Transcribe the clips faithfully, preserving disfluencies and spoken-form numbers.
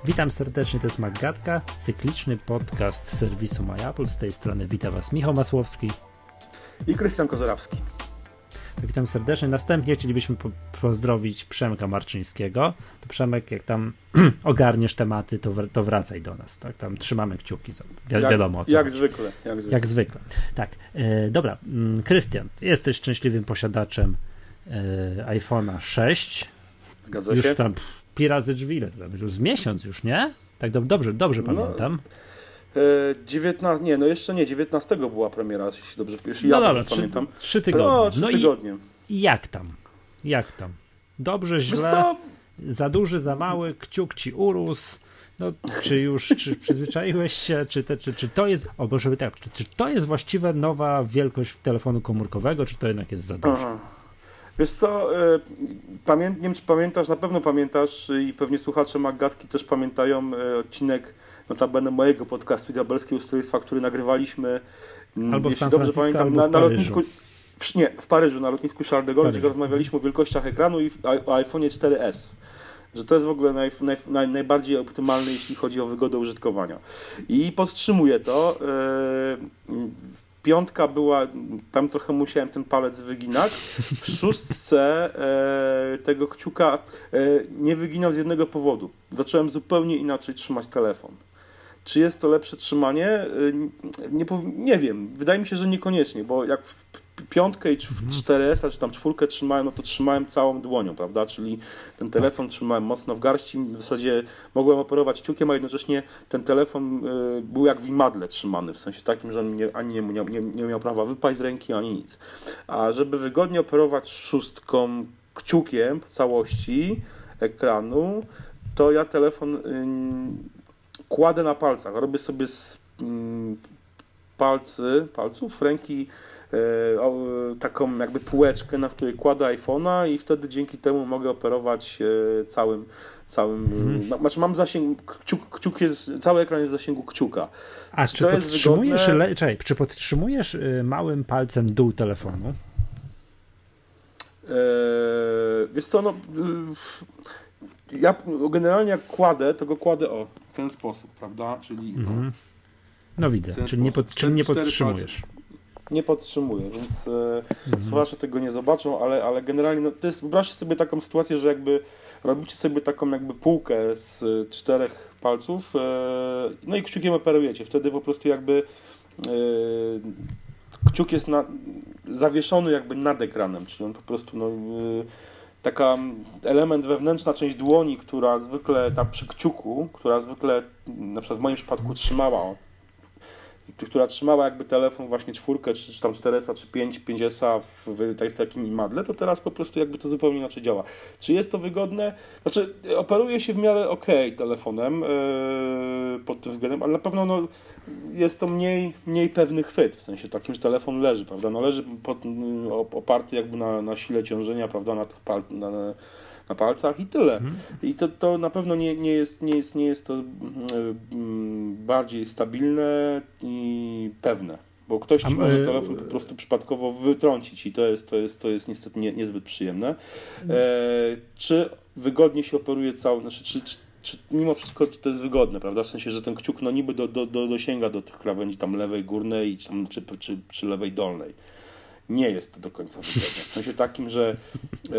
Witam serdecznie, to jest Maggatka, cykliczny podcast serwisu MyApple. Z tej strony wita Was Michał Masłowski i Krystian Kozerawski. Witam serdecznie. Na wstępie chcielibyśmy po- pozdrowić Przemka Marczyńskiego. To Przemek, jak tam ogarniesz tematy, to, w- to wracaj do nas. Tak? Tam trzymamy kciuki, wi- jak, wiadomo o co jak chodzi. zwykle, jak zwykle. Jak zwykle. Tak. E, dobra, mm, Krystian, jesteś szczęśliwym posiadaczem e, iPhone'a sześć. Zgadza już się. tam pff, pi razy drzwi, ile to tam, już z miesiąc już, nie? Tak do, dobrze, dobrze No, pamiętam. E, dziewiętnaście, nie, no jeszcze nie, dziewiętnastego była premiera, jeśli dobrze, jeśli No ja dobra, dobrze trzy, pamiętam. trzy tygodnie. No, trzy no tygodnie. I jak tam? Jak tam? Dobrze, Wiesz źle? co? Za duży, za mały? Kciuk ci urósł? No, czy już czy przyzwyczaiłeś się? Czy, te, czy, czy to jest, o Boże, tak, czy, czy to jest właściwie nowa wielkość telefonu komórkowego, czy to jednak jest za duże? Aha. Wiesz co, e, pamię- nie wiem czy pamiętasz, na pewno pamiętasz i pewnie słuchacze Maggatki też pamiętają e, odcinek notabene mojego podcastu Diabelskie Ustrojstwa, który nagrywaliśmy, m, Albo w jeśli San dobrze Francisco, pamiętam, albo na, w na Paryżu. lotnisku, w, nie, w Paryżu, na lotnisku Charles de Gaulle, gdzie Paryżu. rozmawialiśmy o wielkościach ekranu i w- o iPhone'ie cztery S. Że to jest w ogóle naj, naj, naj, najbardziej optymalne, jeśli chodzi o wygodę użytkowania. I podtrzymuję to. Yy, piątka była, tam trochę musiałem ten palec wyginać. W szóstce yy, tego kciuka yy, nie wyginał z jednego powodu. Zacząłem zupełnie inaczej trzymać telefon. Czy jest to lepsze trzymanie? Yy, nie, powi- nie wiem. Wydaje mi się, że niekoniecznie, bo jak w piątkę i cztery S, czy tam czwórkę trzymałem, no to trzymałem całą dłonią, prawda? Czyli ten telefon trzymałem mocno w garści, w zasadzie mogłem operować kciukiem, a jednocześnie ten telefon y, był jak w imadle trzymany, w sensie takim, że on nie, ani nie, nie, nie, nie miał prawa wypaść z ręki, ani nic. A żeby wygodnie operować szóstką kciukiem po całości ekranu, to ja telefon y, kładę na palcach, robię sobie z y, palcy, palców ręki taką jakby półeczkę, na której kładę iPhone'a i wtedy dzięki temu mogę operować całym, całym hmm. znaczy mam zasięg, kciuk, kciuk jest, cały ekran jest w zasięgu kciuka. A czy, czy podtrzymujesz, le, czekaj, czy podtrzymujesz małym palcem dół telefonu? Eee, wiesz co, no ja generalnie jak kładę, to go kładę o, w ten sposób, prawda, czyli mhm. no widzę, czyli nie, pod, czyli nie podtrzymujesz. Nie podtrzymuję, więc e, mhm. słuchacze tego nie zobaczą, ale, ale generalnie no, to jest, wyobraźcie sobie taką sytuację, że jakby robicie sobie taką jakby półkę z e, czterech palców, e, no i kciukiem operujecie. Wtedy po prostu jakby e, kciuk jest na, zawieszony jakby nad ekranem, czyli on po prostu no, e, taka element wewnętrzna część dłoni, która zwykle, ta przy kciuku, która zwykle na przykład w moim przypadku trzymała która trzymała jakby telefon właśnie czwórkę, czy, czy tam cztery S, czy pięć, pięć S w, w, w takim imadle, to teraz po prostu jakby to zupełnie inaczej działa. Czy jest to wygodne? Znaczy, operuje się w miarę okej telefonem yy, pod tym względem, ale na pewno no, jest to mniej, mniej pewny chwyt, w sensie takim, że telefon leży, prawda? No leży pod, yy, oparty jakby na, na sile ciążenia, prawda, na tych pal- na, na, na palcach i tyle. Mhm. I to, to na pewno nie, nie, jest, nie, jest, nie jest to yy, bardziej stabilne i pewne, bo ktoś ci może telefon po prostu przypadkowo wytrącić i to jest, to jest, to jest niestety nie, niezbyt przyjemne. E, czy wygodnie się operuje cały, znaczy czy, czy, czy mimo wszystko to jest wygodne, prawda? W sensie, że ten kciuk no niby do, do, do, dosięga do tych krawędzi tam lewej górnej czy, czy, czy, czy lewej dolnej. Nie jest to do końca wygodne. W sensie takim, że e,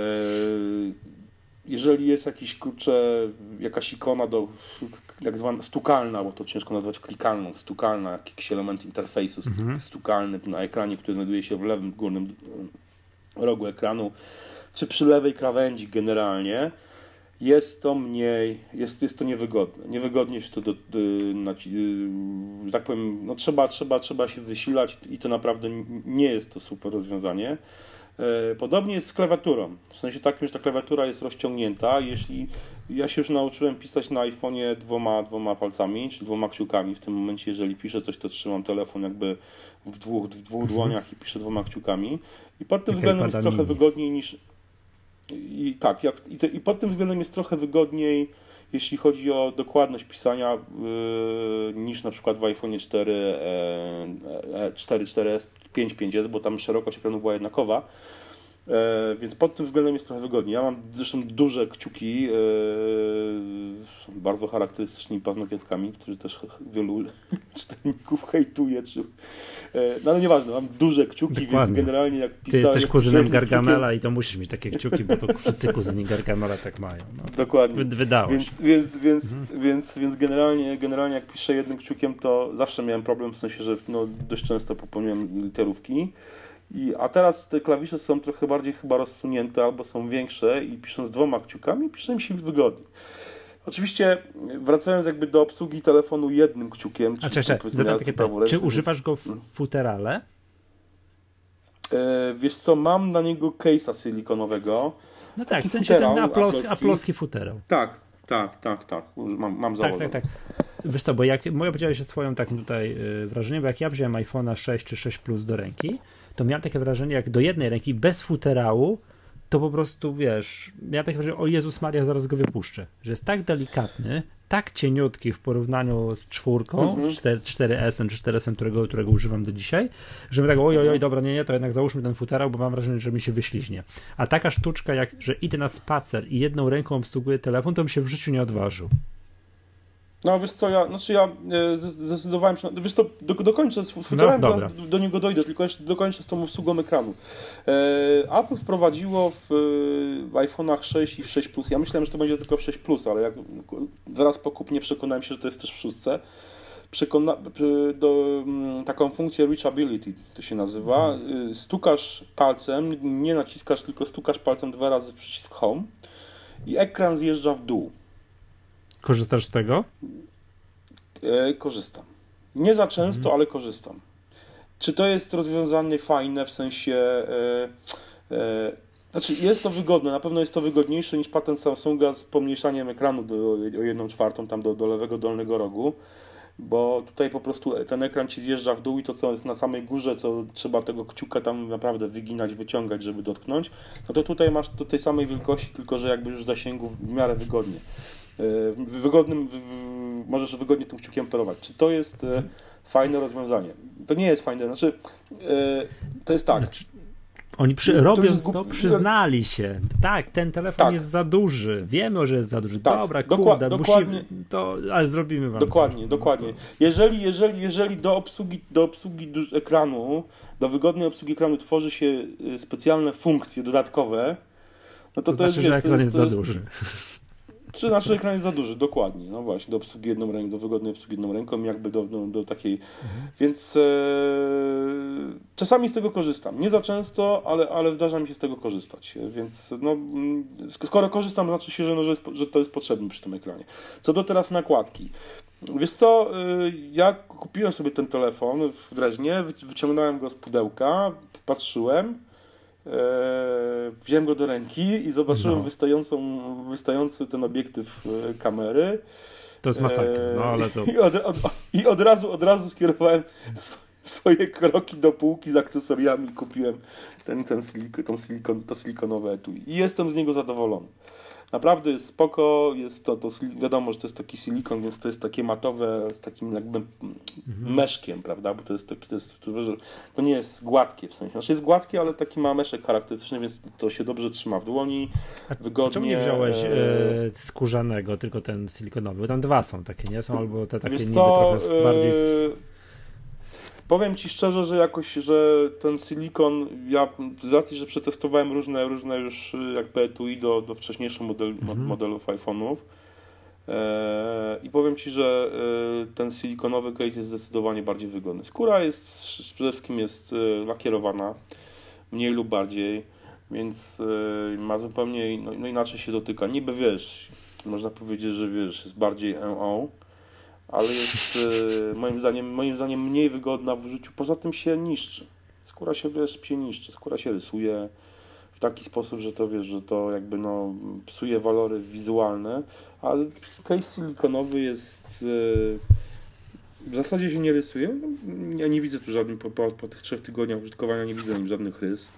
jeżeli jest jakiś, kurczę, jakaś ikona do tak zwana stukalna, bo to ciężko nazwać klikalną, stukalna, jakiś element interfejsu mhm. stukalny na ekranie, który znajduje się w lewym górnym rogu ekranu, czy przy lewej krawędzi generalnie, jest to mniej, jest, jest to niewygodne. Niewygodnie się to, do, do, na, że tak powiem, no trzeba, trzeba, trzeba się wysilać i to naprawdę nie jest to super rozwiązanie. Podobnie jest z klawiaturą. W sensie takim, że ta klawiatura jest rozciągnięta. Jeśli ja się już nauczyłem pisać na iPhone'ie dwoma, dwoma palcami, czy dwoma kciukami. W tym momencie, jeżeli piszę coś, to trzymam telefon jakby w dwóch, w dwóch dłoniach i piszę dwoma kciukami. I pod tym względem jest trochę wygodniej niż... I tak, jak, i, te, i pod tym względem jest trochę wygodniej, jeśli chodzi o dokładność pisania, yy, niż na przykład w iPhone'ie cztery, cztery, cztery S, pięć, pięć S, bo tam szerokość ekranu była jednakowa. E, więc pod tym względem jest trochę wygodniej. Ja mam zresztą duże kciuki, e, są bardzo charakterystycznymi paznokietkami, którzy też wielu czytelników hejtuje. Czy, e, no ale nieważne, mam duże kciuki, Dokładnie. Więc generalnie jak pisałem... Ty jesteś kuzynem Gargamela kciukiem, i to musisz mieć takie kciuki, bo to wszyscy kuzyni Gargamela tak mają. No. Dokładnie. Wy, wydało więc, się. Więc, więc, Mhm. więc, więc generalnie, generalnie jak piszę jednym kciukiem, to zawsze miałem problem, w sensie, że no, dość często popełniłem literówki. I, a teraz te klawisze są trochę bardziej chyba rozsunięte albo są większe i pisząc dwoma kciukami pisze mi się wygodnie. Oczywiście wracając jakby do obsługi telefonu jednym kciukiem, A czekaj, zadam takie pytanie. Czy używasz go w futerale? E, wiesz co, mam na niego case'a silikonowego. No tak, w sensie ten aplos, aploski futerał. Tak, tak, tak, tak. Mam, mam założone. Tak, tak, tak. Wiesz co, bo jak moja podzielę się swoją takim tutaj yy, wrażeniem, bo jak ja wziąłem iPhone'a sześć czy sześć Plus do ręki, to miałem takie wrażenie, jak do jednej ręki, bez futerału, to po prostu, wiesz, miałem takie wrażenie, o Jezus Maria, zaraz go wypuszczę. Że jest tak delikatny, tak cieniutki w porównaniu z czwórką, mhm. cztery S czy cztery S, którego, którego używam do dzisiaj, że my tak, oj, oj, oj, dobra, nie, nie, to jednak załóżmy ten futerał, bo mam wrażenie, że mi się wyśliźnie. A taka sztuczka, jak, że idę na spacer i jedną ręką obsługuję telefon, to bym się w życiu nie odważył. No wiesz co, ja, znaczy ja zdecydowałem się, na, wiesz to do, dokończę z futerałem, no, do, do niego dojdę, tylko jeszcze dokończę z tą obsługą ekranu. E, Apple wprowadziło w, w iPhone'ach sześć i w sześć Plus, ja myślałem, że to będzie tylko w sześć Plus, ale jak zaraz po kupnie przekonałem się, że to jest też w szóstce, Przekona, do, taką funkcję reachability to się nazywa, stukasz palcem, nie naciskasz, tylko stukasz palcem dwa razy w przycisk home i ekran zjeżdża w dół. Korzystasz z tego? E, korzystam. Nie za często, mhm. ale korzystam. Czy to jest rozwiązanie fajne w sensie... E, e, znaczy jest to wygodne, na pewno jest to wygodniejsze niż patent Samsunga z pomniejszaniem ekranu do, o jedną czwartą tam do, do lewego dolnego rogu, bo tutaj po prostu ten ekran ci zjeżdża w dół i to co jest na samej górze, co trzeba tego kciuka tam naprawdę wyginać, wyciągać, żeby dotknąć, no to tutaj masz do tej samej wielkości, tylko że jakby już w zasięgu w miarę wygodnie. Wygodnym, w, możesz wygodnie tym kciukiem operować. Czy to jest e, fajne rozwiązanie? To nie jest fajne, znaczy e, to jest tak. Znaczy, oni przy, robiąc to, to przyznali się. Tak, ten telefon tak. jest za duży. Wiemy, że jest za duży. Tak. Dobra, Dokła- kurde, dokładnie, musimy, to, ale zrobimy wam Dokładnie, coś. dokładnie. Jeżeli, jeżeli, jeżeli do obsługi, do obsługi ekranu, do wygodnej obsługi ekranu tworzy się specjalne funkcje dodatkowe, no to to, to jest, znaczy, wiesz, że ekran to jest, jest to za jest, duży. Czy nasz ekran jest za duży? Dokładnie. No właśnie, do obsługi jedną ręką, do wygodnej obsługi jedną ręką, jakby do, do, do takiej. Mhm. Więc e, czasami z tego korzystam. Nie za często, ale, ale zdarza mi się z tego korzystać. Więc no, skoro korzystam, znaczy się, że, no, że, jest, że to jest potrzebne przy tym ekranie. Co do teraz nakładki. Wiesz co, ja kupiłem sobie ten telefon w Dreźnie, wyciągnąłem go z pudełka, patrzyłem, wziąłem go do ręki i zobaczyłem no. wystającą, wystający ten obiektyw kamery. To jest masakra, no ale to... I od, od, i od razu, od razu skierowałem swoje kroki do półki z akcesoriami i kupiłem ten, ten silik, tą silikon, to silikonowe etui. I jestem z niego zadowolony. Naprawdę jest spoko, jest to, to, wiadomo, że to jest taki silikon, więc to jest takie matowe z takim jakby mhm. meszkiem, prawda, bo to jest taki, to, jest, to nie jest gładkie w sensie, znaczy jest gładkie, ale taki ma meszek charakterystyczny, więc to się dobrze trzyma w dłoni, a wygodnie. Czemu nie wziąłeś e... skórzanego, tylko ten silikonowy, bo tam dwa są takie, nie? Są albo te takie Wiesz niby co, trochę bardziej... Powiem Ci szczerze, że jakoś, że ten silikon, ja z racji, że przetestowałem różne, różne już jakby etui do, do wcześniejszych model, mhm. modelów iPhone'ów e, i powiem Ci, że e, ten silikonowy case jest zdecydowanie bardziej wygodny. Skóra jest, przede wszystkim jest lakierowana, mniej lub bardziej, więc e, ma zupełnie, no, no inaczej się dotyka. Niby wiesz, można powiedzieć, że wiesz, jest bardziej M O, ale jest e, moim zdaniem, moim zdaniem mniej wygodna w użyciu. Poza tym się niszczy. Skóra się, wiesz, się niszczy. Skóra się rysuje w taki sposób, że to, wiesz, że to jakby no psuje walory wizualne, ale case silikonowy jest e, w zasadzie się nie rysuje. Ja nie widzę tu żadnych, po, po, po tych trzech tygodniach użytkowania nie widzę nim żadnych rys.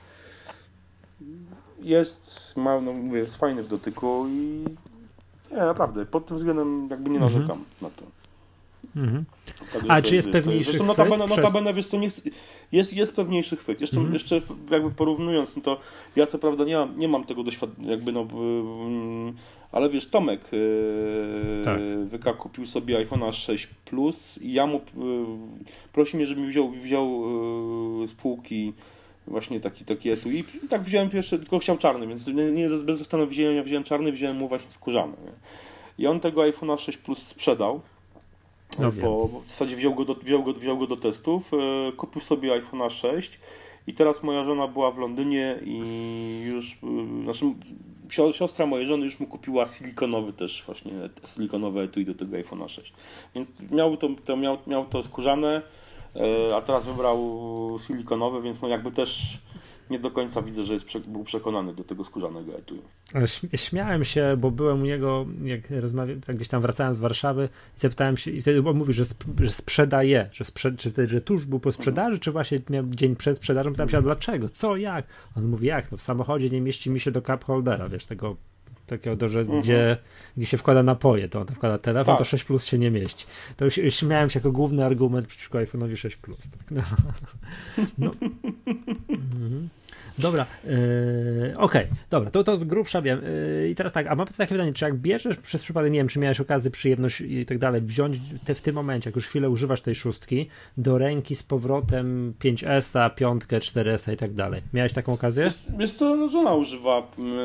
Jest, ma, no mówię, jest fajny w dotyku i nie, naprawdę, pod tym względem jakby nie narzekam mhm. na to. Mhm. Tak, A to, czy jest to, pewniejszy zresztą chwyt? notabene, Przez... notabene, wiesz co, nie, jest, jest pewniejszy chwyt. Jeszcze, Mhm. jeszcze jakby porównując, no to ja co prawda nie mam, nie mam tego doświadczenia, jakby no, yy, ale wiesz, Tomek yy, tak. Wyka kupił sobie iPhone'a sześć Plus i ja mu yy, prosi mnie, żebym wziął, wziął yy, z półki właśnie taki, taki etui i tak wziąłem pierwszy, tylko chciał czarny, więc nie, nie bez zastanowienia wziąłem czarny, wziąłem mu właśnie skórzany. Nie? I on tego iPhone'a sześć Plus sprzedał. No bo w zasadzie wziął go do, wziął go, wziął go do testów, yy, kupił sobie iPhone'a sześć i teraz moja żona była w Londynie i już, yy, znaczy siostra mojej żony już mu kupiła silikonowy też właśnie, silikonowe etui do tego iPhone'a sześć. Więc miał to, to, miał, miał to skórzane, yy, a teraz wybrał silikonowe, więc no jakby też nie do końca widzę, że jest, był przekonany do tego skórzanego etui. Śmiałem się, bo byłem u niego, jak rozmawiałem, tak gdzieś tam wracałem z Warszawy i zapytałem się, i wtedy on mówi, że, sp- że sprzedaje, że, sprze- czy wtedy, że tuż był po sprzedaży, mhm. czy właśnie miał dzień przed sprzedażą, pytałem się, a dlaczego, co, jak? On mówi, jak, no w samochodzie nie mieści mi się do cup holdera, wiesz, tego takiego, do, że mhm. gdzie, gdzie się wkłada napoje, to on tam wkłada telefon, tak. To sześć Plus się nie mieści. To już śmiałem się jako główny argument przeciwko iPhone'owi sześć Plus. Tak, no. no. mhm. Dobra, yy, okej, okay, dobra, to, to z grubsza wiem. Yy, I teraz tak, a mam takie pytanie, czy jak bierzesz przez przypadek, nie wiem, czy miałeś okazję, przyjemność i tak dalej, wziąć te, w tym momencie, jak już chwilę używasz tej szóstki, do ręki z powrotem pięć S, piątkę, cztery S i tak dalej. Miałeś taką okazję? Jest, jest to, no, żona używa,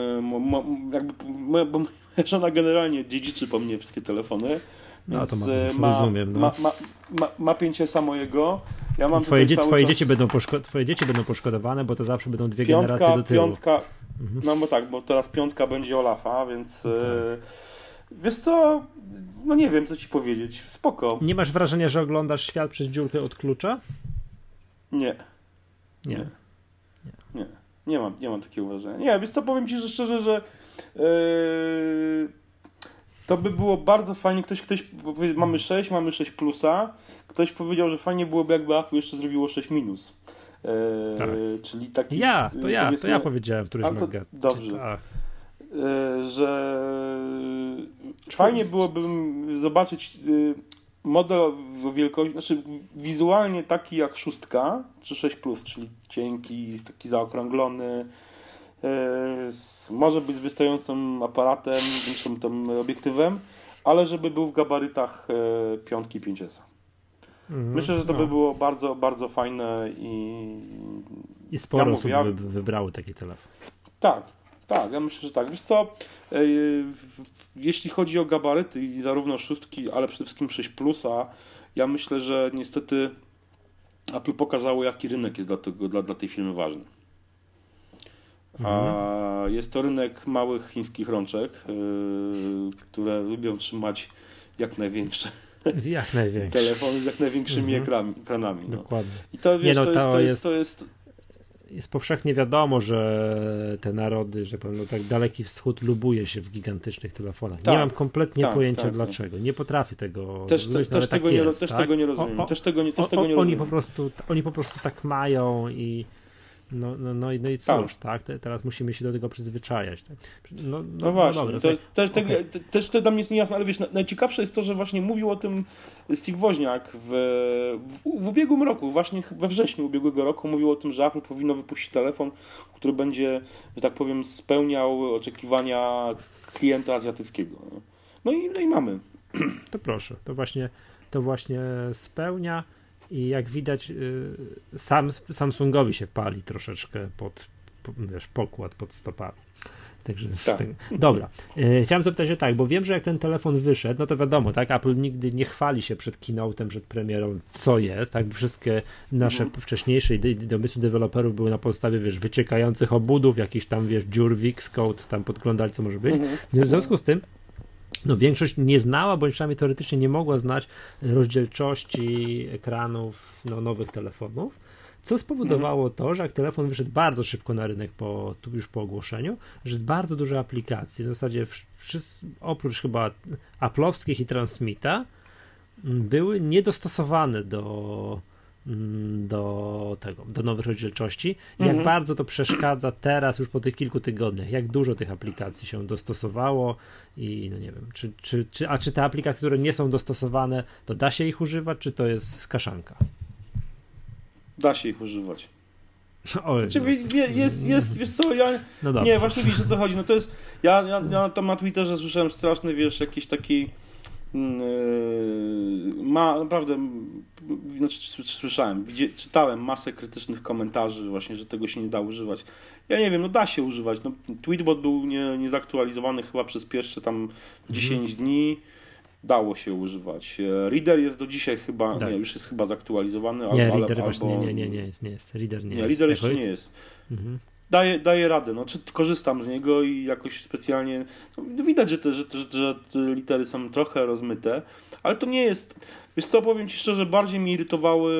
jakby, bo moja żona generalnie dziedziczy po mnie wszystkie telefony. No to ma, ma, rozumiem. No. Ma, ma, ma, ma pięć S mojego. Ja mam twoje, dzie- twoje, czas... dzieci będą poszko- twoje dzieci będą poszkodowane, bo to zawsze będą dwie piątka, generacje do tyłu. Piątka, mhm. No bo tak, bo teraz piątka będzie Olafa, więc okay. e, wiesz co, no nie wiem co ci powiedzieć, spoko. Nie masz wrażenia, że oglądasz świat przez dziurkę od klucza? Nie. Nie. Nie. Nie, nie, nie mam, nie mam takiego wrażenia. Nie, wiesz co, powiem ci że szczerze, że e, to by było bardzo fajnie, ktoś, ktoś, mamy sześć, mamy sześć plusa, ktoś powiedział, że fajnie byłoby jakby Apple jeszcze zrobiło sześć minus. Eee, tak. Czyli taki... Ja, to ja, to ja powiedziałem w którymś magazynie. Dobrze. Tak. Eee, że fajnie byłoby zobaczyć model o wielkości, znaczy wizualnie taki jak szóstka, czy sześć plus, czyli cienki, taki zaokrąglony, z, może być z wystającym aparatem, większym tym obiektywem, ale żeby był w gabarytach e, piątki pięć S. Mm, Myślę, że to no. by było bardzo, bardzo fajne i... I sporo ja osób ja... by wybrały taki telefon. Tak, tak, ja myślę, że tak. Wiesz co, e, jeśli chodzi o gabaryty i zarówno szóstki, ale przede wszystkim sześć plusa, ja myślę, że niestety Apple pokazało, jaki rynek jest dla, tego, dla, dla tej firmy ważny. A jest to rynek małych chińskich rączek, yy, które lubią trzymać jak największe jak największe telefony z jak największymi mhm. ekranami. No. Dokładnie. I to, wiesz, Nie, no, to, to, jest, to, jest, to jest... Jest powszechnie wiadomo, że te narody, że pewno tak Daleki Wschód lubuje się w gigantycznych telefonach. Tak, nie mam kompletnie tak, pojęcia tak, dlaczego. Tak. Nie potrafię tego też, zrozumieć, też, tego, tak nie, jest, też tak? tego nie rozumiem. O, o, też tego, też o, tego nie o, rozumiem. Oni po prostu, oni po prostu tak mają i No, no, no, i, no i cóż, tak? tak? Teraz musimy się do tego przyzwyczajać. Tak? No, no, no właśnie, no dobra, to, też, okay. te, też to dla mnie jest niejasne, ale wiesz, najciekawsze jest to, że właśnie mówił o tym Steve Woźniak w, w, w ubiegłym roku, właśnie we wrześniu ubiegłego roku mówił o tym, że Apple powinno wypuścić telefon, który będzie, że tak powiem, spełniał oczekiwania klienta azjatyckiego. No i, no i mamy. To proszę, to właśnie, to właśnie spełnia. I jak widać, sam Samsungowi się pali troszeczkę pod, wiesz, pokład pod stopami. Także tak. tego... Dobra. Chciałem zapytać się tak, bo wiem, że jak ten telefon wyszedł, no to wiadomo, tak, Apple nigdy nie chwali się przed keynote'em, przed premierą, co jest, tak, wszystkie nasze mhm. wcześniejsze domysły deweloperów były na podstawie, wiesz, wyciekających obudów, jakichś tam, wiesz, dziur w Xcode, tam podglądali, co może być. Mhm. W związku z tym no większość nie znała, bądź przynajmniej teoretycznie nie mogła znać rozdzielczości ekranów no, nowych telefonów, co spowodowało mm. to, że jak telefon wyszedł bardzo szybko na rynek po, już po ogłoszeniu, że bardzo duże aplikacje, w zasadzie wszyscy, oprócz chyba Apple'owskich i Transmita, były niedostosowane do, do tego, do nowych rozdzielczości i Mhm. jak bardzo to przeszkadza teraz już po tych kilku tygodniach, jak dużo tych aplikacji się dostosowało i no nie wiem, czy, czy, czy, a czy te aplikacje, które nie są dostosowane, to da się ich używać, czy to jest kaszanka? Da się ich używać. Oj, Znaczy, no. wie- jest, jest, wiesz co, ja... No dobra. Nie, właśnie wiesz o co chodzi. No to jest. Ja, ja, ja tam na Twitterze słyszałem straszny, wiesz, jakiś taki. Yy, ma naprawdę. Znaczy, słyszałem, widzie, czytałem masę krytycznych komentarzy, właśnie, że tego się nie da używać. Ja nie wiem, no da się używać. No, Tweetbot był nie, niezaktualizowany chyba przez pierwsze tam dziesięć Mhm. dni. Dało się używać. Reader jest do dzisiaj chyba, Tak. nie, już jest chyba zaktualizowany. Nie, ale, Reader albo, właśnie, nie, nie, nie, nie jest, nie jest. Reader nie, nie, jest. Reader jeszcze Jako- nie jest. Mhm. Daje, daje radę, no, czy korzystam z niego i jakoś specjalnie, no, widać, że te, że, te, że te litery są trochę rozmyte, ale to nie jest, wiesz co, powiem Ci szczerze, bardziej mi irytowały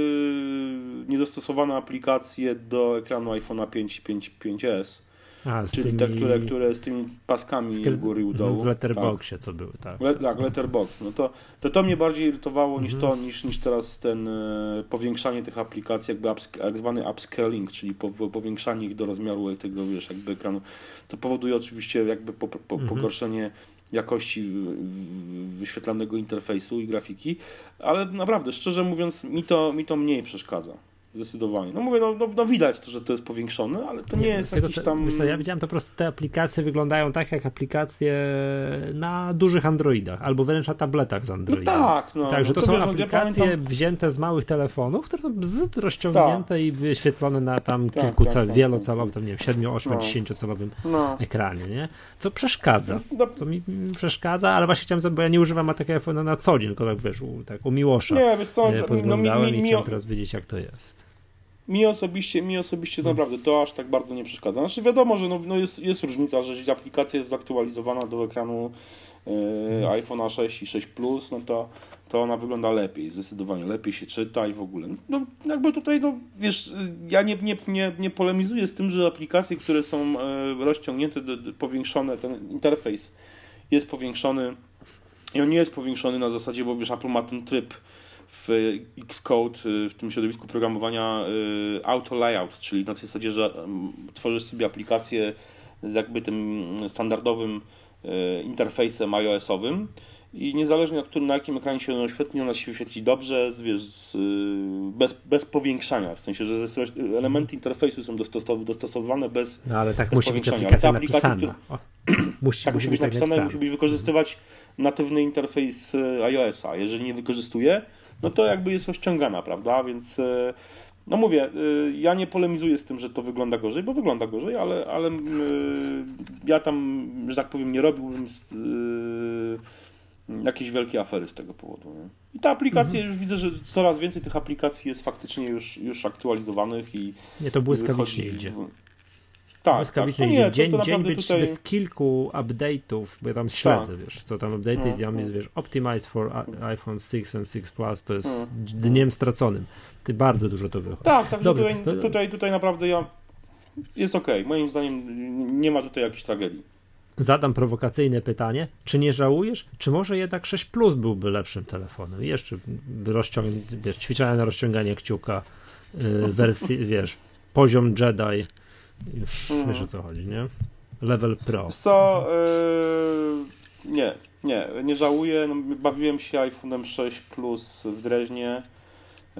niedostosowane aplikacje do ekranu iPhone'a pięć i pięć, pięć S, A, z czyli tymi... te, które, które z tymi paskami z... u góry i u dołu. w Letterboxie, co były, tak. Le, tak, letterbox. No to, to to mnie bardziej irytowało niż Mhm. to, niż, niż teraz ten e, powiększanie tych aplikacji, jakby ups, tak zwany upscaling, czyli po, po, powiększanie ich do rozmiaru tego, wiesz, jakby ekranu, co powoduje oczywiście jakby po, po, Mhm. pogorszenie jakości w, w, wyświetlanego interfejsu i grafiki, ale naprawdę, szczerze mówiąc, mi to, mi to mniej przeszkadza. Zdecydowanie. No mówię, no, no, no widać to, że to jest powiększone, ale to nie, jest z tego, jakiś co- tam... wiesz co, ja widziałem to po prostu, te aplikacje wyglądają tak jak aplikacje na dużych Androidach, albo wręcz na tabletach z No Androida. tak, no. Także no to są wiesz, no, ja aplikacje pamiętam- wzięte z małych telefonów, które są bzyt rozciągnięte i wyświetlone na tam Tak, kilku tak, cal, tak, wielocalowym, tam nie wiem, siedmiu, ośmiu, No. dziesięciocalowym No. ekranie, nie? Co przeszkadza. Więc, no, Co mi mi przeszkadza, ale właśnie chciałem, bo ja nie używam takiego iPhone'a na co dzień, tylko tak wiesz, u, tak u Miłosza nie, wiesz co, e, no, mi, podglądałem mi, i mi, chciałem teraz wiedzieć, jak to jest. mi osobiście, mi osobiście Hmm. naprawdę to aż tak bardzo nie przeszkadza. Znaczy wiadomo, że no, no jest, jest różnica, że jeśli aplikacja jest zaktualizowana do ekranu e, iPhone'a sześć i sześć Plus, no to, to ona wygląda lepiej, zdecydowanie lepiej się czyta i w ogóle. No jakby tutaj, no wiesz, ja nie, nie, nie, nie polemizuję z tym, że aplikacje, które są e, rozciągnięte, do, do, powiększone, ten interfejs jest powiększony i on nie jest powiększony na zasadzie, bo wiesz, Apple ma ten tryb w Xcode, w tym środowisku programowania auto layout, czyli na tej zasadzie, że tworzysz sobie aplikację z jakby tym standardowym interfejsem iOS-owym i niezależnie od tym, na jakim ekranie się ona oświetli, ona się wyświetli dobrze, z, wiesz, z, bez, bez powiększania, w sensie, że elementy interfejsu są dostosowane bez No ale tak bez musi być powiększania. aplikacja Ale te aplikacje, napisana. O, musi, tak musi musi być tak napisane, napisane. musi być wykorzystywać natywny interfejs iOS-a. Jeżeli nie wykorzystuje, no to jakby jest rozciągana, prawda? Więc no mówię, ja nie polemizuję z tym, że to wygląda gorzej, bo wygląda gorzej, ale, ale ja tam, że tak powiem, nie robiłbym z, jakieś wielkie afery z tego powodu. Nie? I te aplikacje, Mhm. już widzę, że coraz więcej tych aplikacji jest faktycznie już, już aktualizowanych i Nie, to błyskawicznie wychodzi idzie. w- Tak, Błyskawicznie tak. idzie. No nie, to, dzień, to dzień naprawdę być tutaj... bez kilku update'ów, bo ja tam śledzę, wiesz, co tam update'y, No, ja no. jest, wiesz, Optimize for i- iPhone six and six Plus, to jest No. dniem straconym. Ty bardzo dużo to wychodzi. Tak, także Dobrze, tutaj, to- tutaj, tutaj naprawdę ja... jest okej. Moim zdaniem nie ma tutaj jakiejś tragedii. Zadam prowokacyjne pytanie, czy nie żałujesz, czy może jednak sześć Plus byłby lepszym telefonem? I jeszcze by rozciąg... wiesz, ćwiczenia na rozciąganie kciuka, yy, wersji, wiesz, poziom Jedi, Mhm. wiesz o co chodzi, nie? Level Pro. Wiesz co, yy, nie, nie, nie żałuję. No, bawiłem się iPhone'em sześć Plus w Dreźnie. Yy,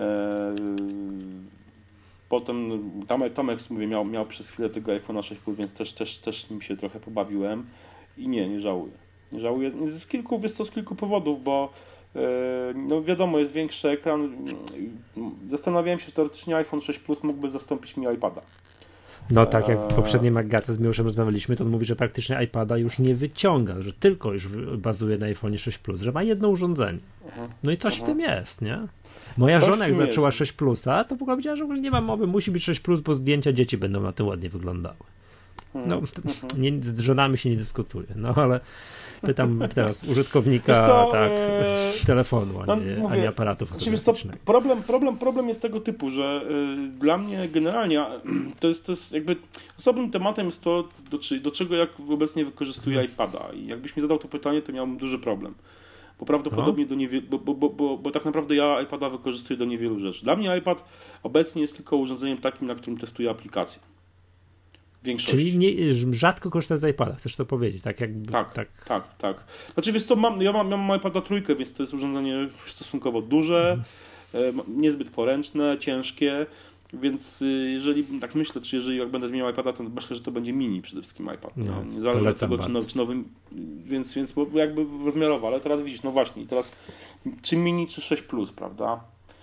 potem Tomek, Tomek mówię, miał, miał przez chwilę tego iPhone'a sześć Plus, więc też, też, też nim się trochę pobawiłem. I nie, nie żałuję. Nie żałuję z kilku, jest to z kilku powodów, bo yy, no wiadomo, jest większy ekran. Zastanawiałem się, czy teoretycznie iPhone sześć Plus mógłby zastąpić mi iPada. No tak jak w Eee. poprzedniej Maggace z Miłoszem rozmawialiśmy, to on mówi, że praktycznie iPada już nie wyciąga, że tylko już bazuje na iPhone sześć Plus, że ma jedno urządzenie. No i coś Aha. w tym jest, nie? Moja Coś w żona jak tym zaczęła jest. sześć Plusa, to w ogóle powiedziała, że w ogóle nie ma mowy, musi być sześć Plus, bo zdjęcia dzieci będą na tym ładnie wyglądały. No, Mhm. to, nie, z żonami się nie dyskutuje, no ale pytam teraz użytkownika Wiesz co, tak, eee, telefonu, a no, nie, a mówię, nie aparatu Znaczy, wiesz co, fotograficznego. problem, problem, problem jest tego typu, że y, dla mnie generalnie to jest, to jest jakby osobnym tematem jest to, do, czy- do czego jak obecnie wykorzystuję Mhm. iPada. I jakbyś mi zadał to pytanie, to miałbym duży problem. bo prawdopodobnie no. do niewielu, bo, bo, bo, bo, bo tak naprawdę ja iPada wykorzystuję do niewielu rzeczy. Dla mnie iPad obecnie jest tylko urządzeniem takim, na którym testuję aplikacje. Czyli nie, rzadko korzystasz z iPada, chcesz to powiedzieć, tak jakby... Tak, tak, tak. tak. Znaczy wiesz co, mam, ja, mam, ja mam iPada trójkę, więc to jest urządzenie stosunkowo duże, mhm. niezbyt poręczne, ciężkie, więc jeżeli tak myślę, czy jeżeli jak będę zmieniał iPada, to myślę, że to będzie mini przede wszystkim iPad. No, niezależnie od tego, czy, no, czy nowym, więc, więc bo jakby rozmiarowo, ale teraz widzisz, no właśnie, teraz czy mini, czy sześć plus, prawda?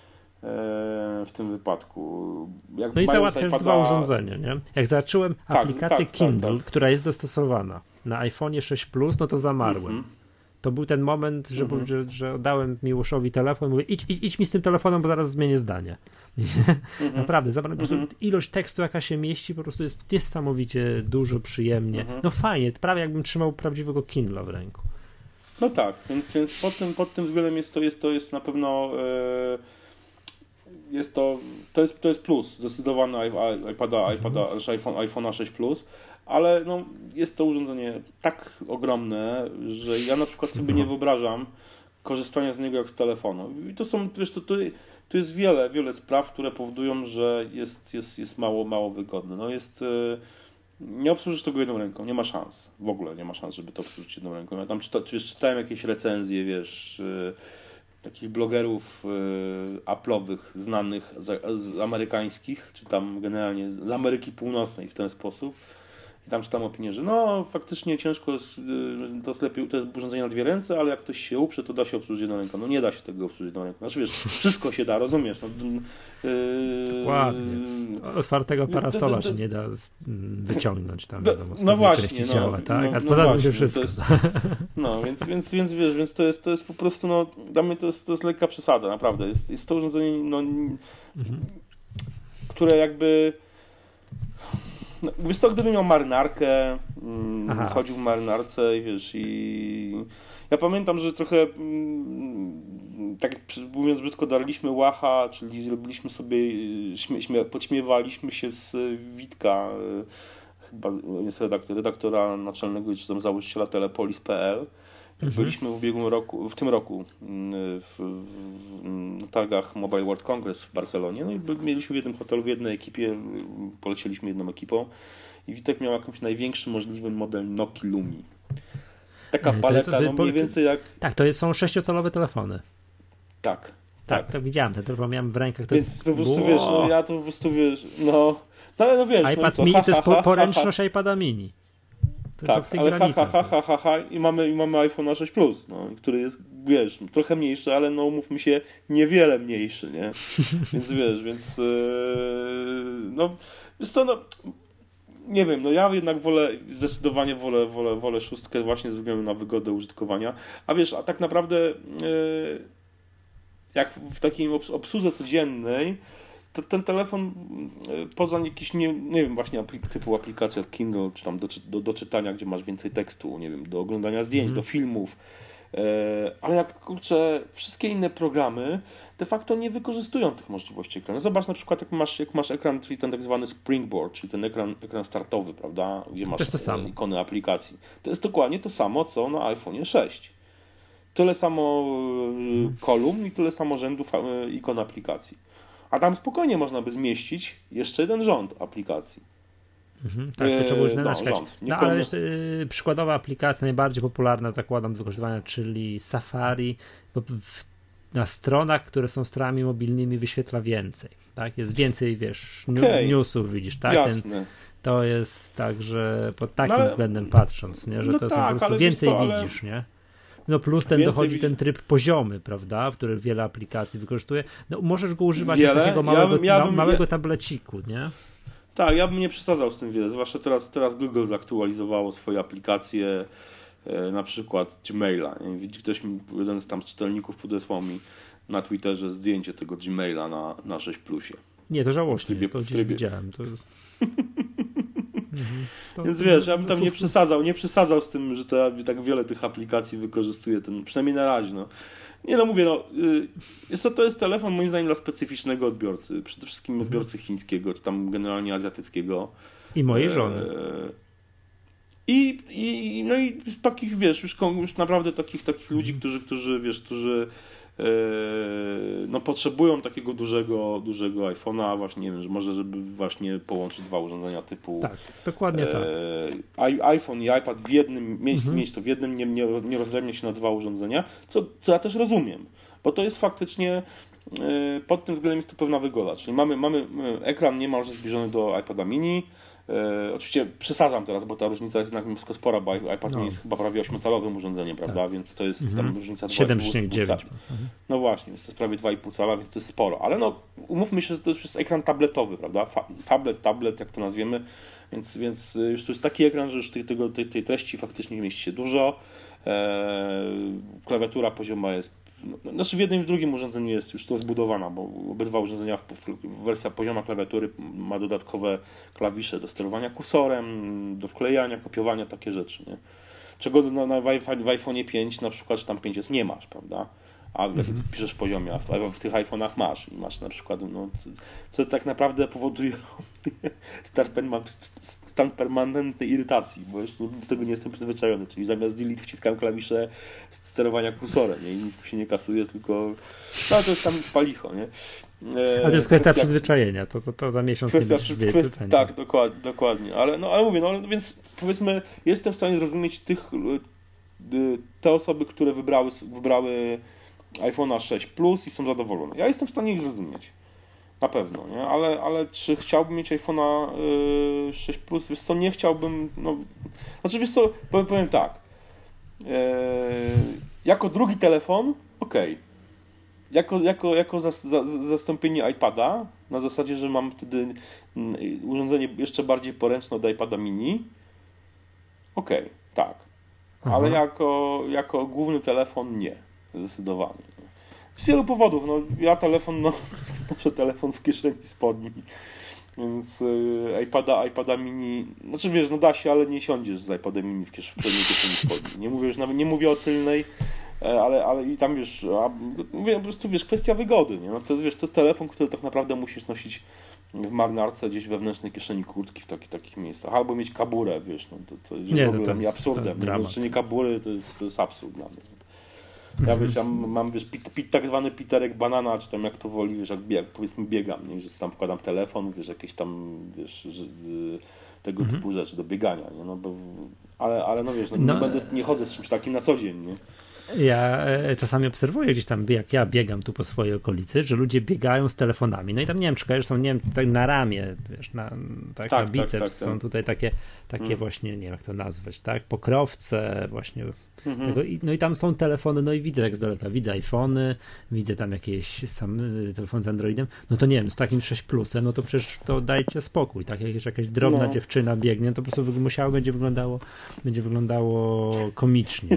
W tym wypadku. Jak no i załatwiasz iPada... dwa urządzenia, nie? Jak zacząłem tak, aplikację tak, Kindle, tak, tak. która jest dostosowana na iPhone sześć plus, no to zamarłem. Mm-hmm. To był ten moment, że, mm-hmm. że, że dałem Miłoszowi telefon i mówię, idź, idź, idź mi z tym telefonem, bo zaraz zmienię zdanie. Mm-hmm. Naprawdę, zabrałem, mm-hmm. po prostu ilość tekstu, jaka się mieści, po prostu jest niesamowicie dużo, przyjemnie. Mm-hmm. No fajnie, prawie jakbym trzymał prawdziwego Kindla w ręku. No tak, więc, więc pod, tym, pod tym względem jest to, jest to jest na pewno... Yy... Jest to, to jest, to jest plus, zdecydowany iPada, iPada, iPhone, iPhone'a sześć plus, ale no, jest to urządzenie tak ogromne, że ja na przykład sobie nie wyobrażam korzystania z niego jak z telefonu. I to są, wiesz, to, to, to jest wiele, wiele spraw, które powodują, że jest, jest, jest mało, mało wygodne. No jest, nie obsłużysz tego jedną ręką, nie ma szans. W ogóle nie ma szans, żeby to obsłużyć jedną ręką. Ja tam czyta, czytałem jakieś recenzje, wiesz, takich blogerów y, Apple'owych znanych z, z amerykańskich, czy tam generalnie z Ameryki Północnej w ten sposób. I tam czytam opinię, że no faktycznie ciężko jest, y, to jest lepiej, to jest urządzenie na dwie ręce, ale jak ktoś się uprze, to da się obsłużyć jedną ręką. No nie da się tego obsłużyć jedną ręką. Znaczy wiesz, wszystko się da, rozumiesz. No, y, Ładnie. Otwartego parasola się nie da wyciągnąć tam wiadomo, z no właśnie, części no, ciała, tak? No, A no poza właśnie, tym się wszystko jest, no, więc, więc, więc wiesz, więc to jest, to jest po prostu, no dla mnie to jest, to jest lekka przesada, naprawdę. Jest, jest to urządzenie, no, mhm. które jakby no, wiesz co, gdybym miał marynarkę, mm, chodził w marynarce i wiesz, i ja pamiętam, że trochę mm, tak mówiąc brzydko darliśmy łacha, czyli zrobiliśmy sobie, śmie, śmie, podśmiewaliśmy się z Witka, chyba jest redaktor, redaktora naczelnego czy tam założyciela telepolis kropka p l. Mhm. Byliśmy w ubiegłym roku, w tym roku w, w, na targach Mobile World Congress w Barcelonie. No i mieliśmy w jednym hotelu, w jednej ekipie, polecieliśmy jedną ekipą i Witek miał jakąś największy możliwy model Nokii Lumii. Taka paleta, jest, no mniej więcej jak... Tak, to są sześciocalowe telefony. Tak. Tak, tak, tak widziałem, ten telefon miałem w rękach. To Więc jest... po prostu wiesz, no ja to po prostu wiesz, no... No ale no wiesz, iPad no mini ha, to jest ha, ha, poręczność ha, ha. iPada mini. To, tak, to w tej ale granicy, ha, ha, ha, ha, ha, i mamy, i mamy iPhone'a sześć plus, no, który jest, wiesz, trochę mniejszy, ale no umówmy się, niewiele mniejszy, nie? Więc wiesz, więc yy, no, wiesz co, no, nie wiem, no ja jednak wolę, zdecydowanie wolę, wolę, wolę szóstkę właśnie ze względu na wygodę użytkowania, a wiesz, a tak naprawdę yy, jak w takiej obsłudze codziennej, to ten telefon poza jakiś, nie, nie wiem, właśnie aplik- typu aplikacja Kindle, czy tam do, do, do czytania, gdzie masz więcej tekstu, nie wiem, do oglądania zdjęć, mm. do filmów, e, ale jak, kurczę, wszystkie inne programy de facto nie wykorzystują tych możliwości ekranu. Zobacz na przykład, jak masz, jak masz ekran, czyli ten tak zwany springboard, czyli ten ekran, ekran startowy, prawda, gdzie masz to to ikony aplikacji. To jest dokładnie to samo, co na iPhone'ie sześć. Tyle samo mm. kolumn i tyle samo rzędów ikon aplikacji. A tam spokojnie można by zmieścić jeszcze jeden rząd aplikacji. Mhm, tak, to trzeba było no, rząd. No ale wiesz, yy, przykładowa aplikacja najbardziej popularna, zakładam, do wykorzystywania, czyli Safari, bo w, na stronach, które są stronami mobilnymi, wyświetla więcej. Tak? Jest więcej, wiesz, okay. newsów, widzisz, tak? Jasne. Ten, to jest tak, że pod takim no, względem patrząc, nie? Że no to tak, są po prostu więcej co, ale... widzisz, nie? No plus ten Więcej dochodzi widzi... ten tryb poziomy, prawda, który wiele aplikacji wykorzystuje. No możesz go używać wiele? takiego małego, ja bym, ja bym, małego ja... tableciku, nie? Tak, ja bym nie przesadzał z tym wiele, zwłaszcza teraz, teraz Google zaktualizowało swoje aplikacje, e, na przykład Gmaila. Ktoś mi, jeden z tam z czytelników podesłał mi na Twitterze zdjęcie tego Gmaila na, na sześć plusie. Nie, to żałośnie, trybie, to gdzieś trybie. widziałem. To jest... Mhm. To, Więc to, wiesz, ja bym tam to, nie przesadzał, nie przesadzał z tym, że to, tak wiele tych aplikacji wykorzystuje, ten, przynajmniej na razie. No. Nie no, mówię, no, jest to, to jest telefon moim zdaniem dla specyficznego odbiorcy, przede wszystkim odbiorcy chińskiego, czy tam generalnie azjatyckiego. I mojej żony. I I, i, no i takich, wiesz, już, już naprawdę takich, takich ludzi, którzy, którzy, wiesz, którzy yy, no potrzebują takiego dużego, dużego iPhone'a, właśnie, nie wiem, że może, żeby właśnie połączyć dwa urządzenia typu... Tak, dokładnie tak. Yy, iPhone i iPad w jednym, mieć, mhm. mieć to w jednym, nie, nie, nie rozremnie się na dwa urządzenia, co, co ja też rozumiem, bo to jest faktycznie... Pod tym względem jest to pewna wygoda, czyli mamy, mamy ekran niemalże zbliżony do iPada mini. E, oczywiście przesadzam teraz, bo ta różnica jest jednak mimo wszystko spora, bo iPad no. mini jest chyba prawie ośmiocalowym urządzeniem, prawda, tak. więc to jest mhm. tam różnica siedem przecinek dziewięć. Mhm. No właśnie, więc to jest prawie dwa i pół cala, więc to jest sporo, ale no umówmy się, że to już jest ekran tabletowy, prawda, Fa- tablet, tablet, jak to nazwiemy, więc, więc już to jest taki ekran, że już tej, tego, tej, tej treści faktycznie mieści się dużo. E, klawiatura pozioma jest, no, znaczy w jednym i w drugim urządzeniu jest już to zbudowana, bo obydwa urządzenia, w, w, wersja pozioma klawiatury ma dodatkowe klawisze do sterowania kursorem, do wklejania, kopiowania, takie rzeczy, nie? Czego na, na, w iPhone'ie pięć na przykład, czy tam pięć S nie masz, prawda? A jak mhm. piszesz w poziomie, a w, w tych iPhone'ach masz i masz na przykład, no, co tak naprawdę powoduje stan permanentnej irytacji, bo jeszcze do tego nie jestem przyzwyczajony, czyli zamiast delete wciskam klawisze sterowania kursorem, nie? I nic mi się nie kasuje, tylko no to jest tam palicho, nie? A to jest kwestia, kwestia przyzwyczajenia, to, to, to za miesiąc kwestia, nie będziesz kwestia, Tak, dokładnie, dokładnie, ale, no, ale mówię, no więc powiedzmy, jestem w stanie zrozumieć tych, te osoby, które wybrały, wybrały iPhone'a sześć Plus i są zadowolone. Ja jestem w stanie ich zrozumieć. Na pewno, nie? Ale, ale czy chciałbym mieć iPhone'a yy, sześć Plus? Wiesz co, nie chciałbym, no... Znaczy, wiesz co, powiem, powiem tak. Yy, jako drugi telefon, okej. Okay. Jako, jako, jako zas, za, zastąpienie iPada, na zasadzie, że mam wtedy urządzenie jeszcze bardziej poręczne od iPada mini, okej, okay, tak. Aha. Ale jako, jako główny telefon nie. Zdecydowanie. Z wielu powodów. No, ja telefon, no, noszę telefon w kieszeni spodni, więc yy, iPada, iPada mini, znaczy wiesz, no da się, ale nie siądziesz z iPadem mini w, kiesz- w przedniej kieszeni spodni. Nie mówię już nawet, nie mówię o tylnej, ale, ale i tam wiesz, a, mówię, po prostu wiesz, kwestia wygody, nie? No, to jest, wiesz, to jest telefon, który tak naprawdę musisz nosić w marynarce, gdzieś w wewnętrznej kieszeni kurtki w taki, takich miejscach, albo mieć kaburę, wiesz, no, to, to jest nie, w ogóle dla mnie absurdem. Noszenie kabury to jest, to jest absurd dla mnie. Ja wiesz, ja mam wiesz, pit, pit, tak zwany piterek banana, czy tam jak to woli, wiesz, jak bieg, powiedzmy biegam, nie? Że tam wkładam telefon, wiesz, jakieś tam, wiesz, że, tego mhm. typu rzeczy do biegania, nie? No bo, ale, ale no wiesz, no, no, nie będę, nie chodzę z czymś takim na co dzień, nie? Ja czasami obserwuję gdzieś tam, jak ja biegam tu po swojej okolicy, że ludzie biegają z telefonami. No i tam nie wiem, czy kojarzysz, są, nie wiem, tak na ramię, wiesz, na, tak, tak, na biceps tak, tak, są tak. tutaj takie, takie hmm. właśnie, nie wiem jak to nazwać, tak, pokrowce właśnie. Mhm. Tego, no i tam są telefony, no i widzę jak z daleka, widzę iPhony, widzę tam jakieś sam telefon z Androidem, no to nie wiem, z takim sześć plusem, no to przecież to dajcie spokój, tak, jak jakaś drobna no. dziewczyna biegnie, to po prostu musiało, będzie wyglądało, będzie wyglądało komicznie.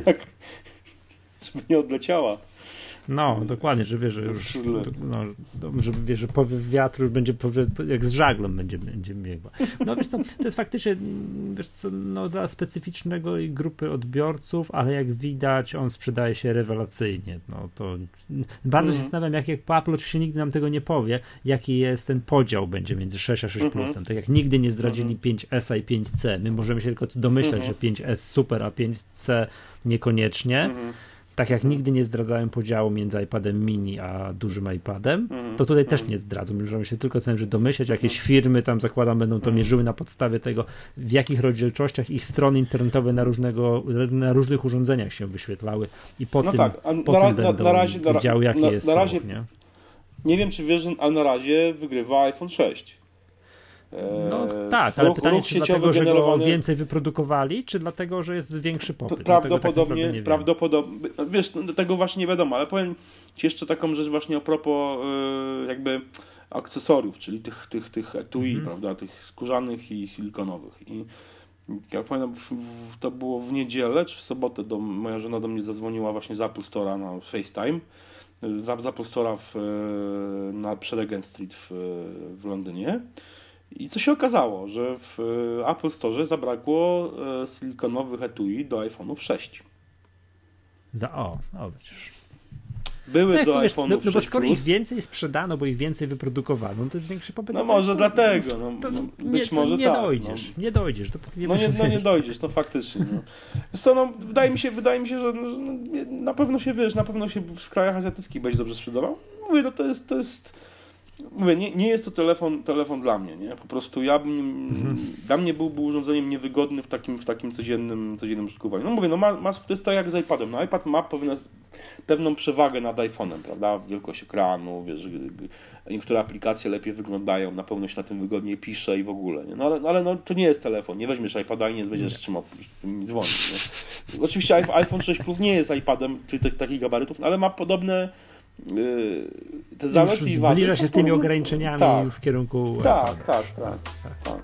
Żeby nie odleciała. No, dokładnie, że wiesz, że już, no, że wiesz, że powiew wiatru już będzie, jak z żaglą będzie, będzie biegła. No wiesz co, to jest faktycznie, wiesz co, no dla specyficznego grupy odbiorców, ale jak widać, on sprzedaje się rewelacyjnie. No to bardzo mm. się zastanawiam, jak, jak po Apple oczywiście nigdy nam tego nie powie, jaki jest ten podział będzie między sześć a sześć plusem. Mm-hmm. Tak jak nigdy nie zdradzili mm-hmm. pięć S a i pięć C. My możemy się tylko domyślać, mm-hmm. że pięć S super, a pięć C niekoniecznie. Mm-hmm. Tak jak nigdy nie zdradzają podziału między iPadem mini a dużym iPadem, mm, to tutaj mm. też nie zdradzą. Możemy się tylko co najmniej domyśleć, jakieś firmy tam zakładam będą to mm. mierzyły na podstawie tego, w jakich rozdzielczościach ich strony internetowe na, różnego, na różnych urządzeniach się wyświetlały i po no tym, tak, po na, tym na, będą na razie, wiedziały, jaki na, jest na razie, ruch, nie? Nie wiem, czy wiesz, ale na razie wygrywa iPhone sześć. No tak, ale ruch, pytanie, ruch czy dlatego, że go więcej wyprodukowali, czy dlatego, że jest większy popyt? Prawdopodobnie, tak prawdopodobnie, wiesz, no, tego właśnie nie wiadomo, ale powiem Ci jeszcze taką rzecz właśnie a propos yy, jakby akcesoriów, czyli tych, tych, tych etui, mm. prawda, tych skórzanych i silikonowych. I jak pamiętam, w, w, to było w niedzielę, czy w sobotę do, moja żona do mnie zadzwoniła właśnie z Apple Store'a na FaceTime, z Apple Store'a w, na przy Regent Street w, w Londynie. I co się okazało, że w Apple Store zabrakło silikonowych etui do iPhone'ów sześć. Za, o, o, przecież. były no do powiesz, iPhone'ów no, no bo sześć skoro plus. ich więcej sprzedano, bo ich więcej wyprodukowano, no to jest większy popyt. No może dlatego, no, to, no, nie, być to może nie tak. dojdziesz, No. nie dojdziesz. To nie No, nie, no nie dojdziesz, no faktycznie. No. Wiesz co, no, wydaje mi się, wydaje mi się, że no, na pewno się, wiesz, na pewno się w krajach azjatyckich będzie dobrze sprzedawał. Mówię, no to jest, to jest mówię, nie, nie jest to telefon, telefon dla mnie, nie? Po prostu ja bym, mhm. dla mnie byłby urządzeniem niewygodny w takim, w takim codziennym, codziennym użytkowaniu. No mówię, no ma, ma, to jest tak jak z iPadem. No iPad ma pewne, pewną przewagę nad iPhone'em, prawda? Wielkość ekranu, wiesz, niektóre aplikacje lepiej wyglądają, na pewno się na tym wygodniej pisze i w ogóle, nie? No ale, ale no, to nie jest telefon, nie weźmiesz iPada i nie będziesz nie. trzymał, nie dzwonić, nie? Oczywiście iPhone sześć plus nie jest iPadem takich gabarytów, ale ma podobne te zalety i wady. Zbliża się z tymi ograniczeniami tak. w kierunku tak, tak, tak, tak, tak.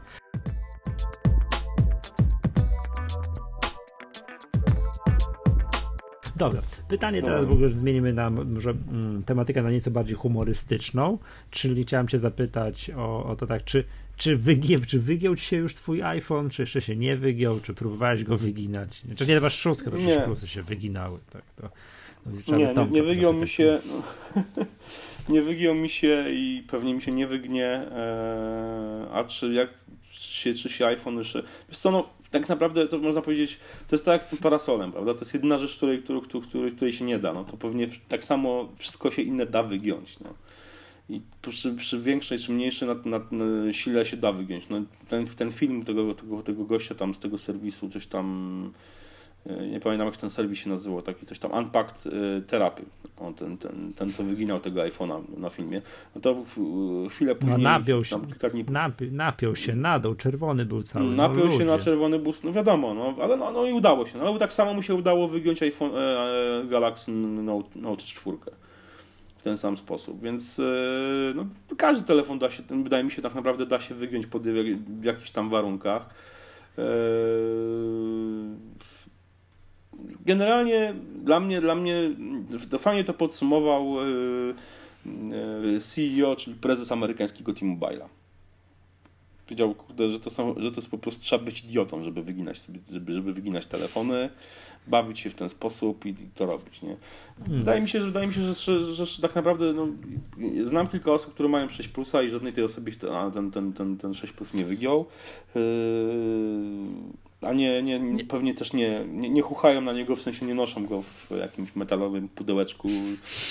Dobra, pytanie teraz w ogóle zmienimy na może mm, tematykę na nieco bardziej humorystyczną, czyli chciałem cię zapytać o, o to tak, czy, czy, wygiął, czy wygiął ci się już twój iPhone, czy jeszcze się nie wygiął, czy próbowałeś go wyginać? Czy nie masz szóstkę, to przecież plusy się wyginały, tak, to No nie, nie, nie wygiął mi się no, nie wygiął mi się i pewnie mi się nie wygnie, e, a czy jak się, czy się iPhone już... Wiesz co, no tak naprawdę to można powiedzieć, to jest tak jak z tym parasolem, prawda? To jest jedyna rzecz, której, której, której, której się nie da, no to pewnie tak samo wszystko się inne da wygiąć, no. I przy, przy większej czy mniejszej nad, nad, nad sile się da wygiąć. No, ten, ten film tego, tego, tego gościa tam z tego serwisu, coś tam... Nie pamiętam jak ten serwis się nazywał, taki coś tam Unpacked Therapy, on, ten, ten, ten co wyginał tego iPhone'a na filmie, no to w, chwilę później, no napiął się, kilka dni... napi, napiął się, nadał, czerwony był cały. Napiął no, się na czerwony bus, no wiadomo, no, ale no, no i udało się, no, ale tak samo mu się udało wygiąć iPhone e, Galaxy Note, Note cztery w ten sam sposób, więc e, no, każdy telefon da się, wydaje mi się tak naprawdę da się wygiąć pod, w jakichś tam warunkach. E, Generalnie dla mnie, dla mnie to fajnie to podsumował C E O, czyli prezes amerykańskiego T-Mobile'a. Powiedział, kurde, że to, są, że to jest po prostu, trzeba być idiotą, żeby wyginać, sobie, żeby, żeby wyginać telefony, bawić się w ten sposób i to robić. Nie? Wydaje mi się, że, wydaje mi się, że, że, że tak naprawdę no, znam kilka osób, które mają sześć plusa i żadnej tej osobie ten, ten, ten, ten sześć plus nie wygiął. Yy... A nie, nie, nie, pewnie też nie, nie, nie chuchają na niego, w sensie nie noszą go w jakimś metalowym pudełeczku, yy,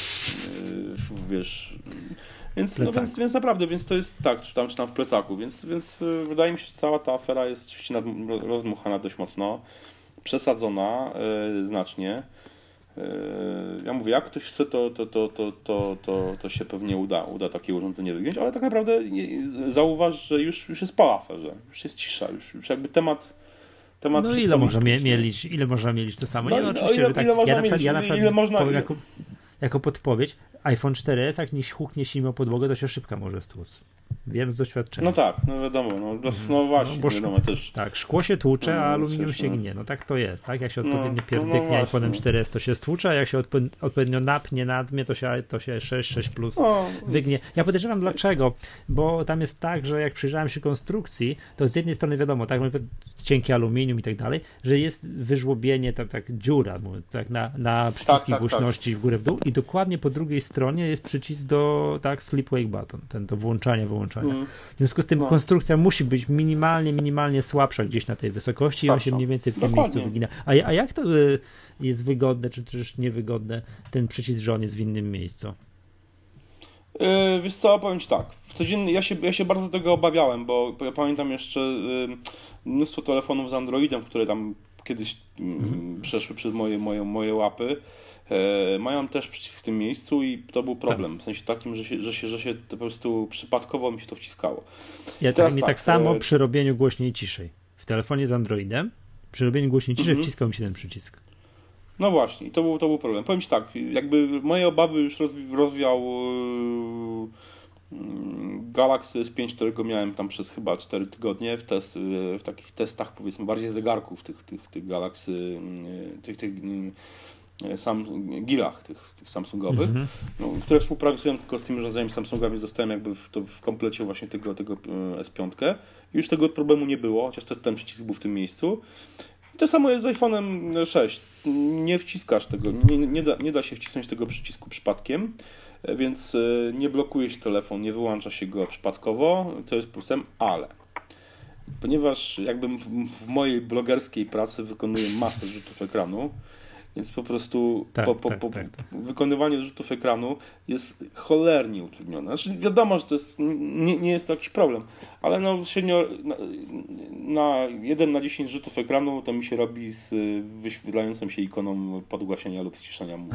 wiesz. Więc, no, więc, więc naprawdę, więc to jest tak, czy tam, czy tam w plecaku, więc, więc yy, wydaje mi się, że cała ta afera jest oczywiście nad, rozdmuchana dość mocno, przesadzona yy, znacznie. Yy, ja mówię, jak ktoś chce, to, to, to, to, to, to, to się pewnie uda, uda takie urządzenie wygiąć, ale tak naprawdę nie, zauważ, że już, już jest po aferze, już jest cisza, już, już jakby temat Temat no ile można mie- mielić, ile można mielić to samo? No, nie, no, no, oczywiście, ile, tak, ile można ja na przykład, mieć, ja na przykład ile można... powiem, jako, jako podpowiedź, iPhone cztery S, jak nie huknie silnie o podłogę, to się szybka może stłuc. Wiem z doświadczenia. No tak, no wiadomo, no, no właśnie, no, bo wiadomo szk- też. Tak, szkło się tłucze, no, a aluminium przecież, się no. gnie. No tak to jest, tak? Jak się odpowiednio no, pierdyknie no, iPhone'em no cztery S, to się stłucze, a jak się odpo- odpowiednio napnie, nadmie, to się, to się sześć, sześć plus no, wygnie. Ja podejrzewam dlaczego, bo tam jest tak, że jak przyjrzałem się konstrukcji, to z jednej strony wiadomo, tak, cienkie aluminium i tak dalej, że jest wyżłobienie, tak, tak dziura, tak, na, na przyciski tak, tak, głośności tak. w górę, w dół i dokładnie po drugiej stronie jest przycisk do, tak, sleep wake button, ten do włączania, wyłączania. Mm. W związku z tym no. konstrukcja musi być minimalnie, minimalnie słabsza gdzieś na tej wysokości i on się mniej więcej w tym Dokładnie. miejscu wygina. A, a jak to y, jest wygodne, czy też niewygodne, ten przycisk, że on jest w innym miejscu? Yy, wiesz co, powiem Ci tak, w codziennie, ja, się, ja się bardzo tego obawiałem, bo ja pamiętam jeszcze yy, mnóstwo telefonów z Androidem, które tam kiedyś yy, mm. przeszły przez moje, moje, moje łapy. Mają też przycisk w tym miejscu i to był problem. Tak. W sensie takim, że się, że, się, że się to po prostu przypadkowo mi się to wciskało. Ja tak, mi tak, tak samo e... przy robieniu głośniej ciszej. W telefonie z Androidem przy robieniu głośniej ciszej mm-hmm. wciskał mi się ten przycisk. No właśnie, i to był, to był problem. Powiem Ci tak, jakby moje obawy już rozwi- rozwiał yy, Galaxy S pięć, którego miałem tam przez chyba cztery tygodnie w, test, yy, w takich testach, powiedzmy, bardziej zegarków tych, tych, tych Galaxy, yy, tych, tych yy, Sam, gilach tych, tych Samsungowych, mm-hmm. no, które współpracują tylko z tymi urządzeniami Samsunga, więc dostałem jakby w, to w komplecie właśnie tego, tego S pięć. I już tego problemu nie było, chociaż to, ten przycisk był w tym miejscu. to samo jest z iPhone'em sześć. Nie wciskasz tego, nie, nie, da, nie da się wcisnąć tego przycisku przypadkiem, więc nie blokuje się telefon, nie wyłącza się go przypadkowo, to jest plusem, ale ponieważ jakbym w mojej blogerskiej pracy wykonuję masę rzutów ekranu, więc po prostu tak, po, po, tak, po, tak, tak. wykonywanie rzutów ekranu jest cholernie utrudnione. Znaczy wiadomo, że to jest, nie, nie jest to jakiś problem, ale no średnio na, na jeden na dziesięć rzutów ekranu to mi się robi z wyświetlającą się ikoną podgłaśnienia lub ściszenia mu.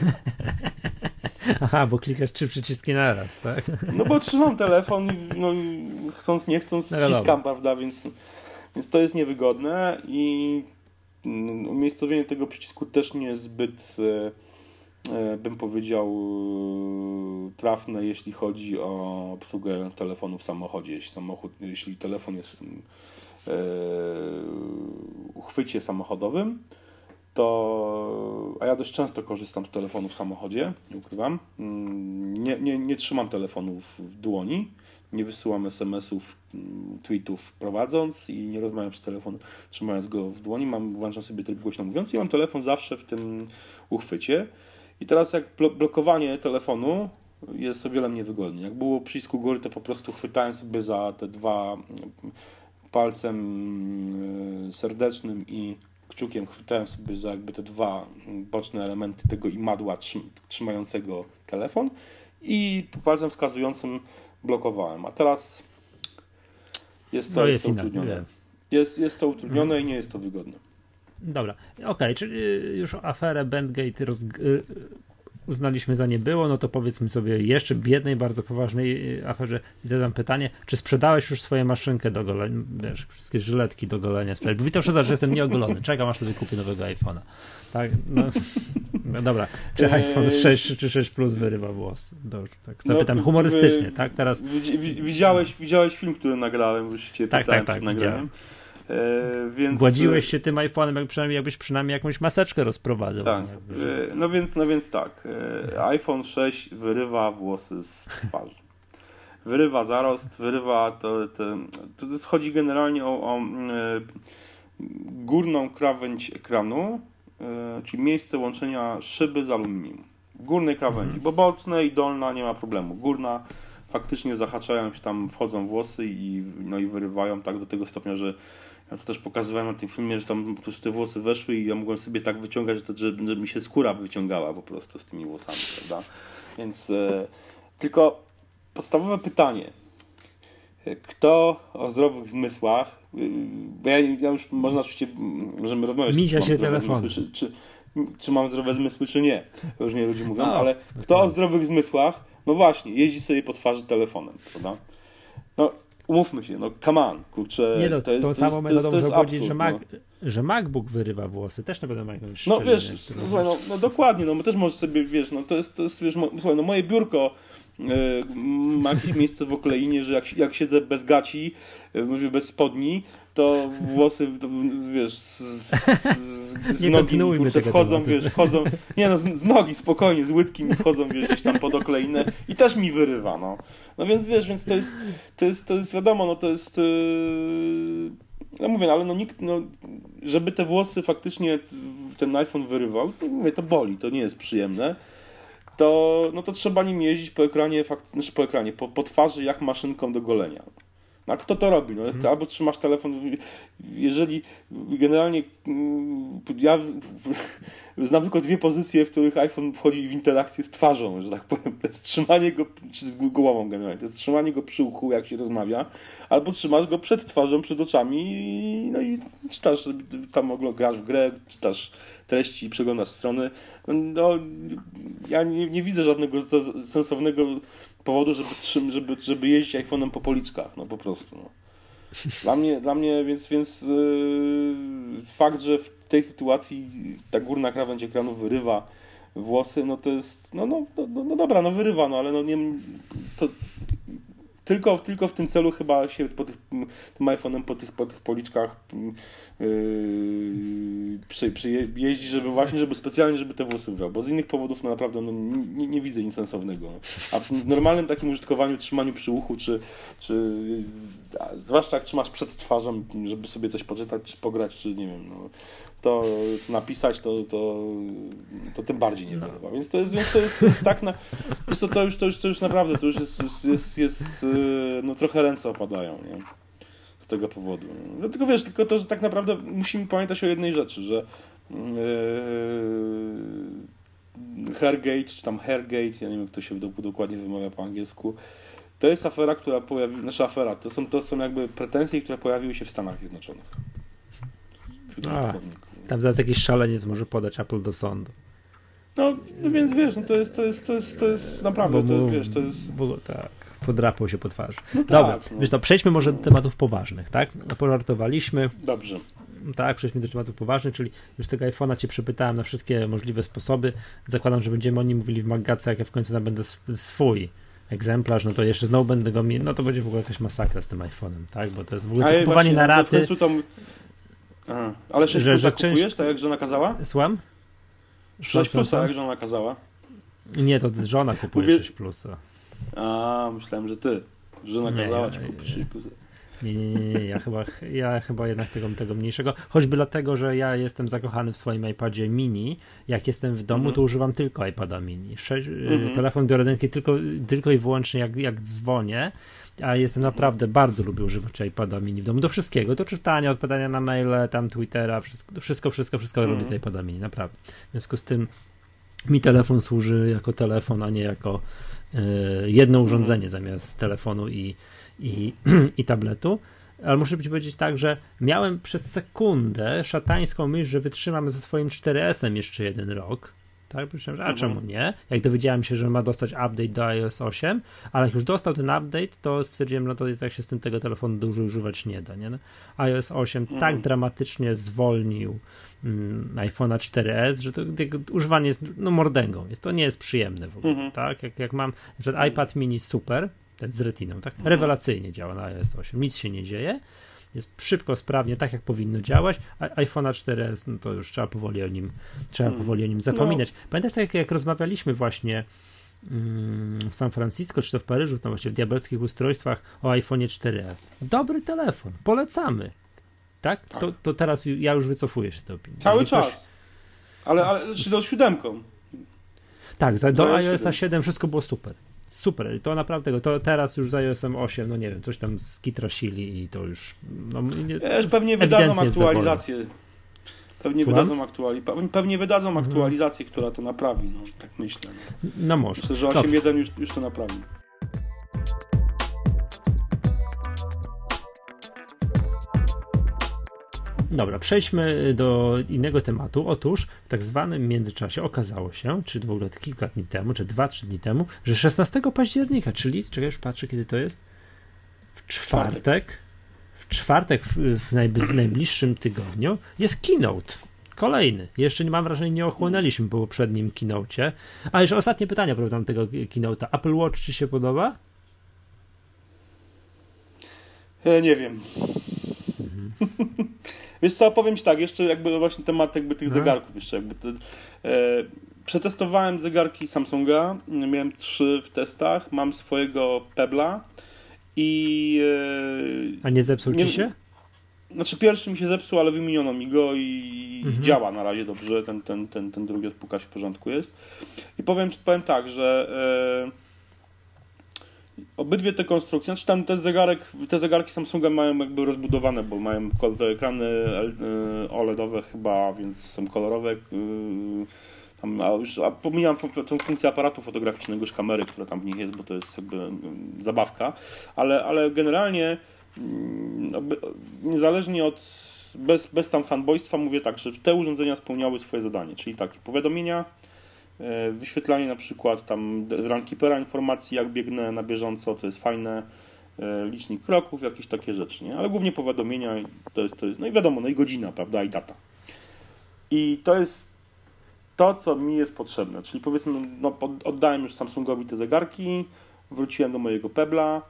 Aha, bo klikasz trzy przyciski naraz, tak? No bo trzymam telefon i no, chcąc nie chcąc no ściskam, prawda, więc, więc to jest niewygodne i umiejscowienie tego przycisku też nie jest zbyt, e, bym powiedział, trafne, jeśli chodzi o obsługę telefonu w samochodzie. Jeśli, samochód, jeśli telefon jest w e, uchwycie samochodowym, to, a ja dość często korzystam z telefonu w samochodzie, nie ukrywam, nie, nie, nie trzymam telefonu w, w dłoni, nie wysyłam es em esów, tweetów prowadząc i nie rozmawiam przez telefon trzymając go w dłoni, mam, włączam sobie tryb głośno mówiąc i mam telefon zawsze w tym uchwycie. I teraz jak blokowanie telefonu jest o wiele mniej wygodnie. Jak było przycisku góry, to po prostu chwytałem sobie za te dwa palcem serdecznym i kciukiem chwytałem sobie za jakby te dwa boczne elementy tego imadła trzymającego telefon i palcem wskazującym blokowałem. A teraz jest to, no jest jest to utrudnione. Jest, jest to utrudnione hmm. i nie jest to wygodne. Dobra, okej, okay, czyli już aferę Bandgate roz... uznaliśmy za nie było, no to powiedzmy sobie jeszcze w jednej bardzo poważnej aferze i zadam pytanie, czy sprzedałeś już swoją maszynkę do golenia, wiesz, wszystkie żyletki do golenia sprzedać, bo witam szczerze, że jestem nieogolony, czekam aż sobie kupię nowego iPhone'a. Tak, no, no dobra, czy iPhone sześć czy sześć Plus wyrywa włosy? Dobrze, tak zapytam no, humorystycznie, tak, teraz... Widziałeś, widziałeś film, który nagrałem, już cię tak, pytałem tak, tak, nagrałem. E, więc... Gładziłeś się tym iPhone'em, jak przynajmniej, jakbyś przynajmniej jakąś maseczkę rozprowadzał. Tak, e, no, więc, no więc tak, e, iPhone sześć wyrywa włosy z twarzy. Wyrywa zarost, wyrywa to, to, to chodzi generalnie o, o e, górną krawędź ekranu, e, czyli miejsce łączenia szyby z aluminium. Górnej krawędzi, mhm. bo boczna i dolna nie ma problemu. Górna faktycznie zahaczają się tam, wchodzą włosy i, no i wyrywają tak do tego stopnia, że ja to też pokazywałem na tym filmie, że tam po prostu te włosy weszły i ja mogłem sobie tak wyciągać, że, to, że, że mi się skóra wyciągała po prostu z tymi włosami, prawda? Więc e, tylko podstawowe pytanie. Kto o zdrowych zmysłach, bo ja, ja już można oczywiście, możemy rozmawiać, Misia czy, się mam zmysły, czy, czy, czy mam zdrowe zmysły, czy nie. Różnie ludzie mówią, no, ale kto o zdrowych zmysłach, no właśnie, jeździ sobie po twarzy telefonem, prawda? No, umówmy się, no come on, kurczę, nie, no, to jest tą to samą jest, metodą to jest, można powiedzieć, że, Mac, no. że MacBook wyrywa włosy, też na pewno ma jakąś No wiesz, no, słuchaj, no, no dokładnie, no my też możesz sobie, wiesz, no to jest, to jest wiesz, mo, słuchaj, no moje biurko yy, ma jakieś miejsce w okleinie, że jak, jak siedzę bez gaci, yy, bez spodni, to włosy, to, wiesz, z, z, z nogi kurczę, wchodzą, tematu. wiesz, wchodzą, nie no, z, z nogi spokojnie, z łydki mi wchodzą, wiesz, gdzieś tam pod okleinę i też mi wyrywa, no. No więc wiesz, więc to jest, to jest, to jest wiadomo, no to jest, yy, ja mówię, no, ale no nikt, no, żeby te włosy faktycznie ten iPhone wyrywał, to mówię, to boli, to nie jest przyjemne, to, no to trzeba nim jeździć po ekranie, fakt, znaczy po ekranie, po, po twarzy jak maszynką do golenia. A kto to robi? No, hmm. Albo trzymasz telefon, jeżeli generalnie ja znam tylko dwie pozycje, w których iPhone wchodzi w interakcję z twarzą, że tak powiem. To jest trzymanie go, czy z głową generalnie, to jest trzymanie go przy uchu, jak się rozmawia, albo trzymasz go przed twarzą, przed oczami, no i czytasz, tam grasz w grę, czytasz treści, przeglądasz strony. No, ja nie, nie widzę żadnego sensownego powodu, żeby, żeby, żeby jeździć iPhone'em po policzkach, no po prostu. No. Dla mnie, dla mnie więc, więc yy, fakt, że w tej sytuacji ta górna krawędź ekranu wyrywa włosy, no to jest, no, no, no, no dobra, no wyrywa, no ale no nie, to Tylko, tylko w tym celu chyba się po tych, tym iPhone'em po tych, po tych policzkach yy, przy, przy jeździ, żeby właśnie, żeby specjalnie, żeby te włosy brał, bo z innych powodów no naprawdę no, nie, nie widzę nic sensownego. No. A w normalnym takim użytkowaniu, trzymaniu przy uchu, czy, czy zwłaszcza jak trzymasz przed twarzą, żeby sobie coś poczytać, czy pograć, czy nie wiem, no, to, to napisać, to, to, to tym bardziej nie wyrywa. Więc to jest, więc to jest, to jest tak, na, jest to, to, już, to, już, to już naprawdę, to już jest, jest, jest, jest no trochę ręce opadają, nie? Z tego powodu. Dlatego wiesz, tylko to, że tak naprawdę musimy pamiętać o jednej rzeczy, że yy, Hairgate, czy tam Hairgate, ja nie wiem, jak to się dokładnie wymawia po angielsku, to jest afera, która pojawiła, nasza afera, to są, to są jakby pretensje, które pojawiły się w Stanach Zjednoczonych. Wśród użytkowników. Tam zaraz jakiś szaleniec może podać Apple do sądu. No, no więc wiesz, no to jest, to jest, to jest, to jest naprawdę, Bo to mu, jest, wiesz, to jest... Bo, tak, podrapał się po twarzy. No Dobra, tak, no. Wiesz co, przejdźmy może do tematów poważnych, tak? Pożartowaliśmy. Dobrze. Tak, przejdźmy do tematów poważnych, czyli już tego iPhone'a cię przepytałem na wszystkie możliwe sposoby. Zakładam, że będziemy o nim mówili w Maggace, jak ja w końcu nabędę swój egzemplarz, no to jeszcze znowu będę go mieć, no to będzie w ogóle jakaś masakra z tym iPhone'em, tak? Bo to jest w ogóle A kupowanie na raty. W końcu tam... Aha. Ale sześć że, plusa że kupujesz, część... tak jak żona kazała? Słucham? sześć plusa, jak żona kazała? Nie, to żona kupuje Mówię... sześć plusa. A, myślałem, że ty. Żona Nie, kazała ja, ci kupić sześć plusa. Nie, nie, nie, nie, ja chyba, ja chyba jednak tego, tego mniejszego, choćby dlatego, że ja jestem zakochany w swoim iPadzie mini, jak jestem w domu, mm-hmm. to używam tylko iPada mini. Sze- mm-hmm. Telefon biorę do ręki tylko, tylko i wyłącznie jak, jak dzwonię, a jestem naprawdę, bardzo lubię używać iPada mini w domu, do wszystkiego, do czytania, odpowiadania na maile, tam Twittera, wszystko, wszystko, wszystko, wszystko mm-hmm. robię z iPada mini, naprawdę. W związku z tym mi telefon służy jako telefon, a nie jako y, jedno urządzenie mm-hmm. zamiast telefonu i I, i tabletu, ale muszę ci powiedzieć tak, że miałem przez sekundę szatańską myśl, że wytrzymam ze swoim cztery esem jeszcze jeden rok, tak? Myślałem, że a czemu nie? Jak dowiedziałem się, że ma dostać update do iOS osiem, ale jak już dostał ten update, to stwierdziłem, no to i tak się z tym tego telefonu dużo używać nie da, nie? No, iOS osiem mhm. tak dramatycznie zwolnił mm, iPhone'a cztery es, że to jego używanie jest no mordęgą, jest, to nie jest przyjemne w ogóle, mhm. tak? Jak, jak mam na przykład iPad mini super, ten z retiną, tak? Rewelacyjnie działa na iOS osiem, nic się nie dzieje, jest szybko, sprawnie, tak jak powinno działać, a iPhone'a cztery es, no to już trzeba powoli o nim, trzeba hmm. powoli o nim zapominać. No. Pamiętasz, tak jak, jak rozmawialiśmy właśnie mm, w San Francisco, czy to w Paryżu, tam właśnie w diabelskich ustrojstwach o iPhone'ie cztery es. Dobry telefon, polecamy. Tak? tak. To, to teraz ja już wycofuję się z tej opinii. Cały Jeżeli czas. Ktoś... Ale, ale czy do siódemką? Tak, do, do iOS siedem wszystko było super. Super, to naprawdę, to teraz już z iOS-em osiem, no nie wiem, coś tam skitrasili i to już... No, nie, Wiesz, pewnie wydadzą aktualizację. Pewnie Słucham? wydadzą, aktuali... pewnie wydadzą mhm. aktualizację, która to naprawi, no tak myślę. No, no może. Myślę, że osiem jeden już, już to naprawi. Dobra, przejdźmy do innego tematu. Otóż w tak zwanym międzyczasie okazało się, czy w ogóle kilka dni temu, czy dwa, trzy dni temu, że szesnastego października, czyli, czekaj, już patrzę, kiedy to jest, w czwartek, w czwartek w, w najbliższym tygodniu jest keynote. Kolejny. Jeszcze nie mam wrażenia, nie ochłonęliśmy po poprzednim keynote'cie. A jeszcze ostatnie pytania, prawda, tego keynote'a. Apple Watch ci się podoba? Ja nie wiem. Mhm. Wiesz co, powiem ci tak, jeszcze jakby właśnie temat jakby tych no. zegarków jeszcze jakby te, e, przetestowałem zegarki Samsunga, miałem trzy w testach, mam swojego Pebble'a i e, a nie zepsuł nie, ci się? Znaczy pierwszy mi się zepsuł, ale wymieniono mi go i mhm. działa na razie dobrze, ten, ten, ten, ten drugi odpukać w porządku jest. I powiem, powiem tak, że e, obydwie te konstrukcje, znaczy tam ten zegarek, te zegarki Samsunga mają jakby rozbudowane, bo mają te ekrany O L E D owe chyba, więc są kolorowe. Tam, a już a pomijam tę funkcję aparatu fotograficznego, już kamery, która tam w nich jest, bo to jest jakby zabawka, ale, ale generalnie niezależnie od, bez, bez tam fanboystwa mówię tak, że te urządzenia spełniały swoje zadanie, czyli takie powiadomienia, wyświetlanie na przykład tam z Runkeepera informacji, jak biegnę na bieżąco, to jest fajne, licznik kroków, jakieś takie rzeczy, nie? Ale głównie powiadomienia, to jest, to jest, no i wiadomo, no i godzina, prawda, i data. I to jest to, co mi jest potrzebne, czyli powiedzmy, no oddałem już Samsungowi te zegarki, wróciłem do mojego Pebble'a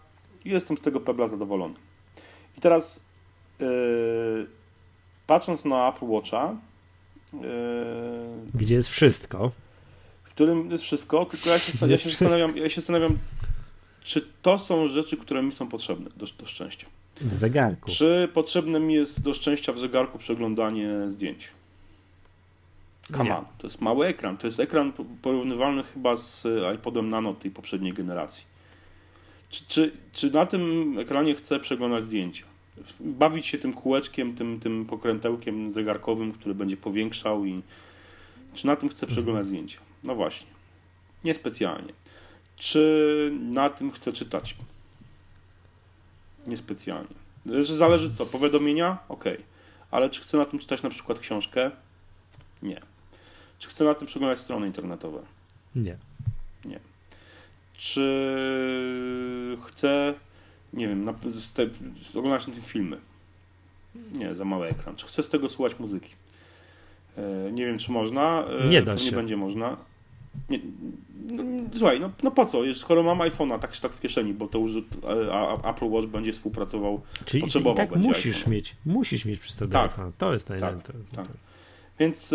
i jestem z tego Pebble'a zadowolony. I teraz yy, patrząc na Apple Watcha, yy, gdzie jest wszystko, w którym jest wszystko, tylko ja się, ja się, zastanawiam, ja się zastanawiam, czy to są rzeczy, które mi są potrzebne do, do szczęścia. W zegarku. Czy potrzebne mi jest do szczęścia w zegarku przeglądanie zdjęć? Come on, to jest mały ekran. To jest ekran porównywalny chyba z iPodem Nano tej poprzedniej generacji. Czy, czy, czy na tym ekranie chcę przeglądać zdjęcia? Bawić się tym kółeczkiem, tym, tym pokrętełkiem zegarkowym, który będzie powiększał i czy na tym chcę przeglądać zdjęcia? No właśnie. Niespecjalnie. Czy na tym chcę czytać? Niespecjalnie. Zależy co? Powiadomienia? Okej. Okay. Ale czy chcę na tym czytać na przykład książkę? Nie. Czy chcę na tym przeglądać strony internetowe? Nie. Nie. Czy chcę, nie wiem, na, te, oglądać na tym filmy? Nie, za mały ekran. Czy chcę z tego słuchać muzyki? E, nie wiem, czy można. E, nie da się. Nie będzie można. Nie, no, słuchaj, no, no po co? Skoro mam iPhone'a tak czy tak w kieszeni, bo to już a, Apple Watch będzie współpracował, czyli, potrzebował czyli tak będzie musisz mieć, musisz mieć przy sobie tak, iPhone'a. To jest najlepsze. Tak, tak. Więc e,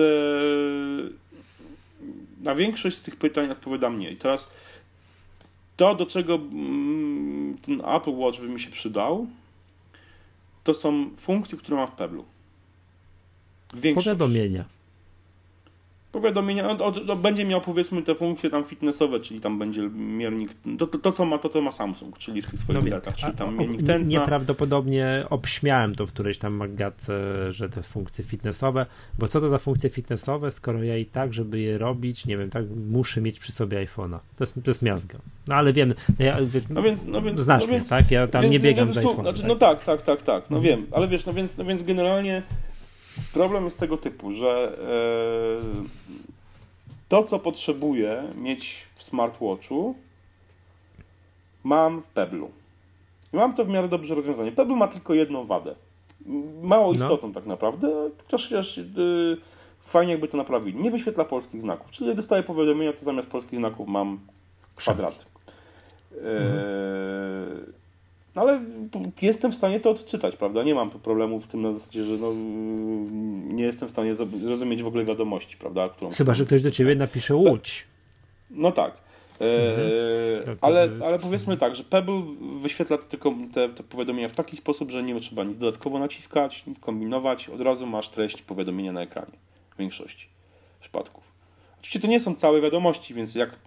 na większość z tych pytań odpowiadam nie. I teraz to, do czego mm, ten Apple Watch by mi się przydał, to są funkcje, które mam w Pebble'u. Większość. Powiadomienia. Powiadomienia, no, no, będzie miał powiedzmy te funkcje tam fitnessowe, czyli tam będzie miernik, to, to, to co ma, to, to ma Samsung, czyli w tych swoich no zegarkach, czyli tam a, miernik nie, tętna. Nieprawdopodobnie obśmiałem to w którejś tam magatce, że te funkcje fitnessowe, bo co to za funkcje fitnessowe, skoro ja i tak, żeby je robić, nie wiem, tak muszę mieć przy sobie iPhone'a. To jest, to jest miazga. No ale wiem, no, ja, no więc, no więc, znasz no mnie, więc, tak? Ja tam więc, nie biegam więc, z iPhone'a. Znaczy, tak? No tak, tak, tak, tak, no wiem, ale wiesz, no więc, no więc generalnie problem jest tego typu, że e, to, co potrzebuję mieć w smartwatchu, mam w Pebble'u. I mam to w miarę dobrze rozwiązane. Pebble ma tylko jedną wadę. Mało istotną no. tak naprawdę, chociaż yy, fajnie jakby to naprawili. Nie wyświetla polskich znaków. Czyli jak dostaję powiadomienia, to zamiast polskich znaków mam kwadraty. Yy, mhm. No ale jestem w stanie to odczytać, prawda? Nie mam tu problemu w tym na zasadzie, że no, nie jestem w stanie zrozumieć w ogóle wiadomości, prawda? Którą Chyba, że ktoś do ciebie napisze Łódź. No tak. Mhm. Ale, ale powiedzmy tak, że Pebble wyświetla te, te, te powiadomienia w taki sposób, że nie trzeba nic dodatkowo naciskać, nic kombinować. Od razu masz treść powiadomienia na ekranie. W większości przypadków. Oczywiście to nie są całe wiadomości, więc jak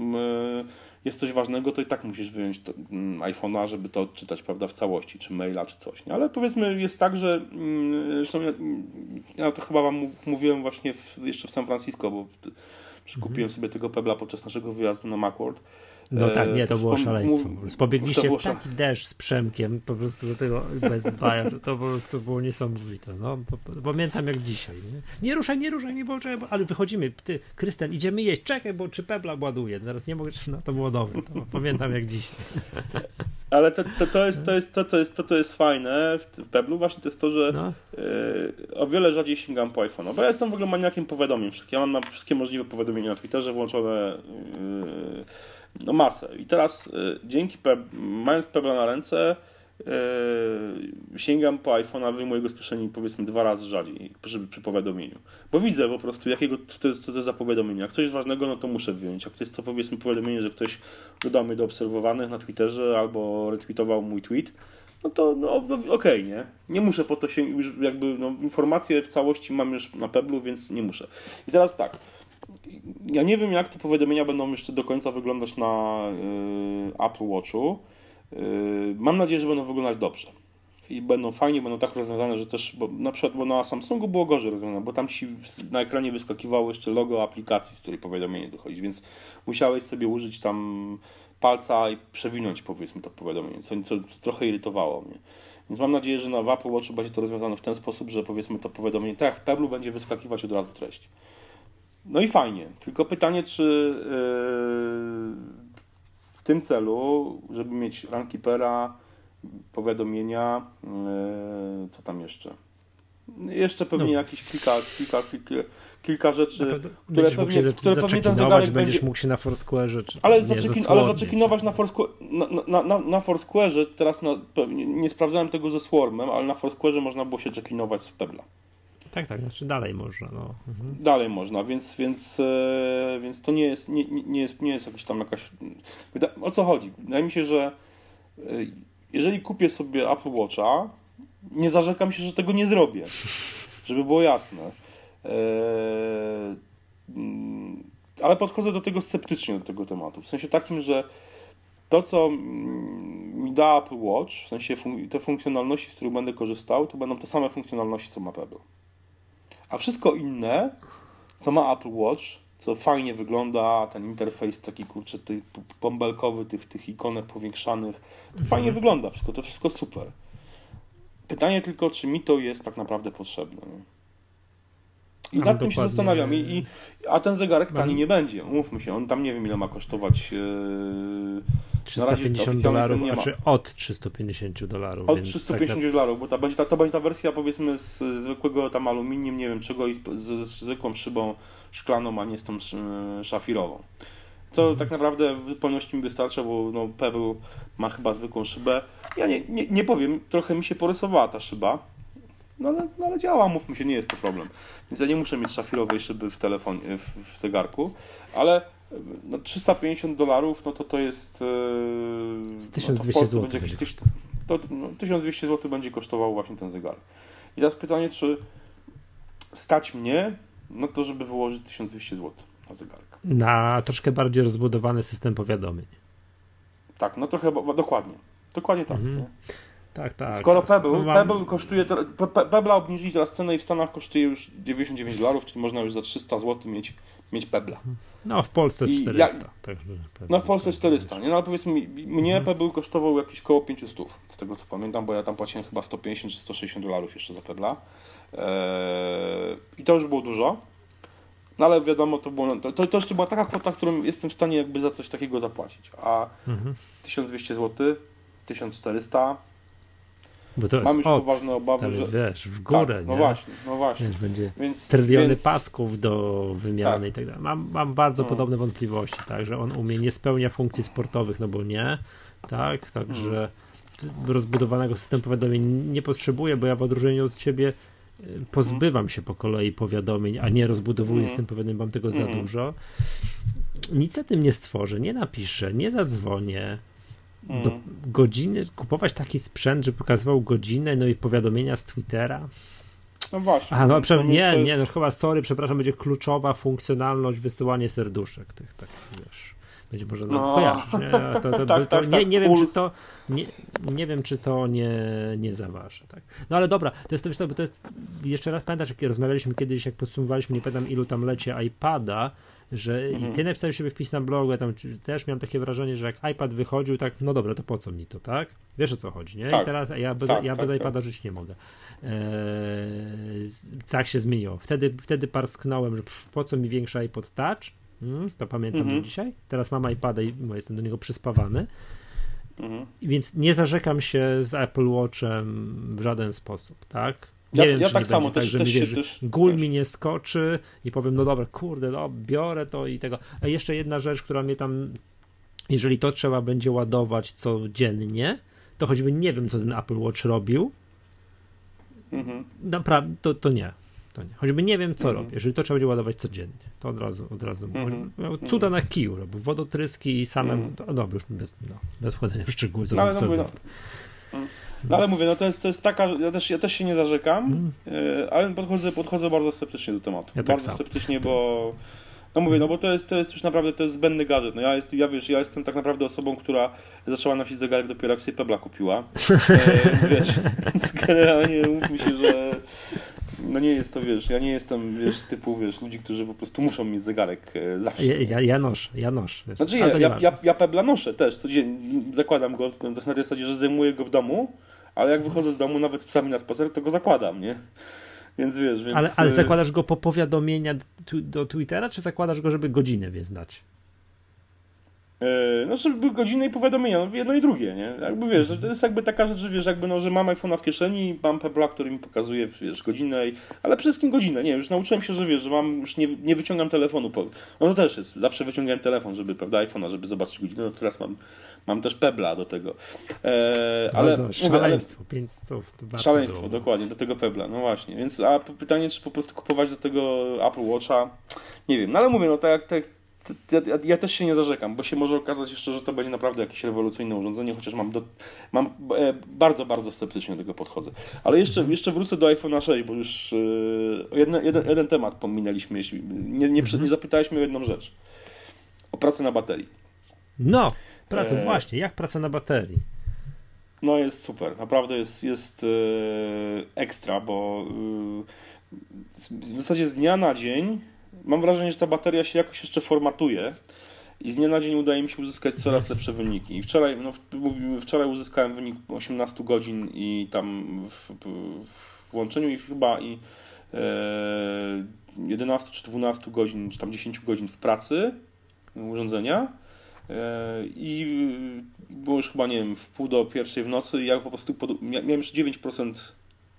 jest coś ważnego, to i tak musisz wyjąć to, iPhone'a, żeby to odczytać, prawda, w całości, czy maila, czy coś. Nie? Ale powiedzmy jest tak, że zresztą ja, ja to chyba wam mówiłem właśnie w, jeszcze w San Francisco, bo kupiłem mhm. sobie tego Pebble'a podczas naszego wyjazdu na Macworld. No tak, nie, to było szaleństwo. Pobiegliście w taki deszcz z Przemkiem po prostu do tego Best Buy'a, że to po prostu było niesamowite. No, pamiętam jak dzisiaj. Nie, nie ruszaj, nie ruszaj, nie było czego, ale wychodzimy, ty, Krystian, idziemy jeść, czekaj, bo czy Pebble'a ładuje. Zaraz nie mogę, no to było dobre, to pamiętam jak dzisiaj. Ale to, to, to, jest, to, jest, to, to, jest, to, to jest fajne w, w Pebble'u właśnie to jest to, że no. y, o wiele rzadziej sięgam po iPhone'a, bo ja jestem w ogóle maniakiem powiadomień. Ja mam na wszystkie możliwe powiadomienia na Twitterze włączone y, no masę. I teraz y, dzięki, Peb- mając Pebble'a na ręce y, sięgam po iPhone'a, wyjmuję go z kieszeni powiedzmy dwa razy rzadziej przy, przy powiadomieniu. Bo widzę po prostu jakiego to jest, to jest za powiadomienie. Jak coś jest ważnego, no to muszę wyjąć. Jak to jest to powiedzmy powiadomienie, że ktoś dodał mnie do obserwowanych na Twitterze albo retweetował mój tweet, no to no, no, okej, okay, nie? Nie muszę po to się już jakby no, informacje w całości mam już na Pebble'u, więc nie muszę. I teraz tak. Ja nie wiem, jak te powiadomienia będą jeszcze do końca wyglądać na y, Apple Watchu. Y, mam nadzieję, że będą wyglądać dobrze. I będą fajnie, będą tak rozwiązane, że też, bo na przykład bo na Samsungu było gorzej rozwiązane, bo tam ci na ekranie wyskakiwało jeszcze logo aplikacji, z której powiadomienie dochodzi, więc musiałeś sobie użyć tam palca i przewinąć powiedzmy to powiadomienie, co, co, co trochę irytowało mnie. Więc mam nadzieję, że na w Apple Watchu będzie to rozwiązane w ten sposób, że powiedzmy to powiadomienie, tak jak w Pebble'u, będzie wyskakiwać od razu treść. No i fajnie, tylko pytanie, czy yy, w tym celu, żeby mieć Runkeepera, powiadomienia, yy, co tam jeszcze? Jeszcze pewnie no. jakieś kilka, kilka, kilka, kilka rzeczy, które pewnie, za, które pewnie ten zegarek będziesz będzie... mógł się na Foursquare'ze czy ale, zaczekin, ale zaczekinować na Foursquare, na, na, na, na Foursquare'ze, teraz na, nie, nie sprawdzałem tego ze Swarmem, ale na Foursquare'ze można było się czekinować z Pebla. Tak, tak, znaczy dalej można. No. Mhm. Dalej można, więc, więc, e, więc to nie jest, nie, nie, jest, nie jest jakaś tam jakaś... O co chodzi? Wydaje mi się, że e, jeżeli kupię sobie Apple Watcha, nie zarzekam się, że tego nie zrobię. Żeby było jasne. E, ale podchodzę do tego sceptycznie, do tego tematu. W sensie takim, że to, co mi da Apple Watch, w sensie fun- te funkcjonalności, z których będę korzystał, to będą te same funkcjonalności, co ma Pebble. A wszystko inne, co ma Apple Watch, co fajnie wygląda, ten interfejs taki, kurczę, tych bąbelkowy, tych, tych ikonek powiększanych, to mhm. fajnie wygląda wszystko, to wszystko super. Pytanie tylko, czy mi to jest tak naprawdę potrzebne. I no, nad dokładnie. tym się zastanawiam. I, i, a ten zegarek tani nie będzie. Umówmy się, on tam nie wiem, ile ma kosztować. Yy, trzysta pięćdziesiąt dolarów, znaczy od trzysta pięćdziesiąt dolarów. Od trzysta pięćdziesiąt tak dolarów, bo ta będzie, ta, to będzie ta wersja, powiedzmy, z zwykłego tam aluminium, nie wiem czego, i z, z, z zwykłą szybą szklaną, a nie z tą szafirową. Co hmm. tak naprawdę w zupełności mi wystarcza, bo no, Pebble ma chyba zwykłą szybę. Ja nie, nie, nie powiem, trochę mi się porysowała ta szyba. No ale, no ale działa, mówmy się, nie jest to problem. Więc ja nie muszę mieć szafirowej szyby w telefonie, w, w zegarku, ale no, trzysta pięćdziesiąt dolarów, no to to jest... Yy, z tysiąc dwieście złotych. Będzie jakieś, to, no, tysiąc dwieście złotych będzie kosztował właśnie ten zegarek. I teraz pytanie, czy stać mnie na to, żeby wyłożyć tysiąc dwieście złotych na zegarek. Na troszkę bardziej rozbudowany system powiadomień. Tak, no trochę, dokładnie. Dokładnie tak. Mhm. Tak, tak. Skoro Pebble, mam... Pebble kosztuje, Pe, Pebble obniżyli teraz cenę i w Stanach kosztuje już dziewięćdziesiąt dziewięć dolarów, czyli można już za trzysta złotych mieć, mieć Pebble. No w Polsce czterysta. Ja, także no w Polsce czterysta. Nie? No ale powiedzmy, mnie mhm. Pebble kosztował jakieś koło pięćset, z tego co pamiętam, bo ja tam płaciłem chyba sto pięćdziesiąt czy sto sześćdziesiąt dolarów jeszcze za Pebble'a. Eee, I to już było dużo. No ale wiadomo, to, było, to, to jeszcze była taka kwota, którą jestem w stanie jakby za coś takiego zapłacić. A mhm. tysiąc dwieście złotych, tysiąc czterysta. Bo to mam jest już od, poważne obawy, jest, że... wiesz, w górę, tak, nie? No właśnie, no właśnie. Wiesz, będzie więc, tryliony więc... pasków do wymiany tak. i tak dalej. Mam, mam bardzo hmm. podobne wątpliwości, tak, że on umie, nie spełnia funkcji sportowych, no bo nie, tak, także hmm. rozbudowanego systemu powiadomień nie potrzebuję, bo ja w odróżnieniu od ciebie pozbywam hmm. się po kolei powiadomień, a nie rozbudowuję hmm. system powiadomień, mam tego za hmm. dużo. Nic za tym nie stworzę, nie napiszę, nie zadzwonię. Do godziny, kupować taki sprzęt, że pokazywał godzinę, no i powiadomienia z Twittera. No właśnie. A no, prze- nie, jest... nie, no chyba, sorry, przepraszam, będzie kluczowa funkcjonalność wysyłanie serduszek tych, tak, wiesz, będzie może nawet no. kojarzysz, nie? To, to, tak, to, tak, nie, nie wiem, czy to nie, nie wiem, czy to nie, nie zaważy, tak. No ale dobra, to jest to, bo to jest, jeszcze raz pamiętasz, jak rozmawialiśmy kiedyś, jak podsumowaliśmy, nie pamiętam ilu tam lecie iPada, że mhm. ty napisałeś sobie wpis na blogu, ja tam też miałem takie wrażenie, że jak iPad wychodził, tak, no dobra, to po co mi to, tak? Wiesz o co chodzi, nie? Tak. I teraz ja bez, tak, ja bez tak, iPada tak. żyć nie mogę. Eee, tak się zmieniło. Wtedy, wtedy parsknąłem, że pff, po co mi większy iPod Touch? Hmm, to pamiętam mhm. do dzisiaj. Teraz mam iPada i jestem do niego przyspawany. Mhm. Więc nie zarzekam się z Apple Watchem w żaden sposób, tak? Nie ja, wiem, ja czy tak nie samo, będzie też, tak, też że mi, się, wiesz, też, gól też. mi nie skoczy i powiem, no dobra, kurde, no biorę to i tego. A jeszcze jedna rzecz, która mnie tam, jeżeli to trzeba będzie ładować codziennie, to choćby nie wiem, co ten Apple Watch robił, mhm. naprawdę, to, to nie. To nie. Choćby nie wiem, co mhm. robi. Jeżeli to trzeba będzie ładować codziennie, to od razu, od razu. Mhm. Cuda mhm. na kiju robił, wodotryski i samemu, mhm. to, no już bez, no, bez wchodzenia w szczegóły. No, ale, no, mówię, no. No ale mówię, no to jest, to jest taka, ja też, ja też się nie zarzekam, mm. yy, ale podchodzę, podchodzę bardzo sceptycznie do tematu. Ja bardzo tak sceptycznie, bo no mówię, no bo to jest, to jest już naprawdę, to jest zbędny gadżet. No ja, jest, ja wiesz, ja jestem tak naprawdę osobą, która zaczęła nosić zegarek dopiero jak sobie Pebble'a kupiła. Yy, wiesz, więc generalnie mówmy się, że no nie jest to, wiesz, ja nie jestem, wiesz, z typu, wiesz, ludzi, którzy po prostu muszą mieć zegarek e, zawsze. Ja, ja, ja noszę, ja noszę. Znaczy ja, ja, ja, ja Pebble'a noszę też, codziennie zakładam go, to jest na tej zasadzie, że zajmuję go w domu, ale jak wychodzę z domu, nawet z psami na spacer, to go zakładam, nie? Więc wiesz, więc... Ale, ale zakładasz go po powiadomienia do, do Twittera, czy zakładasz go, żeby godzinę wie znać? Yy, no, żeby godzinę i powiadomienia, no jedno i drugie, nie? Jakby wiesz, że to jest jakby taka rzecz, że wiesz, jakby no, że mam iPhone'a w kieszeni, mam Pebla, który mi pokazuje, wiesz, godzinę, i, ale przede wszystkim godzinę, nie, już nauczyłem się, że wiesz, że mam, już nie, nie wyciągam telefonu, po, no to też jest, zawsze wyciągałem telefon, żeby, prawda, iPhone'a, żeby zobaczyć godzinę, no teraz mam, mam też Pebla do tego. E, ale, no, mówię, szaleństwo, pięćset. Szaleństwo, było. Dokładnie, do tego Pebla, no właśnie, więc a pytanie, czy po prostu kupować do tego Apple Watcha, nie wiem, no ale mówię, no tak jak tak, Ja, ja, ja też się nie zarzekam, bo się może okazać jeszcze, że to będzie naprawdę jakieś rewolucyjne urządzenie, chociaż mam, do, mam e, bardzo, bardzo sceptycznie do tego podchodzę. Ale jeszcze, jeszcze wrócę do iPhone'a sześć, bo już e, jeden, jeden, jeden temat pominęliśmy, jeśli nie, nie, nie zapytaliśmy o jedną rzecz. O pracę na baterii. No, pracę, e... właśnie, jak praca na baterii? No jest super, naprawdę jest, jest e, ekstra, bo e, w zasadzie z dnia na dzień mam wrażenie, że ta bateria się jakoś jeszcze formatuje i z dnia na dzień udaje mi się uzyskać coraz lepsze wyniki. I wczoraj, no, wczoraj uzyskałem wynik osiemnaście godzin i tam w, w włączeniu i chyba i e, jedenaście czy dwanaście godzin, czy tam dziesięć godzin w pracy urządzenia e, i było już chyba, nie wiem, w pół do pierwszej w nocy i ja po prostu pod, miałem jeszcze dziewięć procent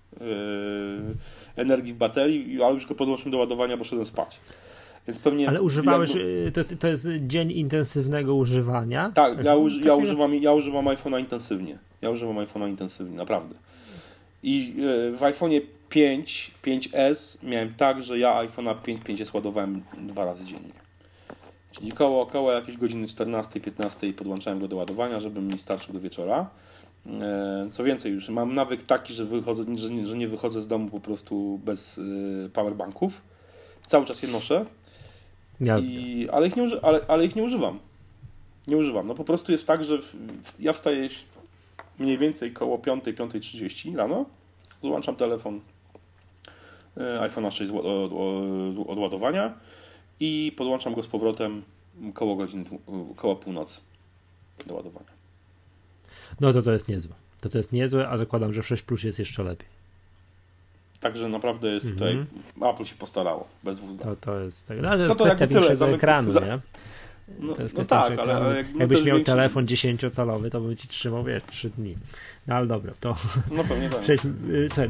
energii w baterii, ale już go podłączyłem do ładowania, bo szedłem spać. Więc pewnie ale używałeś, jakby... to, jest, to jest dzień intensywnego używania? Tak, ja, uży, ja, używam, ja używam iPhone'a intensywnie. Ja używam iPhone'a intensywnie, naprawdę. I w iPhone'ie pięć, pięć S miałem tak, że ja iPhone'a pięć, pięć S ładowałem dwa razy dziennie. Czyli koło, koło jakieś godziny czternastej, piętnastej podłączałem go do ładowania, żeby mi starczył do wieczora. Co więcej, już mam nawyk taki, że, wychodzę, że, nie, że nie wychodzę z domu po prostu bez y, powerbanków. Cały czas je noszę. I, ale, ich nie uży, ale, ale ich nie używam. Nie używam. No po prostu jest tak, że w, w, ja wstaję mniej więcej koło piątej, piątej trzydzieści rano. Złączam telefon y, iPhone'a sześć od, od, od ładowania i podłączam go z powrotem koło godziny, koło północy do ładowania. No to to jest niezłe. To to jest niezłe, a zakładam, że w sześć plus jest jeszcze lepiej. Także naprawdę jest tutaj, mm-hmm. Apple się postarało, bez dwóch zdań. To, to jest tak, no, ale to no jest kwestia większego Zamyk... ekranu, za... nie? No, to jest no tak, ale, ale jak jakbyś miał większy... telefon dziesięciocalowy, to bym ci trzymał, wiesz, trzy dni. No ale dobra, to... No pewnie tak. Przejdź... Co...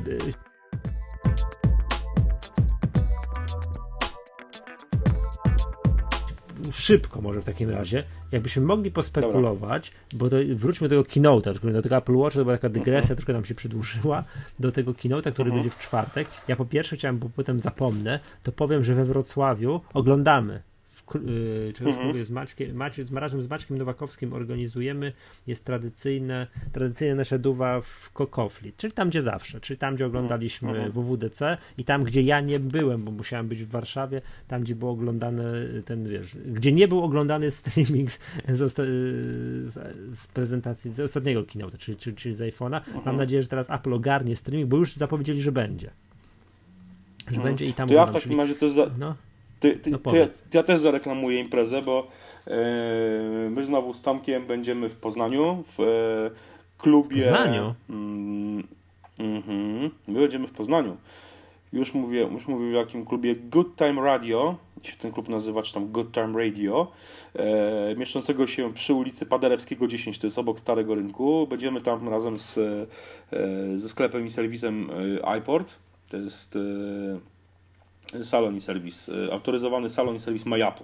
Szybko może w takim razie, jakbyśmy mogli pospekulować, Dobra. bo to, wróćmy do tego keynote'a, do tego Apple Watcha, to była taka dygresja, uh-huh. troszkę nam się przedłużyła, do tego keynote'a, który uh-huh. będzie w czwartek. Ja po pierwsze chciałem, bo potem zapomnę, to powiem, że we Wrocławiu oglądamy, w, yy, czy już uh-huh. mówię, z Maćkiem, Macie, z, razem z Maćkiem Nowakowskim organizujemy, jest tradycyjne, tradycyjne nasze duwa w Kokofli, czyli tam, gdzie zawsze, czyli tam, gdzie oglądaliśmy uh-huh. W W D C i tam, gdzie ja nie byłem, bo musiałem być w Warszawie, tam, gdzie był oglądany ten, wiesz, gdzie nie był oglądany streaming z, z, z, z prezentacji, z ostatniego keynote, czyli, czyli, czyli z iPhone'a. Uh-huh. Mam nadzieję, że teraz Apple ogarnie streaming, bo już zapowiedzieli, że będzie. Że uh-huh. będzie i tam... To ja w takim razie też... Za... No. Ty, ty, no ty, ja, ja też zareklamuję imprezę, bo yy, my znowu z Tomkiem będziemy w Poznaniu, w yy, klubie... W Poznaniu? Mm, mm, my będziemy w Poznaniu. Już mówię, już mówię w jakim klubie. Good Time Radio, się ten klub nazywa, czy tam Good Time Radio, yy, mieszczącego się przy ulicy Paderewskiego dziesięć, to jest obok Starego Rynku. Będziemy tam razem z, yy, ze sklepem i serwisem yy, iPort. To jest... Yy, salon i serwis, autoryzowany salon i serwis MyApple.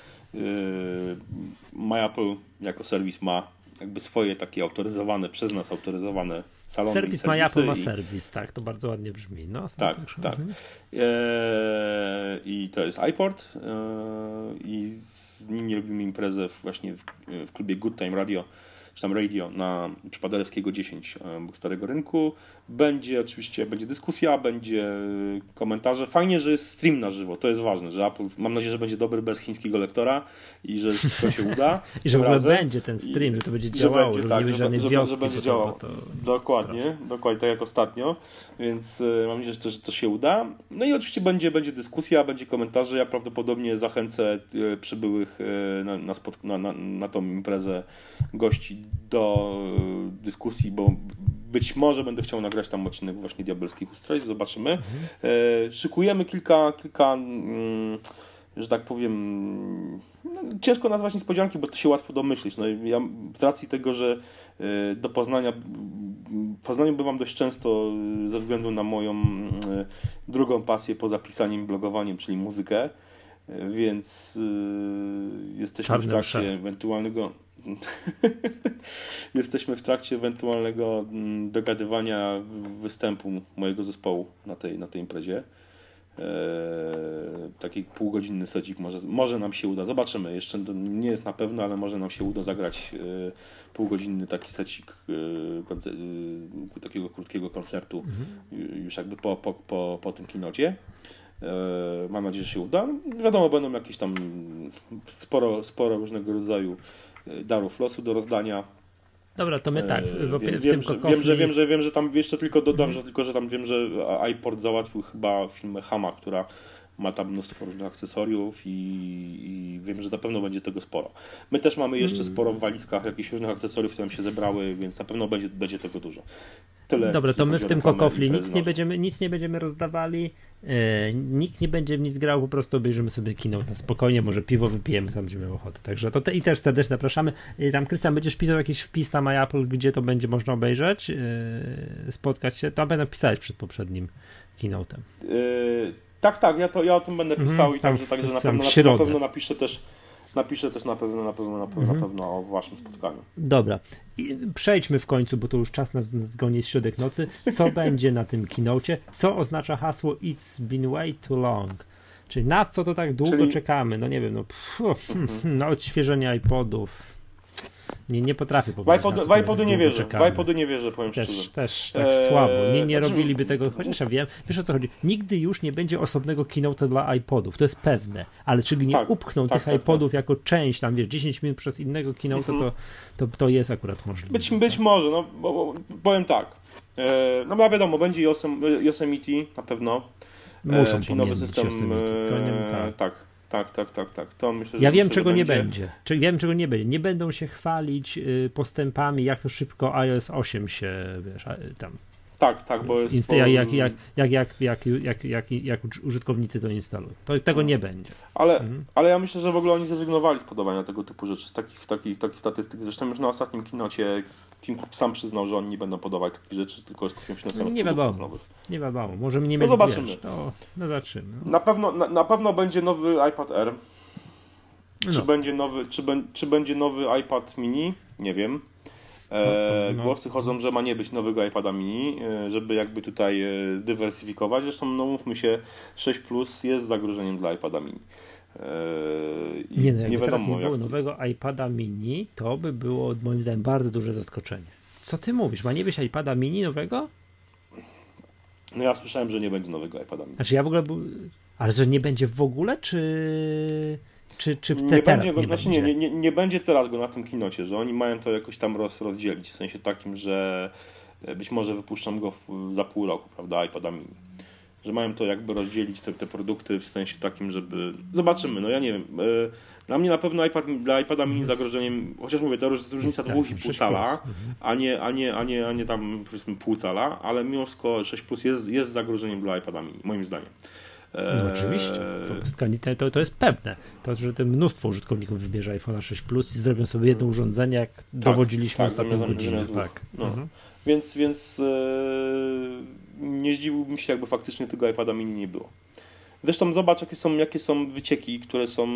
MyApple jako serwis ma jakby swoje takie autoryzowane, przez nas autoryzowane salony serwis i serwisy. MyApple ma i... serwis, tak, to bardzo ładnie brzmi. No, tak, tak. tak. Eee, I to jest iPort eee, i z nimi robimy imprezę właśnie w, w klubie Good Time Radio, czy tam radio na przy Paderewskiego dziesięć obok Starego Rynku. Będzie oczywiście, będzie dyskusja, będzie komentarze. Fajnie, że jest stream na żywo, to jest ważne, że Apple, mam nadzieję, że będzie dobry bez chińskiego lektora i że wszystko się uda. I że w ogóle będzie ten stream, I, że to będzie działało, że, będzie, że tak, nie będzie żadnej że, wioski. Że będzie działało. To, dokładnie, strasznie. dokładnie, tak jak ostatnio, więc mam nadzieję, że to, że to się uda. No i oczywiście będzie, będzie dyskusja, będzie komentarze. Ja prawdopodobnie zachęcę przybyłych na, na, spot, na, na, na tą imprezę gości do dyskusji, bo być może będę chciał nagrać tam odcinek właśnie Diabelskich Ustrojstw, zobaczymy. Mhm. E, szykujemy kilka, kilka mm, że tak powiem, no, ciężko nazwać niespodzianki, bo to się łatwo domyślić. No, ja z racji tego, że do Poznania w Poznaniu bywam dość często ze względu na moją drugą pasję poza pisaniem i blogowaniem, czyli muzykę, więc jesteśmy Czarne w trakcie usze. ewentualnego jesteśmy w trakcie ewentualnego dogadywania występu mojego zespołu na tej, na tej imprezie. Eee, taki półgodzinny secik może, może nam się uda, zobaczymy, jeszcze to nie jest na pewno, ale może nam się uda zagrać e, półgodzinny taki secik e, koncer- e, takiego krótkiego koncertu mhm. już jakby po, po, po, po tym keynocie. E, mam nadzieję, że się uda. Wiadomo, będą jakieś tam sporo, sporo różnego rodzaju darów losu do rozdania. Dobra, to my tak, bo wiem, w wiem, tym że, kokofli... wiem, że wiem, że wiem, że tam jeszcze tylko dodam, mhm. że tylko, że tam wiem, że iPort załatwił chyba firmę Hama, która ma tam mnóstwo różnych akcesoriów i, i wiem, że na pewno będzie tego sporo. My też mamy jeszcze sporo w walizkach jakichś różnych akcesoriów, które nam się zebrały, więc na pewno będzie, będzie tego dużo. Tyle. Dobra, to my w tym kokofli nic nie, nasze. będziemy, nic nie będziemy rozdawali, e, nikt nie będzie nic grał, po prostu obejrzymy sobie kino na spokojnie, może piwo wypijemy, tam będzie miał ochotę. Także to te, i też serdecznie zapraszamy. I tam, Krystian, będziesz pisał jakiś wpis na MyApple, gdzie to będzie można obejrzeć, e, spotkać się, tam będę pisać przed poprzednim keynote'em. Yy, tak, tak, ja, to, ja o tym będę pisał mm, i także, także na, pewno, na, na pewno napiszę też Napiszę też na pewno, na pewno, na pewno, mhm. na pewno o waszym spotkaniu. Dobra. I przejdźmy w końcu, bo to już czas nas zgoni, jest środek nocy. Co będzie na tym keynocie? Co oznacza hasło It's been way too long? Czyli na co to tak długo Czyli... czekamy? No nie wiem, no pff, mhm. na odświeżenie iPodów. Nie, nie potrafię powiedzieć. W iPody nie wierzę, w iPody nie wierzę, powiem też, szczerze. Też tak eee, słabo, nie, nie robiliby tego, chociaż ja wiem, wiesz o co chodzi, nigdy już nie będzie osobnego keynote'a dla iPodów, to jest pewne, ale czy nie tak, upchną tak, tych tak, iPodów tak. jako część, tam wiesz, dziesięć minut przez innego keynote'a, mhm. to, to, to jest akurat możliwe. Być, być może, no bo, bo, powiem tak, eee, no, no wiadomo, będzie Yosemite na pewno, muszą eee, nowy system, Yosemite, to nie, tak. tak. Tak, tak, tak, tak. To myślę, ja że wiem, myślę, czego że nie będzie. będzie. Czy, wiem, czego nie będzie. Nie będą się chwalić y, postępami, jak to szybko iOS osiem się, wiesz, tam. Tak, tak, bo jest... Insta- jak, jak, jak, jak, jak, jak, jak, jak, jak użytkownicy to instalują. To, tego nie będzie. Ale, mhm. ale ja myślę, że w ogóle oni zrezygnowali z podawania tego typu rzeczy, z takich, takich, takich statystyk. Zresztą już na ostatnim kinocie Tim Cook sam przyznał, że oni nie będą podawać takich rzeczy, tylko skupią się na samych nie produktach nowych. Nie wiadomo, może nie no zobaczymy. Wiesz, to, no zobaczymy. No. Na pewno, na, na pewno będzie nowy iPad Air. Czy, no. będzie nowy, czy, be, czy będzie nowy iPad mini? Nie wiem. E, no, no. Głosy chodzą, że ma nie być nowego iPada mini, e, żeby jakby tutaj e, zdywersyfikować. Zresztą no mówmy się, sześć plus jest zagrożeniem dla iPada mini. E, nie, no, jakby nie wiadomo, teraz nie było jak... nowego iPada mini, to by było moim zdaniem bardzo duże zaskoczenie. Co ty mówisz? Ma nie być iPada mini nowego? No ja słyszałem, że nie będzie nowego iPada mini. Znaczy ja w ogóle... Ale że nie będzie w ogóle, czy... Czy, czy te nie teraz będzie go, nie znaczy będzie? Nie, nie, nie będzie teraz go na tym kinocie, że oni mają to jakoś tam roz, rozdzielić, w sensie takim, że być może wypuszczą go w, za pół roku, prawda, iPada mini. Że mają to jakby rozdzielić te, te produkty w sensie takim, żeby... Zobaczymy, no ja nie wiem. Dla mnie na pewno iPad, dla iPada mini zagrożeniem, chociaż mówię, to jest różnica dwa i pół cala, a nie, a, nie, a, nie, a nie tam powiedzmy pół cala, ale mimo wszystko sześć plus jest, jest zagrożeniem dla iPada mini, moim zdaniem. No oczywiście, to, to, to jest pewne. To, że to mnóstwo użytkowników wybierze iPhone sześć plus i zrobią sobie jedno urządzenie, jak tak, dowodziliśmy tak, ostatnią godzinę. Tak. No. Mhm. Więc, więc yy, nie zdziwiłbym się, jakby faktycznie tego iPada mini nie było. Zresztą zobacz, jakie są, jakie są wycieki, które są...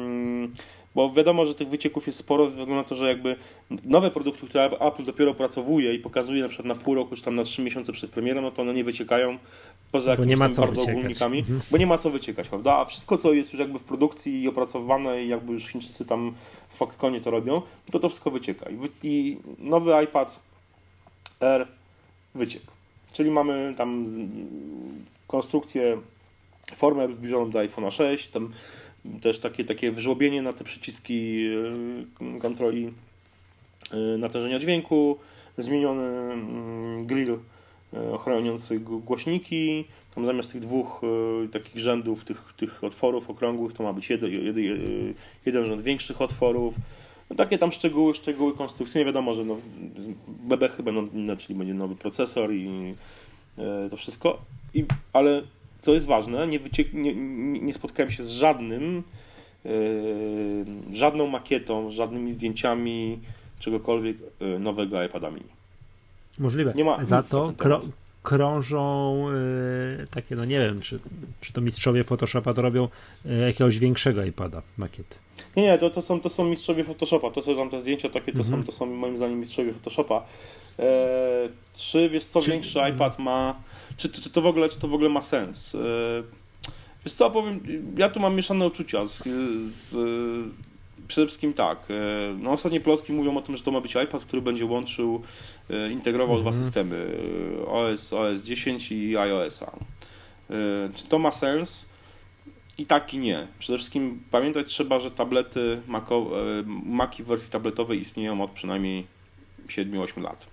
Bo wiadomo, że tych wycieków jest sporo, ze względu na to, że jakby nowe produkty, które Apple dopiero opracowuje i pokazuje na przykład na pół roku, czy tam na trzy miesiące przed premierą, no to one nie wyciekają poza jakimiś tam bardzo wyciekać. ogólnikami, mhm. bo nie ma co wyciekać, prawda? A wszystko, co jest już jakby w produkcji i opracowane i jakby już Chińczycy tam w Foxconnie to robią, to to wszystko wycieka. I, wy, i nowy iPad Air wyciekł. Czyli mamy tam z, konstrukcję, formę zbliżoną do iPhone'a sześć, tam też takie, takie wyżłobienie na te przyciski kontroli natężenia dźwięku, zmieniony grill ochraniający głośniki, tam zamiast tych dwóch takich rzędów, tych, tych otworów okrągłych, to ma być jeden, jeden, jeden rząd większych otworów. No takie tam szczegóły, szczegóły konstrukcyjne, wiadomo, że no, bebechy będą inne, czyli będzie nowy procesor i to wszystko, I, ale co jest ważne, nie, wyciek- nie, nie spotkałem się z żadnym, yy, żadną makietą, żadnymi zdjęciami, czegokolwiek yy, nowego iPada mini. Możliwe. Nie ma Za nic to na ten kro- temat. krążą yy, takie, no nie wiem, czy, czy to mistrzowie Photoshopa to robią yy, jakiegoś większego iPada makiety. Nie, nie, to, to, są, to są mistrzowie Photoshopa, to są tam te zdjęcia takie, to, Mhm. są, to są moim zdaniem mistrzowie Photoshopa. Eee, czy, wiesz co, Czy- większy iPad ma, czy, czy, to w ogóle, czy to w ogóle ma sens? Eee, wiesz co, powiem, ja tu mam mieszane uczucia z, z przede wszystkim tak, no ostatnie plotki mówią o tym, że to ma być iPad, który będzie łączył, integrował mhm. dwa systemy, O S, O S dziesięć i iOS-a. Czy to ma sens? I tak i nie. Przede wszystkim pamiętać trzeba, że tablety, Maco, Maki w wersji tabletowej istnieją od przynajmniej siedem osiem lat.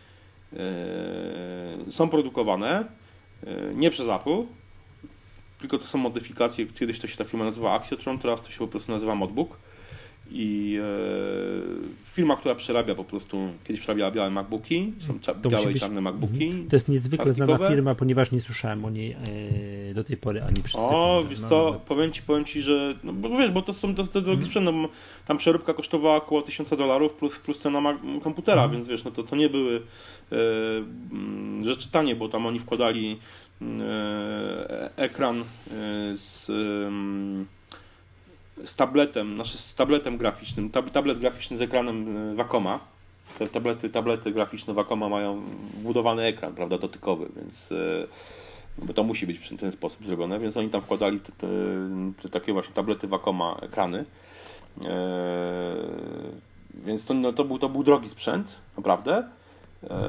Są produkowane nie przez Apple, tylko to są modyfikacje, kiedyś to się ta firma nazywa Axiotron, teraz to się po prostu nazywa Modbook. I e, firma, która przerabia po prostu, kiedyś przerabiała białe MacBooki, są cza- białe i być... czarne MacBooki. To jest niezwykle znana firma, ponieważ nie słyszałem o niej e, do tej pory ani przez sekundę. O, wiesz no, co, no. powiem ci, powiem ci, że, no bo wiesz, bo to są to, to drogi mm. sprzęt, no, tam przeróbka kosztowała około tysiąc dolarów plus, plus cena ma- komputera, mm. więc wiesz, no to, to nie były e, rzeczy tanie, bo tam oni wkładali e, ekran e, z... E, z tabletem, znaczy z tabletem graficznym, tab, tablet graficzny z ekranem Wacoma. Te tablety, tablety graficzne Wacoma mają wbudowany ekran, prawda, dotykowy, więc bo to musi być w ten sposób zrobione, więc oni tam wkładali te, te, te takie właśnie tablety Wacoma, ekrany. E, więc to, no, to, był, to był drogi sprzęt, naprawdę. E,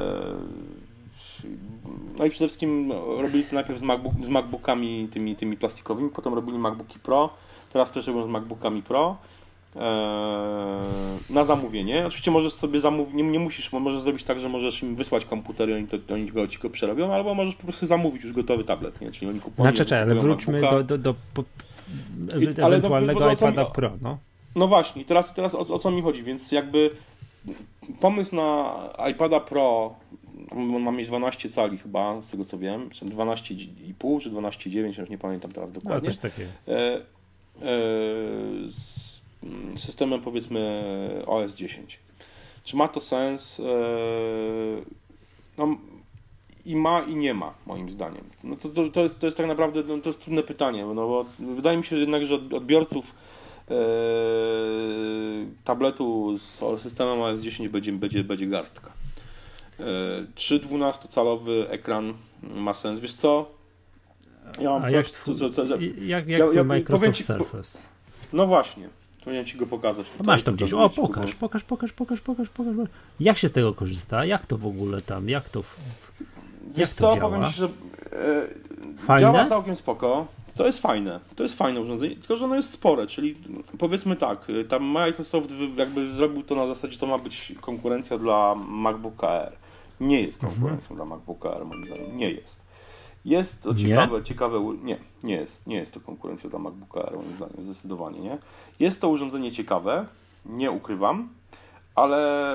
no i przede wszystkim robili to najpierw z, MacBook, z MacBookami tymi, tymi plastikowymi, potem robili MacBooki Pro. Teraz też robią z MacBookami Pro ee, na zamówienie. Oczywiście możesz sobie zamówić, nie, nie musisz, bo możesz zrobić tak, że możesz im wysłać komputer i oni, to, oni go, ci go przerobią, albo możesz po prostu zamówić już gotowy tablet, nie? Czyli oni kupują. Znaczy, ale wróćmy do, do, do po, I, ewentualnego ale iPada mi, Pro. No, no właśnie, teraz, teraz o, o co mi chodzi, więc jakby pomysł na iPada Pro, on ma mieć dwanaście cali chyba, z tego co wiem, czy dwanaście i pół, czy dwanaście i dziewięć, już nie pamiętam teraz dokładnie. No, coś takiego. E, z systemem powiedzmy O S dziesięć. Czy ma to sens? No, i ma i nie ma, moim zdaniem. No to, to, to, jest, to jest tak naprawdę no, to jest trudne pytanie, no bo wydaje mi się jednak, że odbiorców e, tabletu z systemem O S dziesięć będzie, będzie, będzie garstka. E, czy dwunastocalowy ekran ma sens? Wiesz co? Ja mam A coś, jak, co, co, co, jak, jak ja, ja, Microsoft ci, Surface? No właśnie, powinienem ci go pokazać. No masz to gdzieś. O, pokaż, pokaż, pokaż, pokaż, pokaż, pokaż. Jak się z tego korzysta? Jak to w ogóle tam? Jak to, Wiesz jak co, to działa? powiem ci, że e, działa całkiem spoko. To jest fajne. To jest fajne urządzenie, tylko że ono jest spore, czyli powiedzmy tak, tam Microsoft jakby zrobił to na zasadzie, to ma być konkurencja dla MacBooka Air. Nie jest konkurencją mhm. dla MacBooka Air, moim zdaniem. Nie jest. Jest to ciekawe, nie? ciekawe. Nie, nie jest. Nie jest to konkurencja dla MacBooka Air, moim zdaniem, zdecydowanie nie. Jest to urządzenie ciekawe, nie ukrywam, ale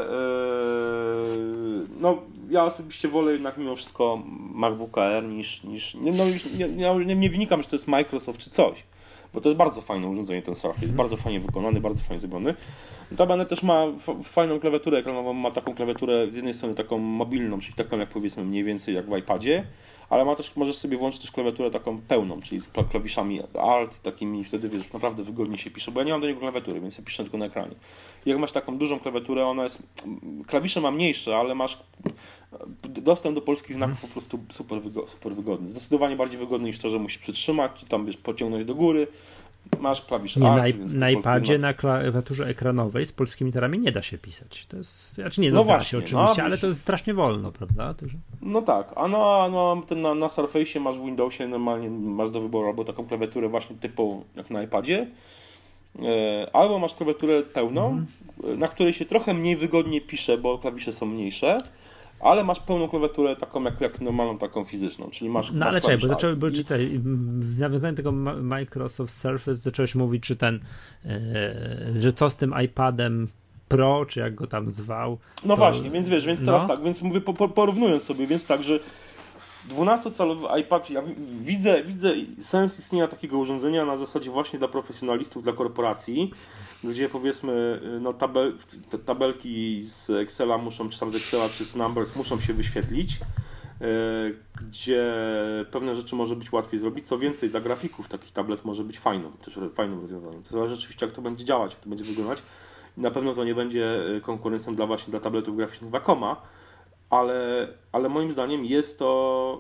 yy, no ja osobiście wolę jednak mimo wszystko MacBooka Air niż, niż no już nie, nie, nie wynikam, że to jest Microsoft czy coś, bo to jest bardzo fajne urządzenie, ten Surface, jest bardzo fajnie wykonany, bardzo fajnie zrobiony. Notabene też ma f- fajną klawiaturę ekranową, ma taką klawiaturę z jednej strony taką mobilną, czyli taką jak powiedzmy mniej więcej jak w iPadzie, ale ma też, możesz sobie włączyć też klawiaturę taką pełną, czyli z klawiszami Alt, takimi wtedy wiesz, naprawdę wygodnie się pisze, bo ja nie mam do niego klawiatury, więc ja piszę tylko na ekranie. Jak masz taką dużą klawiaturę, ona jest, klawisze ma mniejsze, ale masz dostęp do polskich znaków po prostu super, wygo- super wygodny. Zdecydowanie bardziej wygodny niż to, że musisz przytrzymać i tam wiesz, pociągnąć do góry. Masz klawisz nie, Alt. na, i- na iPadzie, na klawiaturze ekranowej z polskimi literami nie da się pisać. To jest, znaczy nie, no, no da właśnie, się oczywiście, no, ale to jest strasznie wolno, prawda? To, że... No tak, a no, no ten na, na Surface'ie masz w Windowsie normalnie masz do wyboru albo taką klawiaturę właśnie typową jak na iPadzie, e, albo masz klawiaturę pełną, mm. na której się trochę mniej wygodnie pisze, bo klawisze są mniejsze, ale masz pełną klawiaturę taką jak, jak normalną, taką fizyczną, czyli masz No masz ale czekaj, bo Alt. zacząłeś, bo I... czytaj, w nawiązaniu tego Microsoft Surface zacząłeś mówić, czy ten, e, że co z tym iPadem Pro, czy jak go tam zwał. No to... właśnie, więc wiesz, więc teraz no. tak, więc mówię po, po, porównując sobie, więc tak, że dwunastocalowy iPad, ja widzę, widzę sens istnienia takiego urządzenia na zasadzie właśnie dla profesjonalistów, dla korporacji, gdzie powiedzmy no, tabel, tabelki z Excela muszą, czy tam z Excela, czy z Numbers muszą się wyświetlić, gdzie pewne rzeczy może być łatwiej zrobić. Co więcej, dla grafików taki tablet może być fajną, też fajnym rozwiązaniem. To zależy oczywiście, jak to będzie działać, jak to będzie wyglądać. Na pewno to nie będzie konkurencją dla właśnie dla tabletów graficznych Wacoma, ale, ale moim zdaniem jest to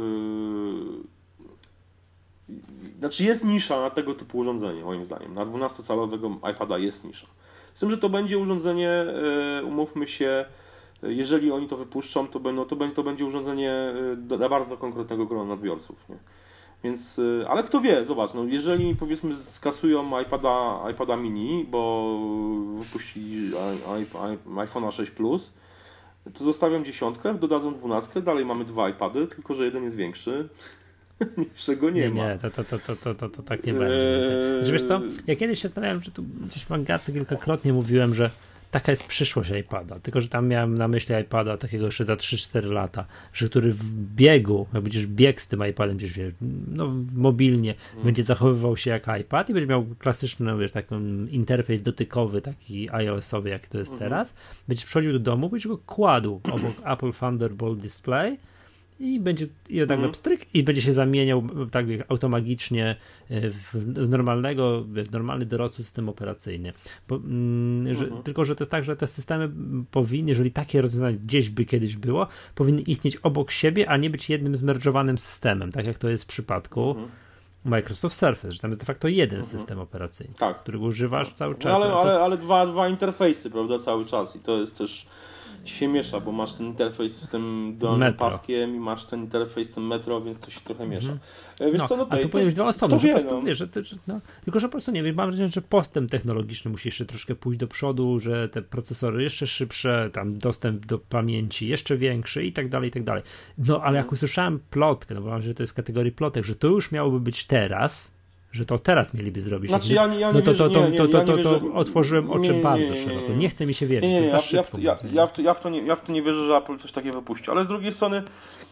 yy, znaczy jest nisza na tego typu urządzenie, moim zdaniem. Na dwunastocalowego iPada jest nisza. Z tym, że to będzie urządzenie, yy, umówmy się, jeżeli oni to wypuszczą, to, będą, to, będzie, to będzie urządzenie dla bardzo konkretnego grona odbiorców. Nie? Więc, ale kto wie, zobacz, no jeżeli powiedzmy skasują iPada, iPada mini, bo wypuścili iPhone'a sześć Plus, to zostawią dziesiątkę, dodadzą dwunastkę, dalej mamy dwa iPady, tylko że jeden jest większy, niższego nie, nie ma. Nie, to, to, to, to, to, to, to tak nie będzie. Eee... Wiesz co, ja kiedyś się zastanawiałem, że tu gdzieś w Mangace kilkakrotnie mówiłem, że taka jest przyszłość iPada, tylko że tam miałem na myśli iPada takiego jeszcze za trzy cztery lata, że który w biegu, jak będziesz biegł z tym iPadem gdzieś, wiesz, no mobilnie, hmm. będzie zachowywał się jak iPad i będzie miał klasyczny, wiesz, taki interfejs dotykowy, taki iOS-owy, jak to jest hmm. teraz, będziesz przychodził do domu, będziesz go kładł obok Apple Thunderbolt Display i będzie i nagle mhm. pstryk i będzie się zamieniał tak automagicznie w normalnego, w normalny dorosły system operacyjny. Bo, mm, że, mhm. Tylko, że to jest tak, że te systemy powinny, jeżeli takie rozwiązanie gdzieś by kiedyś było, powinny istnieć obok siebie, a nie być jednym zmerdżowanym systemem, tak jak to jest w przypadku mhm. Microsoft Surface, że tam jest de facto jeden mhm. system operacyjny, tak. którego używasz cały czas. No ale, ale, jest... ale dwa, dwa interfejsy, prawda, cały czas i to jest też ci się miesza, bo masz ten interfejs z tym dolnym paskiem i masz ten interfejs z tym metro, więc to się trochę miesza. Mm-hmm. Wiesz no, co, no a tu powiem dwa osoby, że wie, po prostu, no. wiesz, że, ty, że, no, tylko że po prostu nie wiem, mam wrażenie, że postęp technologiczny musi jeszcze troszkę pójść do przodu, że te procesory jeszcze szybsze, tam dostęp do pamięci jeszcze większy i tak dalej, i tak dalej. No, ale jak usłyszałem plotkę, no bo mam, że to jest w kategorii plotek, że to już miałoby być teraz, że to teraz mieliby zrobić. Znaczy, ja nie, ja nie no to, to, to, wierzę, nie, to, nie, to, ja to, nie to wierzę, otworzyłem oczy nie, nie, bardzo nie, nie, szeroko. nie, nie. Nie chce mi się wierzyć. Nie, nie, nie, to jest ja, ja, w to, ja, ja, w to, ja, w to nie, ja w to nie wierzę, że Apple coś takiego wypuści. Ale z drugiej strony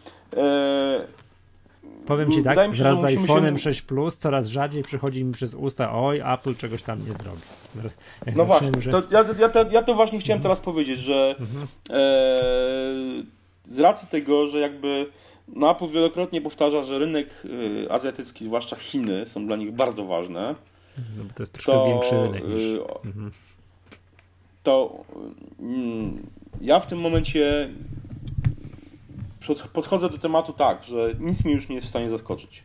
e, powiem ci tak, mi się, wraz z iPhone'em się... sześć Plus coraz rzadziej przychodzi mi przez usta, oj, Apple czegoś tam nie zrobi. Jak no właśnie, że... to ja, ja, to, ja to właśnie chciałem mhm. teraz powiedzieć, że mhm. e, z racji tego, że jakby no Apple wielokrotnie powtarza, że rynek y, azjatycki, zwłaszcza Chiny, są dla nich bardzo ważne. No, bo to jest troszkę to, większy rynek niż... Y, mhm. To y, ja w tym momencie podchodzę do tematu tak, że nic mi już nie jest w stanie zaskoczyć.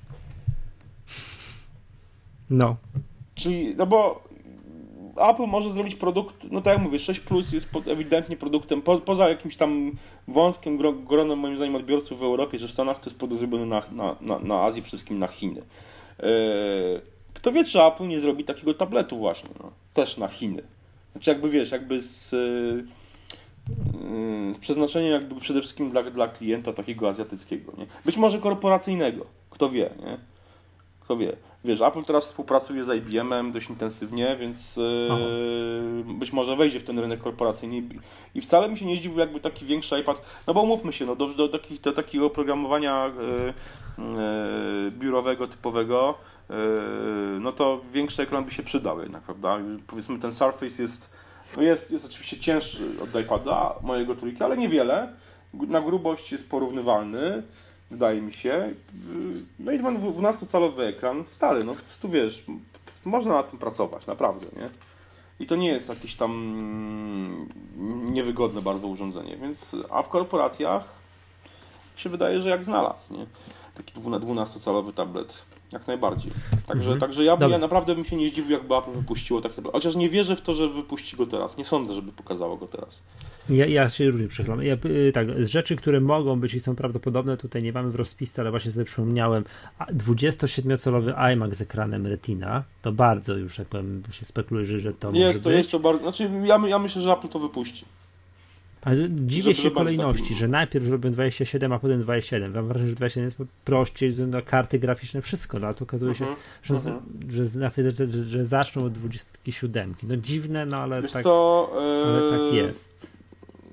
No. Czyli, no bo Apple może zrobić produkt, no tak jak mówię, sześć Plus jest ewidentnie produktem, po, poza jakimś tam wąskim gronem, moim zdaniem, odbiorców w Europie, że w Stanach to jest produkt zrobiony na, na, na, na Azję, przede wszystkim na Chiny. Yy, kto wie, czy Apple nie zrobi takiego tabletu właśnie, no, też na Chiny. Znaczy jakby, wiesz, jakby z, yy, z przeznaczeniem jakby przede wszystkim dla, dla klienta takiego azjatyckiego, nie? Być może korporacyjnego, kto wie, nie? Kto wie. Wiesz, Apple teraz współpracuje z I B M-em dość intensywnie, więc yy, być może wejdzie w ten rynek korporacyjny i wcale mi się nie zdziwił jakby taki większy iPad, no bo umówmy się, no do, do, takich, do takiego oprogramowania yy, yy, biurowego, typowego, yy, no to większy ekran by się przydał jednak, prawda? Powiedzmy ten Surface jest, no jest, jest oczywiście cięższy od iPada mojego trójki, ale niewiele, na grubość jest porównywalny. Wydaje mi się. No i dwunastocalowy ekran, stary, no po prostu wiesz, można nad tym pracować, naprawdę, nie? I to nie jest jakieś tam niewygodne bardzo urządzenie, więc, a w korporacjach się wydaje, że jak znalazł, nie? Taki dwunastocalowy tablet, jak najbardziej. Także, mhm. także ja, ja naprawdę bym się nie zdziwił, jakby Apple wypuściło taki tablet. Chociaż nie wierzę w to, że wypuści go teraz. Nie sądzę, żeby pokazało go teraz. Ja, ja się różnie przychylam. Ja, tak, z rzeczy, które mogą być i są prawdopodobne, tutaj nie mamy w rozpisce, ale właśnie sobie przypomniałem, dwudziestosiedmiocalowy iMac z ekranem Retina, to bardzo już, jak powiem, się spekuluje, że, że to jest może to, być. Jest to bardzo, znaczy ja, ja myślę, że Apple to wypuści. Ale dziwię się kolejności, takim... że najpierw robią dwadzieścia siedem, a potem dwadzieścia siedem. Mam wrażenie, że dwadzieścia siedem jest prościej, na karty graficzne, wszystko, no a tu okazuje się, uh-huh, że, uh-huh. że, że, że, że, że zaczną od dwudziestki siódemki. No dziwne, no ale, tak, co, yy... ale tak jest.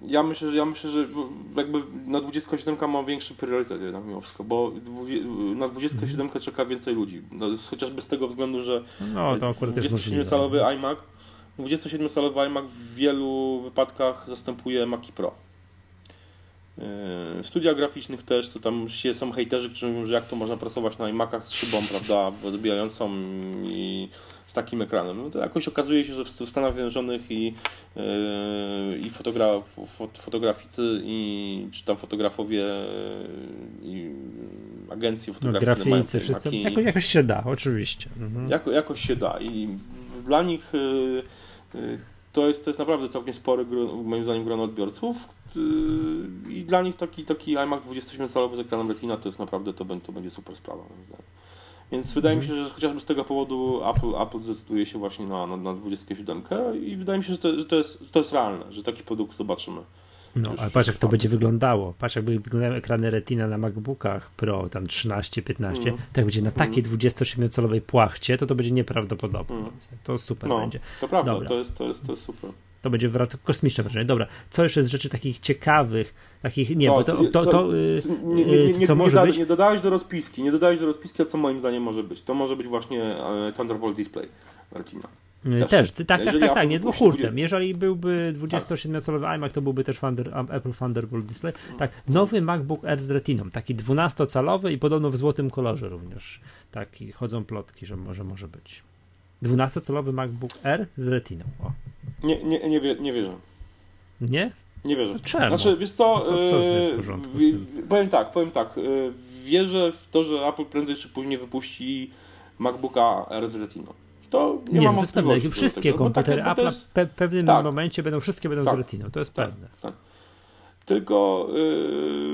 Ja myślę, że ja myślę, że jakby na dwudziestka siódemka ma większy priorytet jednak mimo wszystko, bo na dwudziestka siódemkę czeka więcej ludzi. No, chociażby z tego względu, że no, to akurat dwudziestosiedmiocalowy iMac dwudziestosiedmiocalowy iMac w wielu wypadkach zastępuje Maci Pro. W studiach graficznych też, to tam są hejterzy, którzy mówią, że jak to można pracować na iMacach z szybą, prawda, odbijającą i z takim ekranem. No to jakoś okazuje się, że w Stanach Zjednoczonych i, yy, i fotogra- fotograficy i czy tam fotografowie i agencje fotograficzne no, graficy, wszyscy, i, jakoś, jakoś się da, oczywiście. Mhm. Jako, jakoś się da i dla nich yy, yy, to jest, to jest naprawdę całkiem spory, moim zdaniem, grono odbiorców i dla nich taki, taki iMac dwudziestosiedmiocalowy z ekranem Retina to jest naprawdę, to, to będzie super sprawa, moim zdaniem. Więc wydaje mi się, że chociażby z tego powodu Apple, Apple zdecyduje się właśnie na, na, na dwudziestkę siódemkę i wydaje mi się, że to, że to, jest, że to jest realne, że taki produkt zobaczymy. No, ale patrz jak to będzie wyglądało. Patrz jakby wyglądały ekrany Retina na MacBookach Pro, tam trzynaście, piętnaście, mm. tak będzie na takiej dwudziestosiedmiocalowej płachcie, to to będzie nieprawdopodobne. Mm. To super no, będzie. To prawda, to jest, to, jest, to jest super. To będzie kosmiczne wrażenie. Dobra, co jeszcze z rzeczy takich ciekawych, takich, nie, no, bo to, to, to, to nie, nie, nie, co nie, może nie, być? Nie dodałeś do rozpiski, nie dodałeś do rozpiski, a co moim zdaniem może być? To może być właśnie Thunderbolt Display Retina. Też, też tak, tak, tak, tak, nie, no hurtem. Jeżeli byłby dwudziestosiedmiocalowy iMac, to byłby też Thunder, Apple Thunderbolt Display. Tak, nowy MacBook Air z Retiną, taki dwunastocalowy i podobno w złotym kolorze również. Taki, chodzą plotki, że może może być. dwunastocalowy MacBook Air z Retiną. O. Nie, nie, nie, wie, nie wierzę. Nie? Nie wierzę. Czemu? Znaczy, wiesz co, co, co jest w porządku z tym? powiem tak, powiem tak, wierzę w to, że Apple prędzej czy później wypuści MacBooka Air z Retiną. To nie, nie mam to jest pewne. Wszystkie komputery tak, Apple w pe- pewnym tak, momencie będą, wszystkie będą tak, z Retiną, to jest tak, pewne. Tak. Tylko yy,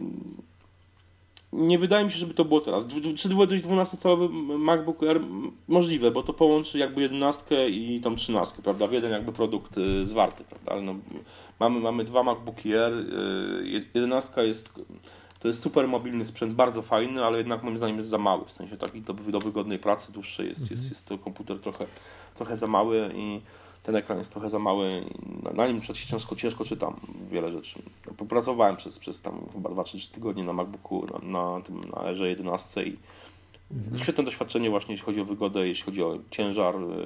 nie wydaje mi się, żeby to było teraz. Czy dwunastocalowy MacBook Air? Możliwe, bo to połączy jakby jedenastkę i tą trzynastkę, prawda, w jeden jakby produkt yy, zwarty, prawda, ale no, mamy, mamy dwa MacBooki Air, yy, jedenastka jest... To jest super mobilny sprzęt, bardzo fajny, ale jednak moim zdaniem jest za mały, w sensie taki do, do wygodnej pracy dłuższej jest, jest, jest to komputer trochę, trochę za mały i ten ekran jest trochę za mały i na, na nim przecież ciężko, ciężko czytam wiele rzeczy. No, popracowałem przez, przez tam chyba dwa trzy tygodnie na MacBooku, na, na tym na Airze jedenaście i mhm. świetne doświadczenie właśnie jeśli chodzi o wygodę, jeśli chodzi o ciężar, yy,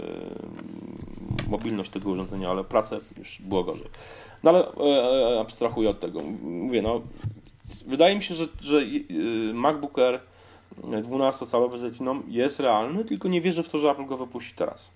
mobilność tego urządzenia, ale pracę już było gorzej. No ale yy, abstrahuję od tego. Mówię, no wydaje mi się, że, że MacBook Air dwunastocalowy z Retiną jest realny, tylko nie wierzę w to, że Apple go wypuści teraz.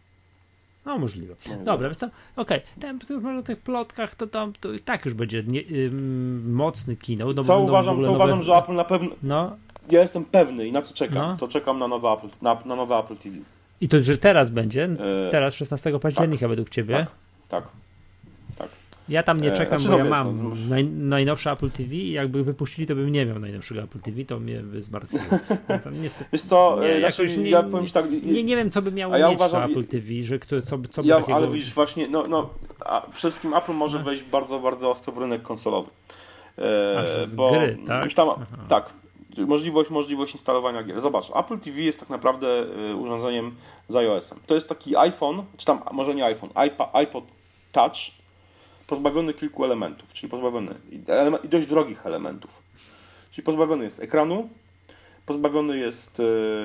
No możliwe. Dobra, wiesz co? Okej, okay. O tych plotkach to tam to tak już będzie nie, yy, mocny kino. No, co uważam, co nowe... uważam, że Apple na pewno... No. Ja jestem pewny i na co czekam? No. To czekam na nowe Apple, na, na nowe Apple T V. I to, że teraz będzie? Yy, teraz szesnastego października tak, według Ciebie? Tak, tak. tak. Ja tam nie czekam, znaczy, bo no ja wiesz, mam no, naj, najnowsze Apple T V i jakby wypuścili, to bym nie miał najnowszego Apple T V, to mnie by zmartwiło. Niespety... Wiesz co, nie, znaczy, nie, ja powiem tak... Nie, nie wiem, co by miało ja mieć uważam, Apple T V, że kto, co, co by ja, takiego... Ale widzisz, właśnie, no, no a przede wszystkim Apple może no. wejść bardzo, bardzo ostro w rynek konsolowy. E, Aż z bo gry, tak? Już tam, tak, możliwość, możliwość instalowania gier. Zobacz, Apple T V jest tak naprawdę urządzeniem z iOS-em. To jest taki iPhone, czy tam, może nie iPhone, iPod, iPod Touch, pozbawiony kilku elementów, czyli pozbawiony i dość drogich elementów. Czyli pozbawiony jest ekranu, pozbawiony jest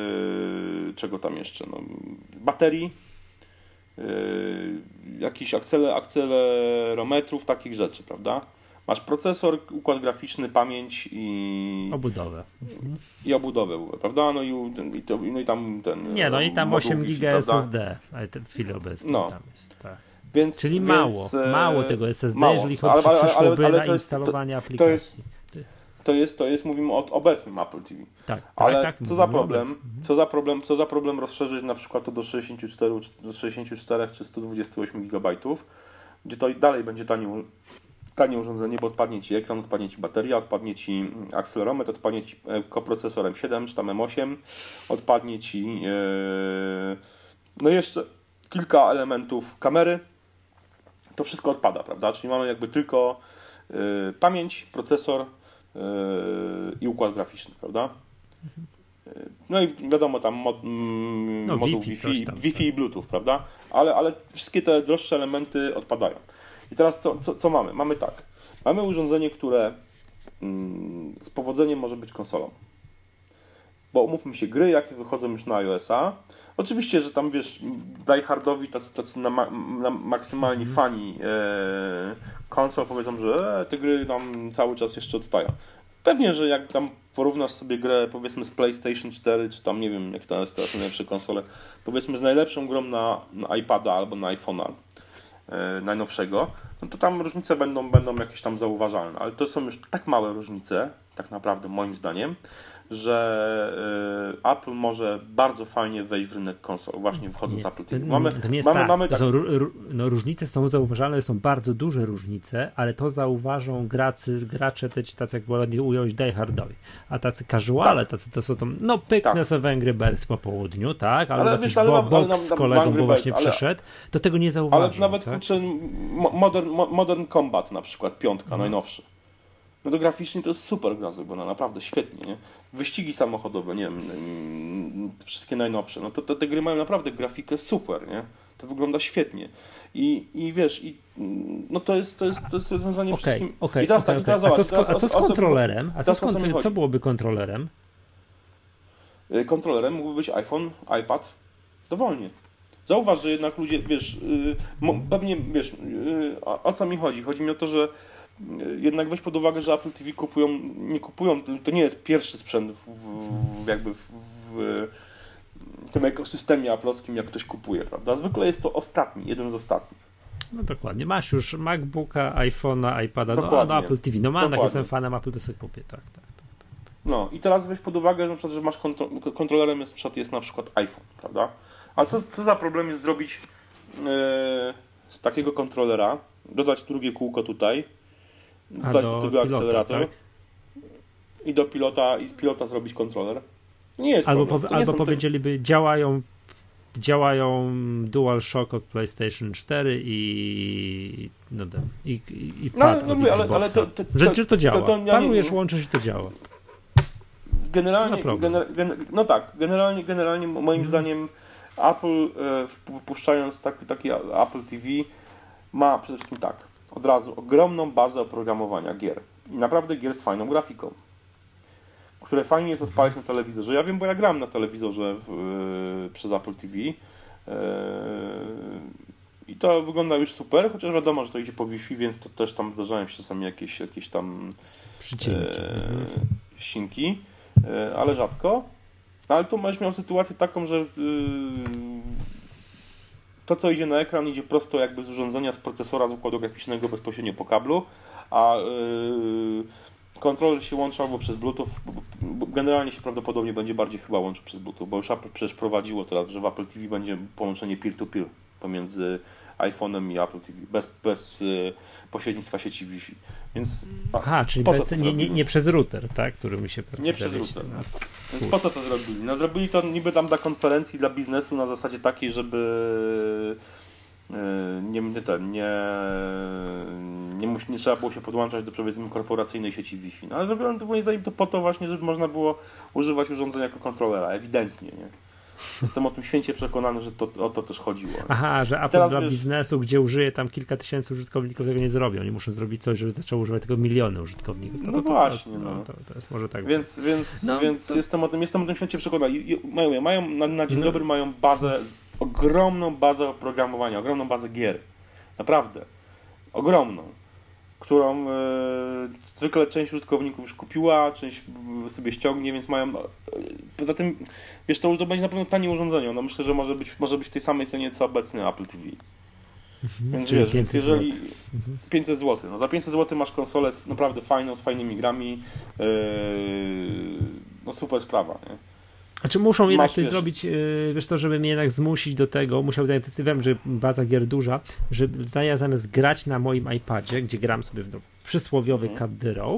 yy, czego tam jeszcze, no, baterii, yy, jakichś akcele, akcelerometrów, takich rzeczy, prawda? Masz procesor, układ graficzny, pamięć i... obudowę. I obudowę, prawda? No i, i, to, no i tam ten... Nie, no i tam osiem giga prawda? S S D, ale w chwili obecnej no. tam jest, tak. Więc, Czyli więc, mało, mało tego S S D, mało. jeżeli chodzi ale, ale, przyszłoby ale, ale na to jest, instalowanie to, aplikacji. To jest, to jest, to jest, mówimy o obecnym Apple T V. Tak, ale tak, tak, co za problem, co za problem, co za problem rozszerzyć na przykład to do sześćdziesięciu czterech, do sześćdziesięciu czterech czy sto dwudziestu ośmiu gigabajtów, gdzie to dalej będzie tanie, tanie urządzenie, bo odpadnie Ci ekran, odpadnie Ci bateria, odpadnie Ci akcelerometr, odpadnie Ci koprocesor M siedem czy tam M osiem, odpadnie Ci yy, no jeszcze kilka elementów kamery. To wszystko odpada, prawda? Czyli mamy jakby tylko y, pamięć, procesor y, i układ graficzny, prawda? Y, no i wiadomo tam mod, mm, no, moduł Wi-Fi, Wi-Fi, tam, Wi-Fi tak. i Bluetooth, prawda? Ale, ale wszystkie te droższe elementy odpadają. I teraz co, co, co mamy? Mamy tak. Mamy urządzenie, które mm, z powodzeniem może być konsolą. Bo umówmy się, gry, jakie wychodzą już na iOS-a, oczywiście, że tam wiesz, diehardowi, tacy, tacy na, ma, na maksymalni mm. fani e, konsol powiedzą, że e, te gry nam cały czas jeszcze odstają. Pewnie, że jak tam porównasz sobie grę powiedzmy z PlayStation cztery, czy tam nie wiem, jak to jest teraz najlepsze konsole, powiedzmy z najlepszą grą na, na iPada albo na iPhone'a e, najnowszego, no to tam różnice będą, będą jakieś tam zauważalne, ale to są już tak małe różnice, tak naprawdę moim zdaniem, że y, Apple może bardzo fajnie wejść w rynek konsol, właśnie wchodząc z Apple T V. Mamy, to nie jest mamy, tak. mamy tak... To są, no, różnice są zauważalne, są bardzo duże różnice, ale to zauważą graczy, gracze te, tacy jak ładnie ująć diehardowi, a tacy casuale, tak. tacy to są tam, no pyknę tak. sobie w Angry Birds po południu, tak, albo jakiś wiesz, ale, bo, box ale, z kolegą, bo właśnie Birds, przyszedł, ale, to tego nie zauważą. Ale nawet tak? kurczę, modern, modern Combat na przykład, piątka, no. najnowszy. No to graficznie to jest super gra zrobiona, naprawdę świetnie, nie? Wyścigi samochodowe, nie wiem, wszystkie najnowsze, no to, to te gry mają naprawdę grafikę super, nie? To wygląda świetnie. I, i wiesz, i, no to jest, to jest, to jest rozwiązanie okay, wszystkim. Okay, I teraz okay, tak, okay. I teraz a, co z, teraz, a co z kontrolerem? A co, z kont- co, co byłoby kontrolerem? Kontrolerem mógłby być iPhone, iPad, dowolnie. Zauważ, że jednak ludzie, wiesz, yy, pewnie, wiesz, yy, o, o co mi chodzi? Chodzi mi o to, że jednak weź pod uwagę, że Apple T V kupują, nie kupują, to nie jest pierwszy sprzęt w, w, jakby w, w tym ekosystemie aplowskim, jak ktoś kupuje, prawda? Zwykle jest to ostatni, jeden z ostatnich. No dokładnie, masz już MacBooka, iPhone'a, iPada, no, no Apple T V, no mam, jak jestem fanem Apple, to sobie kupię, tak, tak, tak, tak. No i teraz weź pod uwagę, że, na przykład, że masz kontro, kontrolerem jest, jest na przykład iPhone, prawda? A co, co za problem jest zrobić yy, z takiego kontrolera, dodać drugie kółko tutaj, A dać do, do tego pilota, akcelerator tak? i do pilota i z pilota zrobić kontroler. Nie jest albo problem. Po, albo powiedzieliby, tego... działają działają DualShock od PlayStation cztery i no, i, i, i pad no, no, od ale, Xboxa. Ale to, to, to, że, że to działa. To, to, ja Parujesz, łączysz i to działa. Generalnie, gener, gener, no tak, generalnie, generalnie moim hmm. zdaniem Apple e, wypuszczając taki, taki Apple T V ma przede wszystkim tak, od razu ogromną bazę oprogramowania gier. I naprawdę gier z fajną grafiką, które fajnie jest odpalić na telewizorze. Ja wiem, bo ja gram na telewizorze w, yy, przez Apple T V yy, i to wygląda już super, chociaż wiadomo, że to idzie po Wi-Fi, więc to też tam zdarzają się czasami jakieś, jakieś tam przycinki, yy, ścinki, yy, ale rzadko. Ale tu masz miał sytuację taką, że yy, to, co idzie na ekran, idzie prosto jakby z urządzenia, z procesora, z układu graficznego bezpośrednio po kablu, a yy, kontroler się łączy albo przez Bluetooth, generalnie się prawdopodobnie będzie bardziej chyba łączył przez Bluetooth, bo już Apple przecież prowadziło teraz, że w Apple T V będzie połączenie peer-to-peer pomiędzy iPhone'em i Apple T V, bez, bez yy, pośrednictwa sieci Wi-Fi. Więc, a, Aha, czyli bez, nie, nie, nie przez router, tak? Który mi się Nie przez router. No. Więc po co to zrobili? No zrobili to niby tam dla konferencji, dla biznesu na zasadzie takiej, żeby nie, nie, ten, nie, nie, mus, nie trzeba było się podłączać do powiedzmy korporacyjnej sieci Wi-Fi. No, ale zrobiono to moim zdaniem to po to właśnie, żeby można było używać urządzenia jako kontrolera, ewidentnie, nie? Jestem o tym święcie przekonany, że to, o to też chodziło. Aha, że Apple teraz, dla wiesz, biznesu, gdzie użyje tam kilka tysięcy użytkowników, tego nie zrobią. Oni muszą zrobić coś, żeby zaczęło używać tego miliony użytkowników. To, no to, właśnie. To, no. no, to, to jest może tak. Więc, więc, no, więc to... jestem, o tym, jestem o tym święcie przekonany. Mają, mają na, na dzień no. dobry mają bazę, ogromną bazę oprogramowania, ogromną bazę gier. Naprawdę. Ogromną. Którą e, zwykle część użytkowników już kupiła, część sobie ściągnie, więc mają... E, poza tym, wiesz, to już to będzie na pewno tanie urządzenie. No myślę, że może być, może być w tej samej cenie, co obecny Apple T V. Mhm, więc wiesz, więc jeżeli... Mhm. pięćset złotych. No za pięćset złotych masz konsolę naprawdę fajną, z fajnymi grami. E, no super sprawa, nie? Znaczy muszą jednak Masz, coś wiesz, zrobić, yy, wiesz co, żeby mnie jednak zmusić do tego, musiałbym, ja wiem, że baza gier duża, że ja zamiast grać na moim iPadzie, gdzie gram sobie w no, przysłowiowy mm. cut the rope,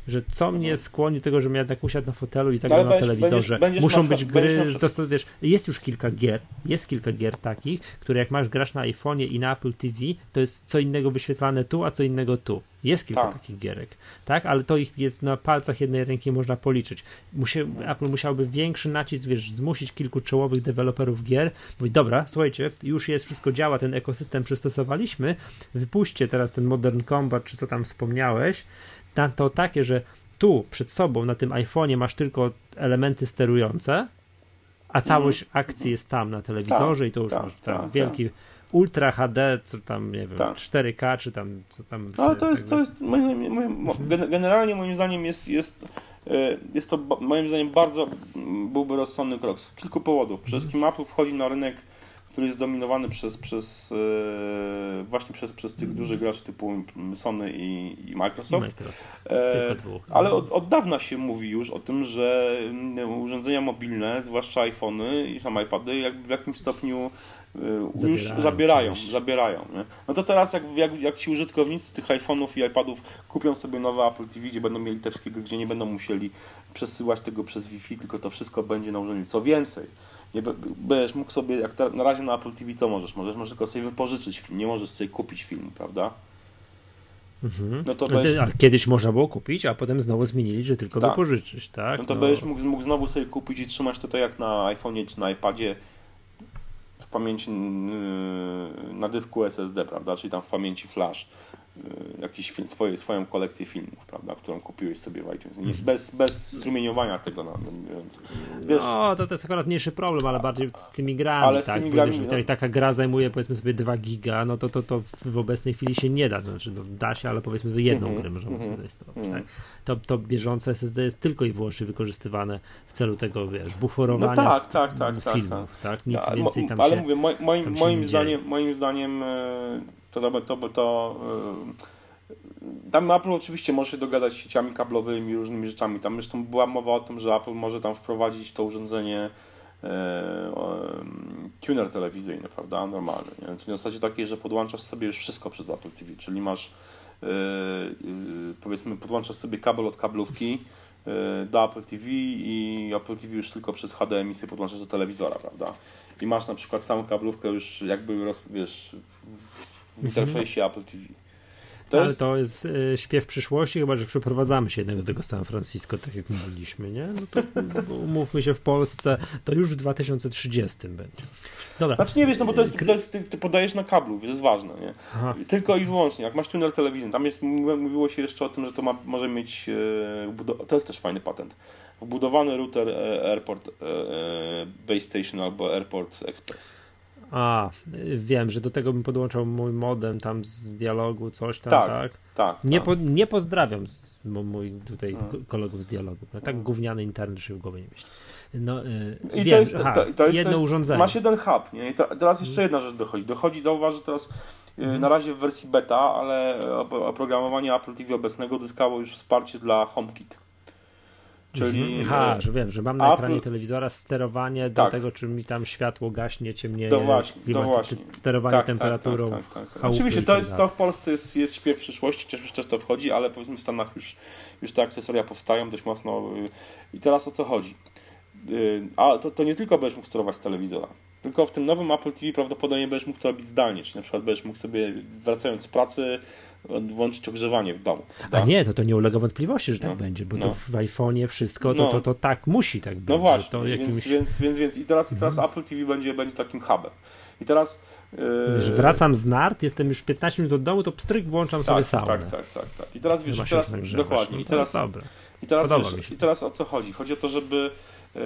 że co mnie mhm. skłoni do tego, żebym jednak usiadł na fotelu i zagrał na będziesz, telewizorze. będziesz, będziesz Muszą na, być gry, będziesz na... z, wiesz, jest już kilka gier, jest kilka gier takich, które jak masz grasz na iPhone'ie i na Apple T V, to jest co innego wyświetlane tu, a co innego tu. Jest kilka tak. takich gierek, tak? Ale to ich jest na palcach jednej ręki można policzyć. Musie, Apple musiałby większy nacisk, wiesz, zmusić kilku czołowych deweloperów gier, mówić, dobra, słuchajcie, już jest, wszystko działa, ten ekosystem przystosowaliśmy, wypuśćcie teraz ten Modern Combat, czy co tam wspomniałeś, na to takie, że tu przed sobą na tym iPhone'ie masz tylko elementy sterujące, a całość mm. akcji jest tam na telewizorze tak, i to już tak, masz tam tak, wielki tak. Ultra H D, co tam, nie wiem, tak. cztery K, czy tam, co tam... No, ale to jest, to jest moim, moim, generalnie moim zdaniem jest, jest, jest to moim zdaniem bardzo byłby rozsądny krok z kilku powodów. Przede wszystkim Apple wchodzi na rynek, który jest dominowany przez, przez właśnie przez, przez tych dużych graczy typu Sony i, i Microsoft. I Microsoft. E, ale od, od dawna się mówi już o tym, że urządzenia mobilne, zwłaszcza iPhony i tam iPady, jakby w jakimś stopniu już zabierają, zabierają. zabierają nie? No to teraz jak, jak, jak ci użytkownicy tych iPhone'ów i iPadów kupią sobie nowe Apple T V, gdzie będą mieli te wszystkie gry, gdzie nie będą musieli przesyłać tego przez Wi-Fi, tylko to wszystko będzie na urządzeniu. Co więcej, nie będziesz mógł sobie, jak na razie na Apple T V co możesz? Możesz, możesz tylko sobie wypożyczyć film, nie możesz sobie kupić filmu, prawda? Mhm. No to będziesz... A kiedyś można było kupić, a potem znowu zmienili, że tylko tak. wypożyczyć, tak? No to no. będziesz mógł, mógł znowu sobie kupić i trzymać to, to jak na iPhone'ie czy na iPadzie w pamięci na dysku S S D, prawda? Czyli tam w pamięci flash jakiś film, swoje, swoją kolekcję filmów, prawda? Którą kupiłeś sobie w iTunes. Nie, bez, bez strumieniowania tego. No, wiesz, no to, to jest akurat mniejszy problem, ale bardziej z tymi grami. Ale z tak? tymi grami Bo, no. Taka gra zajmuje powiedzmy sobie dwa giga, no to, to, to w obecnej chwili się nie da. Znaczy no, da się, ale powiedzmy, że jedną mm-hmm, grę możemy mm-hmm, sobie zrobić. Mm-hmm. Tak? To, to bieżące S S D jest tylko i wyłącznie wykorzystywane w celu tego, wiesz, buforowania no tak, tak, tak, filmów. Tak, tak. Nic tak. więcej tam ale się mówię, moim, tam moim, się zdaniem, moim zdaniem to, to, to, to tam Apple oczywiście może się dogadać z sieciami kablowymi, różnymi rzeczami. Tam zresztą była mowa o tym, że Apple może tam wprowadzić to urządzenie e, e, tuner telewizyjny, prawda, normalny. Nie? Czyli w zasadzie takiej, że podłączasz sobie już wszystko przez Apple T V, czyli masz e, e, powiedzmy podłączasz sobie kabel od kablówki e, do Apple T V i Apple T V już tylko przez H D M I sobie podłączasz do telewizora, prawda. I masz na przykład samą kablówkę już jakby roz, wiesz, w interfejsie Apple T V. To Ale jest... to jest y, śpiew przyszłości, chyba że przeprowadzamy się jednak do tego San Francisco, tak jak mówiliśmy, nie? No to umówmy się, w Polsce to już w dwa tysiące trzydziestym będzie. Dobra. Znaczy nie wiesz, no bo to jest, to jest ty, ty podajesz na kablu, to jest ważne, nie? Aha. Tylko i wyłącznie, jak masz tuner television, tam jest, mówiło się jeszcze o tym, że to ma, może mieć, e, to jest też fajny patent, wbudowany router e, Airport e, Base Station albo Airport Express. A, wiem, że do tego bym podłączał mój modem tam z dialogu, coś tam, tak? Tak, tak. Nie, tak. Po, nie pozdrawiam z, mój tutaj hmm. kolegów z dialogu. Tak hmm. gówniany internet się w głowie nie myśli. No, yy, I wiem, to jest, aha, to, to jest, jedno to jest, urządzenie. Masz jeden hub, nie? I to, teraz jeszcze jedna rzecz dochodzi. Dochodzi, zauważ, że teraz hmm. na razie w wersji beta, ale oprogramowanie Apple T V obecnego uzyskało już wsparcie dla HomeKit. Czyli Aha, że wiem, że mam na Apple... ekranie telewizora sterowanie do tak. tego, czy mi tam światło gaśnie, ciemnieje, to właśnie, klimat, to właśnie. sterowanie tak, temperaturą. Tak, tak, tak, tak. Oczywiście to jest to w Polsce jest, jest śpiew przyszłości, chociaż już też to wchodzi, ale powiedzmy w Stanach już, już te akcesoria powstają dość mocno. I teraz o co chodzi? A to, to nie tylko będziesz mógł sterować z telewizora, tylko w tym nowym Apple T V prawdopodobnie będziesz mógł to robić zdalnie, czyli na przykład będziesz mógł sobie, wracając z pracy, włączyć ogrzewanie w domu. Tak? A nie, to to nie ulega wątpliwości, że tak no, będzie, bo no. to w iPhone'ie wszystko, to, no. to, to, to tak musi tak być. No właśnie, to więc, jakimś... więc, więc, więc i teraz, mhm. i teraz Apple T V będzie, będzie takim hubem. I teraz yy... Wiesz, wracam z nart, jestem już piętnaście minut od domu, to pstryk włączam tak, sobie saunę. Tak, tak, tak, tak. I teraz wiesz, i teraz, dokładnie. I teraz, dobra. I teraz, wiesz, i teraz o co chodzi? Chodzi o to, żeby yy,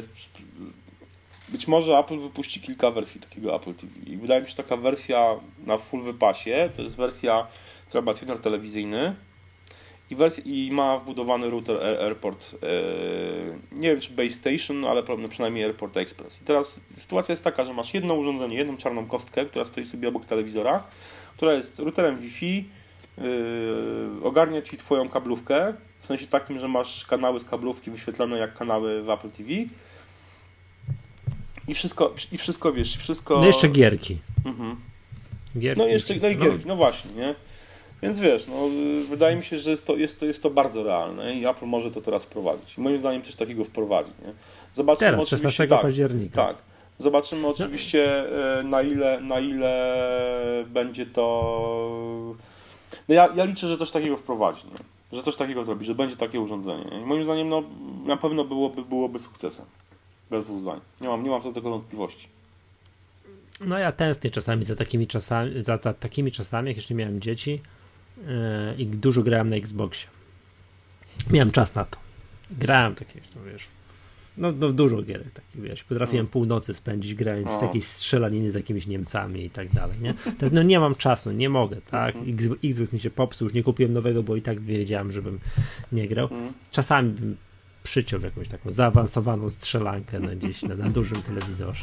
być może Apple wypuści kilka wersji takiego Apple T V. I wydaje mi się, że taka wersja na full wypasie, to jest wersja, która ma tuner telewizyjny i, wersja, i ma wbudowany router Airport, yy, nie wiem czy Base Station, ale przynajmniej Airport Express. I teraz sytuacja jest taka, że masz jedno urządzenie, jedną czarną kostkę, która stoi sobie obok telewizora, która jest routerem Wi-Fi, yy, ogarnia Ci Twoją kablówkę, w sensie takim, że masz kanały z kablówki wyświetlone jak kanały w Apple T V. I wszystko, i wszystko wiesz, i wszystko... No jeszcze gierki. Mhm. Gierki no jeszcze no i gierki, no właśnie, nie? Więc wiesz, no, wydaje mi się, że jest to, jest, to, jest to bardzo realne i Apple może to teraz wprowadzić. I moim zdaniem coś takiego wprowadzi. Nie? Zobaczymy teraz, oczywiście, szesnastego tak, października. Tak. Zobaczymy oczywiście no. na ile, na ile będzie to... No ja, ja liczę, że coś takiego wprowadzi, nie? Że coś takiego zrobi, że będzie takie urządzenie. Nie? I moim zdaniem no, na pewno byłoby, byłoby sukcesem. Bez dwóch zdań. Nie mam, nie mam co do tego wątpliwości. No ja tęsknię czasami za takimi czasami, za, za takimi czasami, jak jeszcze miałem dzieci yy, i dużo grałem na Xboxie. Miałem czas na to. Grałem takie, no wiesz, no, no dużo gier takich, wiesz, potrafiłem mm. północy spędzić grając w jakieś strzelaniny z jakimiś Niemcami i tak dalej, nie? Tak, no nie mam czasu, nie mogę, tak? Mm-hmm. Xbox mi się popsuł, już nie kupiłem nowego, bo i tak wiedziałem, żebym nie grał. Mm. Czasami bym przyciął jakąś taką zaawansowaną strzelankę na gdzieś na, na dużym telewizorze.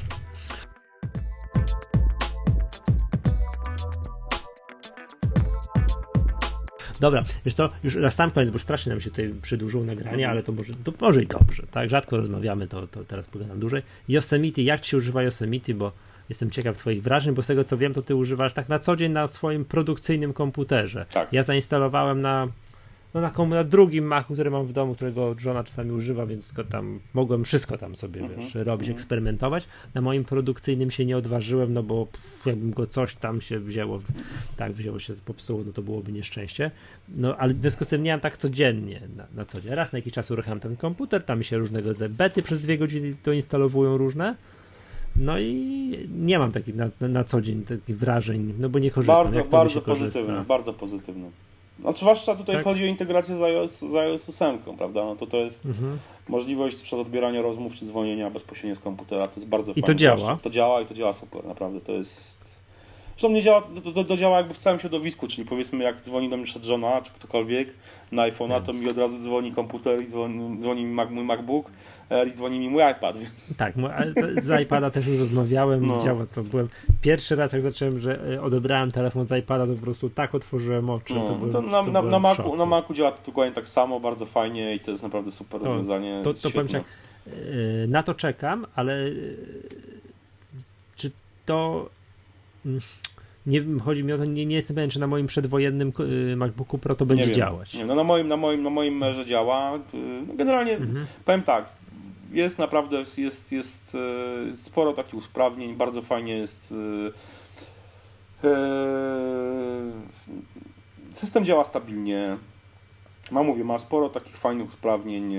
Dobra, wiesz co, już raz sam koniec, bo strasznie nam się tutaj przedłużyło nagranie, ale to może, to może i dobrze, tak? Rzadko rozmawiamy, to, to teraz pogadam dłużej. Yosemite, jak ci się używa Yosemite, bo jestem ciekaw twoich wrażeń, bo z tego co wiem, to ty używasz tak na co dzień na swoim produkcyjnym komputerze. Tak. Ja zainstalowałem na no na, kom- na drugim Macu, który mam w domu, którego żona czasami używa, więc go tam mogłem wszystko tam sobie mm-hmm. wiesz, robić, mm-hmm. eksperymentować. Na moim produkcyjnym się nie odważyłem, no bo pff, jakbym go coś tam się wzięło, tak wzięło się, popsuło, no to byłoby nieszczęście. No ale w związku z tym nie mam tak codziennie, na, na co dzień. Raz na jakiś czas uruchamiam ten komputer, tam mi się różnego rodzaju bety przez dwie godziny doinstalowują różne. No i nie mam takich na, na, na co dzień takich wrażeń, no bo nie korzystam. Bardzo, jak bardzo pozytywne, bardzo pozytywne. No, zwłaszcza tutaj tak? chodzi o integrację z iOS, z iOS osiem, prawda? No to to jest mhm. możliwość sprzed odbierania rozmów czy dzwonienia bezpośrednio z komputera. To jest bardzo I fajne. to działa? To działa i to działa super, naprawdę. To jest... Zresztą nie działa, to, to, to działa jakby w całym środowisku, czyli powiedzmy jak dzwoni do mnie żona czy ktokolwiek na iPhone'a, to mi od razu dzwoni komputer i dzwoni, dzwoni mi Mac, mój MacBook i dzwoni mi mój iPad. Więc... Tak, z iPada też już rozmawiałem, no. działa to. Byłem pierwszy raz jak zacząłem, że odebrałem telefon z iPada, to po prostu tak otworzyłem oczy. No, to byłem, to na, to na, na, Macu, na Macu działa to dokładnie tak samo, bardzo fajnie i to jest naprawdę super to, rozwiązanie. To, to powiem tak, na to czekam, ale czy to... Nie, chodzi mi o to, nie, nie jestem pewien, czy na moim przedwojennym MacBooku Pro to będzie nie działać. Nie, no na moim, na moim, na moim merze działa. No generalnie mhm. powiem tak, jest naprawdę jest, jest sporo takich usprawnień, bardzo fajnie jest. System działa stabilnie. Ma mówię, ma sporo takich fajnych usprawnień.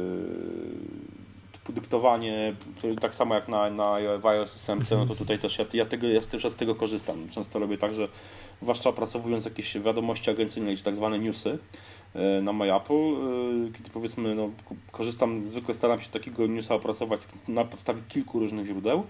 Dyktowanie, tak samo jak na, na w iOS osiem, no to tutaj też ja, ja, tego, ja też z tego korzystam. Często robię tak, że zwłaszcza opracowując jakieś wiadomości agencyjne, czy tak zwane newsy na MyApple, kiedy powiedzmy, no, korzystam, zwykle staram się takiego newsa opracować na podstawie kilku różnych źródeł,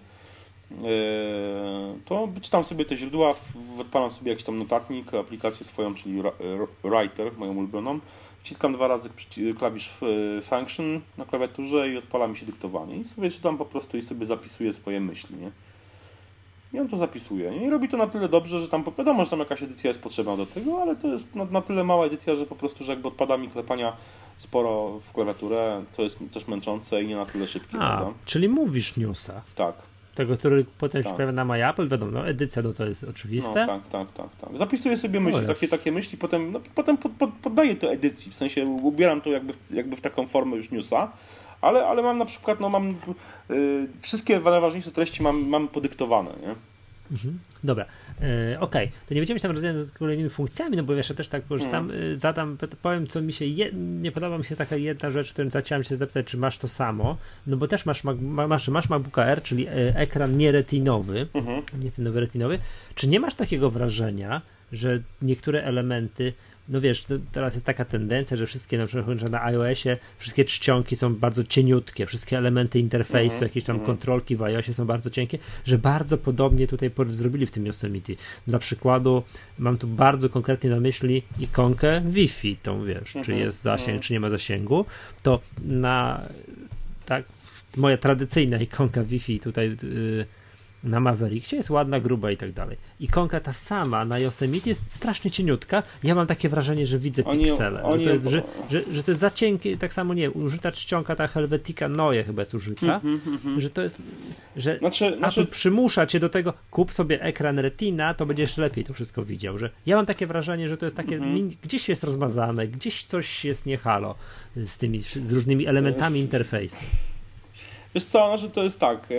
to czytam sobie te źródła, odpalam sobie jakiś tam notatnik, aplikację swoją, czyli Writer, moją ulubioną, wciskam dwa razy klawisz function na klawiaturze i odpala mi się dyktowanie. I sobie czytam po prostu i sobie zapisuję swoje myśli. Nie? I on to zapisuje. Nie? I robi to na tyle dobrze, że tam wiadomo, że tam jakaś edycja jest potrzebna do tego, ale to jest na, na tyle mała edycja, że po prostu, że jakby odpada mi klepania sporo w klawiaturę, to jest też męczące i nie na tyle szybkie. A, prawda? Czyli mówisz newsa. Tak. Tego, który potem tak. się pojawia na MyApple, wiadomo, no, edycja no, to jest oczywiste. No, tak, tak, tak, tak. Zapisuję sobie myśli, takie, takie myśli, potem, no, potem pod, pod, poddaję to edycji, w sensie ubieram to jakby w, jakby w taką formę już newsa, ale, ale mam na przykład, no mam yy, wszystkie najważniejsze treści mam, mam podyktowane, nie? Mhm. Dobra, e, okej, okay. To nie będziemy się tam rozwijać nad kolejnymi funkcjami, no bo jeszcze też tak korzystam, mm. zadam, powiem co mi się, je, nie podoba mi się taka jedna rzecz, którą chciałem się zapytać, czy masz to samo, no bo też masz, masz, masz MacBooka Air, czyli ekran nie retinowy, mm-hmm. nie ten nowy retinowy, czy nie masz takiego wrażenia, że niektóre elementy, no wiesz, teraz jest taka tendencja, że wszystkie na przykład na iOSie wszystkie czcionki są bardzo cieniutkie, wszystkie elementy interfejsu, mm-hmm. jakieś tam mm-hmm. kontrolki w iOSie są bardzo cienkie, że bardzo podobnie tutaj zrobili w tym Yosemite. Dla przykładu mam tu bardzo konkretnie na myśli ikonkę Wi-Fi, tą wiesz, mm-hmm. czy jest zasięg, mm-hmm. czy nie ma zasięgu, to na tak, moja tradycyjna ikonka Wi-Fi tutaj yy, na Mavericksie jest ładna, gruba i tak dalej. Ikonka ta sama na Yosemite jest strasznie cieniutka. Ja mam takie wrażenie, że widzę oni, piksele. Oni, że, to jest, że, że, że to jest za cienkie, tak samo nie, użyta czcionka ta Helvetica Neue chyba jest użyta, mm-hmm, mm-hmm. że to jest, że znaczy, znaczy... przymusza cię do tego, kup sobie ekran Retina, to będziesz lepiej to wszystko widział. Że ja mam takie wrażenie, że to jest takie, mm-hmm. gdzieś jest rozmazane, gdzieś coś jest nie halo z tymi, z różnymi elementami interfejsu. Wiesz co, że to jest tak, ee...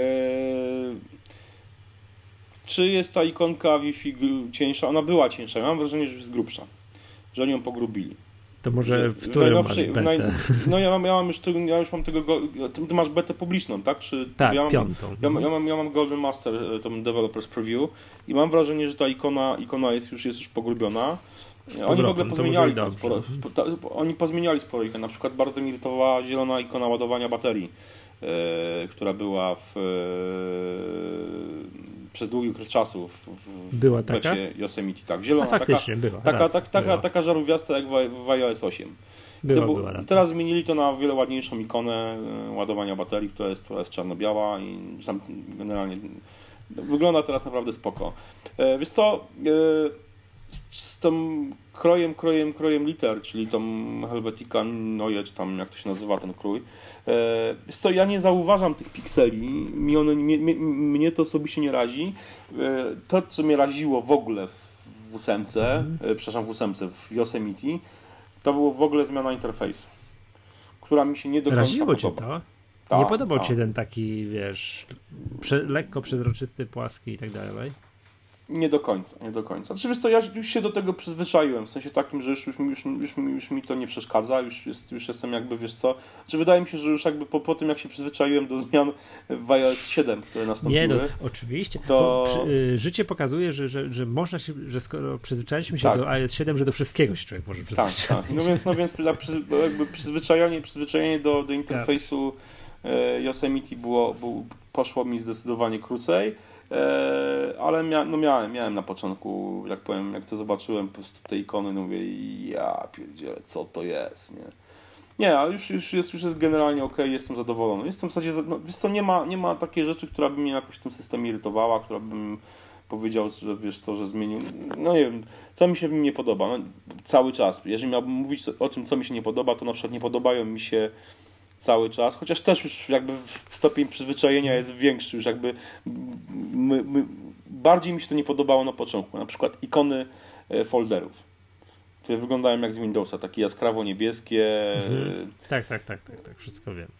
czy jest ta ikonka Wi-Fi cieńsza? Ona była cieńsza. Ja mam wrażenie, że już jest grubsza. Że oni ją pogrubili. To może w którym masz betę? Naj... No ja mam, ja mam już, ja już mam tego... Ty masz betę publiczną, tak? Czy... Tak, ja mam, piątą. Ja, ja, mam, ja mam Golden Master, tą Developers Preview i mam wrażenie, że ta ikona, ikona jest, już, jest już pogrubiona. Oni w ogóle pozmieniali tam sporo, ta, oni pozmieniali sporo ikon. Na przykład bardzo mnie irytowała zielona ikona ładowania baterii, yy, która była w... Yy, przez długi okres czasu w, w, była w taka? becie Yosemite. Tak, zielona, A faktycznie taka, była. Taka, racja, tak, taka, była. taka żarówiasta jak w, w iOS osiem. Była, to, była teraz zmienili to na o wiele ładniejszą ikonę y, ładowania baterii, która jest, która jest czarno-biała i tam generalnie wygląda teraz naprawdę spoko. E, wiesz co, e, z, z tym krojem, krojem, krojem liter, czyli tą Helvetica Neue, czy tam jak to się nazywa ten krój. E, wiesz co, ja nie zauważam tych pikseli, mi one, mnie, mnie, mnie to osobiście nie razi. E, to, co mnie raziło w ogóle w, w ósemce, mm. e, przepraszam, w ósemce, w Yosemite, to była w ogóle zmiana interfejsu, która mi się nie do końca raziło podoba. Cię to? Ta, nie podobał ta. Ci się ten taki, wiesz, prze, lekko przezroczysty, płaski i tak dalej? Nie do końca, nie do końca. Oczywiście ja już się do tego przyzwyczaiłem, w sensie takim, że już, już, już, już, już mi to nie przeszkadza, już, jest, już jestem jakby, wiesz co, że wydaje mi się, że już jakby po, po tym, jak się przyzwyczaiłem do zmian w iOS siedem, które nastąpiły. Nie, no oczywiście, to... przy, y, życie pokazuje, że, że, że można się, że skoro przyzwyczailiśmy się tak. do iOS siedem, że do wszystkiego się człowiek może przyzwyczaić. Tak, tak. No więc, no więc jakby przyzwyczajenie, przyzwyczajenie do, do interfejsu e, Yosemite było, było, poszło mi zdecydowanie krócej. Ale mia, no miałem, miałem na początku, jak powiem, jak to zobaczyłem po prostu te ikony, no mówię, ja pierdzielę, co to jest, nie? Nie, ale już, już, jest, już jest generalnie okej, okay, jestem zadowolony. Jestem w zasadzie, no, wiesz co, nie ma, nie ma takiej rzeczy, która by mnie jakoś w tym systemie irytowała, która bym powiedział, że wiesz co, że zmienił, no nie wiem, co mi się w nim nie podoba, no, cały czas. Jeżeli miałbym mówić o tym, co mi się nie podoba, to na przykład nie podobają mi się cały czas, chociaż też już jakby stopień przyzwyczajenia jest większy, już jakby my, my, bardziej mi się to nie podobało na początku, na przykład ikony folderów, które wyglądają jak z Windowsa, takie jaskrawo niebieskie. Mhm. Tak, tak, tak, tak, tak, wszystko wiem.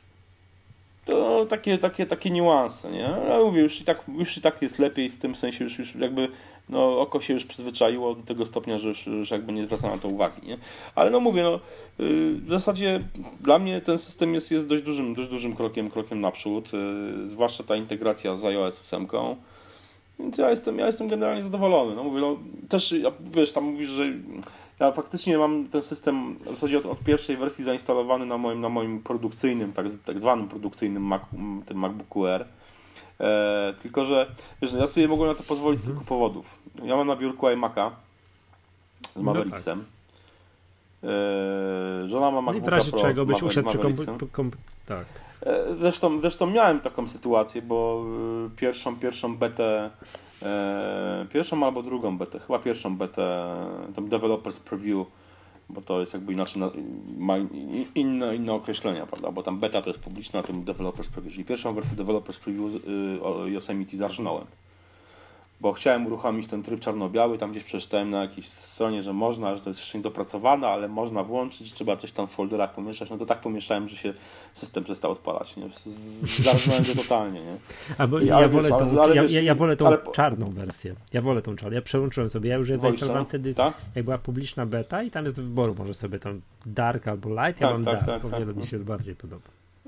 To takie, takie, takie niuanse, nie? Ale mówię, już i, tak, już i tak jest lepiej z tym, w sensie już, już jakby no, oko się już przyzwyczaiło do tego stopnia, że już, już jakby nie zwraca na to uwagi, nie? Ale no mówię, no yy, w zasadzie dla mnie ten system jest, jest dość dużym, dość dużym krokiem, krokiem naprzód, yy, zwłaszcza ta integracja z iOS osiem. Więc ja jestem, ja jestem generalnie zadowolony. No mówię, no też, wiesz, tam mówisz, że ja faktycznie mam ten system w zasadzie od, od pierwszej wersji zainstalowany na moim, na moim produkcyjnym, tak, tak zwanym produkcyjnym Mac, tym MacBooku Air. E, tylko, że wiesz, ja sobie mogłem na to pozwolić z kilku powodów. Ja mam na biurku iMac'a z Mavericksem. No tak. e, żona ma MacBooka no i w razie Pro, czego byś Maver- usiadł przy Mavericksem. komp- komp- tak. E, zresztą, zresztą miałem taką sytuację, bo y, pierwszą, pierwszą betę e, pierwszą albo drugą betę, chyba pierwszą betę, tam Developers Preview, bo to jest jakby inaczej, ma inne, inne określenia, prawda? Bo tam beta to jest publiczna, a tym Developers Preview. Czyli pierwszą wersję Developers Preview y, Yosemite zarżnąłem, bo chciałem uruchomić ten tryb czarno-biały, tam gdzieś przeczytałem na jakiejś stronie, że można, że to jest jeszcze niedopracowane, ale można włączyć, trzeba coś tam w folderach pomieszać. No to tak pomieszałem, że się system przestał odpalać. Nie? Zarżnąłem go totalnie. Nie? Albo I, ja, ale wolę wiesz, tą, ale, ja, wiesz, ja, ja wolę tą ale... czarną wersję. Ja wolę tą czarną. Ja przełączyłem sobie. Ja już je zainstalowałem wtedy, tak? jak była publiczna beta i tam jest do wyboru. Może sobie tam dark albo light. Ja tak, mam tak, dark, tak, bo tak, wiele tak. mi się bardziej podoba.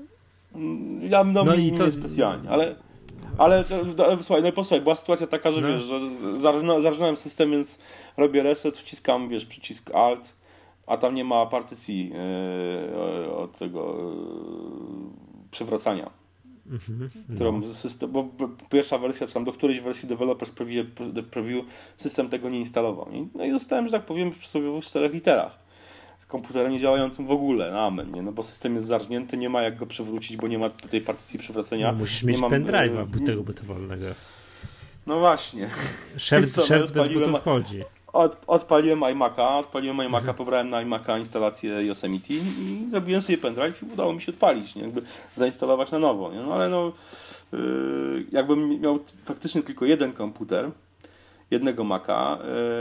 Ja no, no mi, i mi co... nie specjalnie, ale... Ale słuchaj, no posłuchaj, była sytuacja taka, że no. wiesz, że zarżnąłem system, więc robię reset, wciskam, wiesz, przycisk Alt, a tam nie ma partycji yy, od tego yy, przywracania. Mm-hmm. Którą no. system, bo pierwsza wersja, czy tam do którejś wersji Developers Preview, preview system tego nie instalował. No i zostałem, że tak powiem, w przysłowiowych czterech literach. Z komputerem nie działającym w ogóle, no amen, nie? No bo system jest zarżnięty, nie ma jak go przywrócić, bo nie ma tej partycji przywracania. No, musisz mieć mam, pendrive'a yy, tego bytowolnego. No właśnie. Szewc, Co, szewc bez odpaliłem- butów chodzi. Od, odpaliłem iMac'a, odpaliłem iMac'a, pobrałem na iMac'a instalację Yosemite i zrobiłem sobie pendrive i udało mi się odpalić, nie? Jakby zainstalować na nowo, nie? No ale no, yy, jakbym miał t- faktycznie tylko jeden komputer, jednego Maca,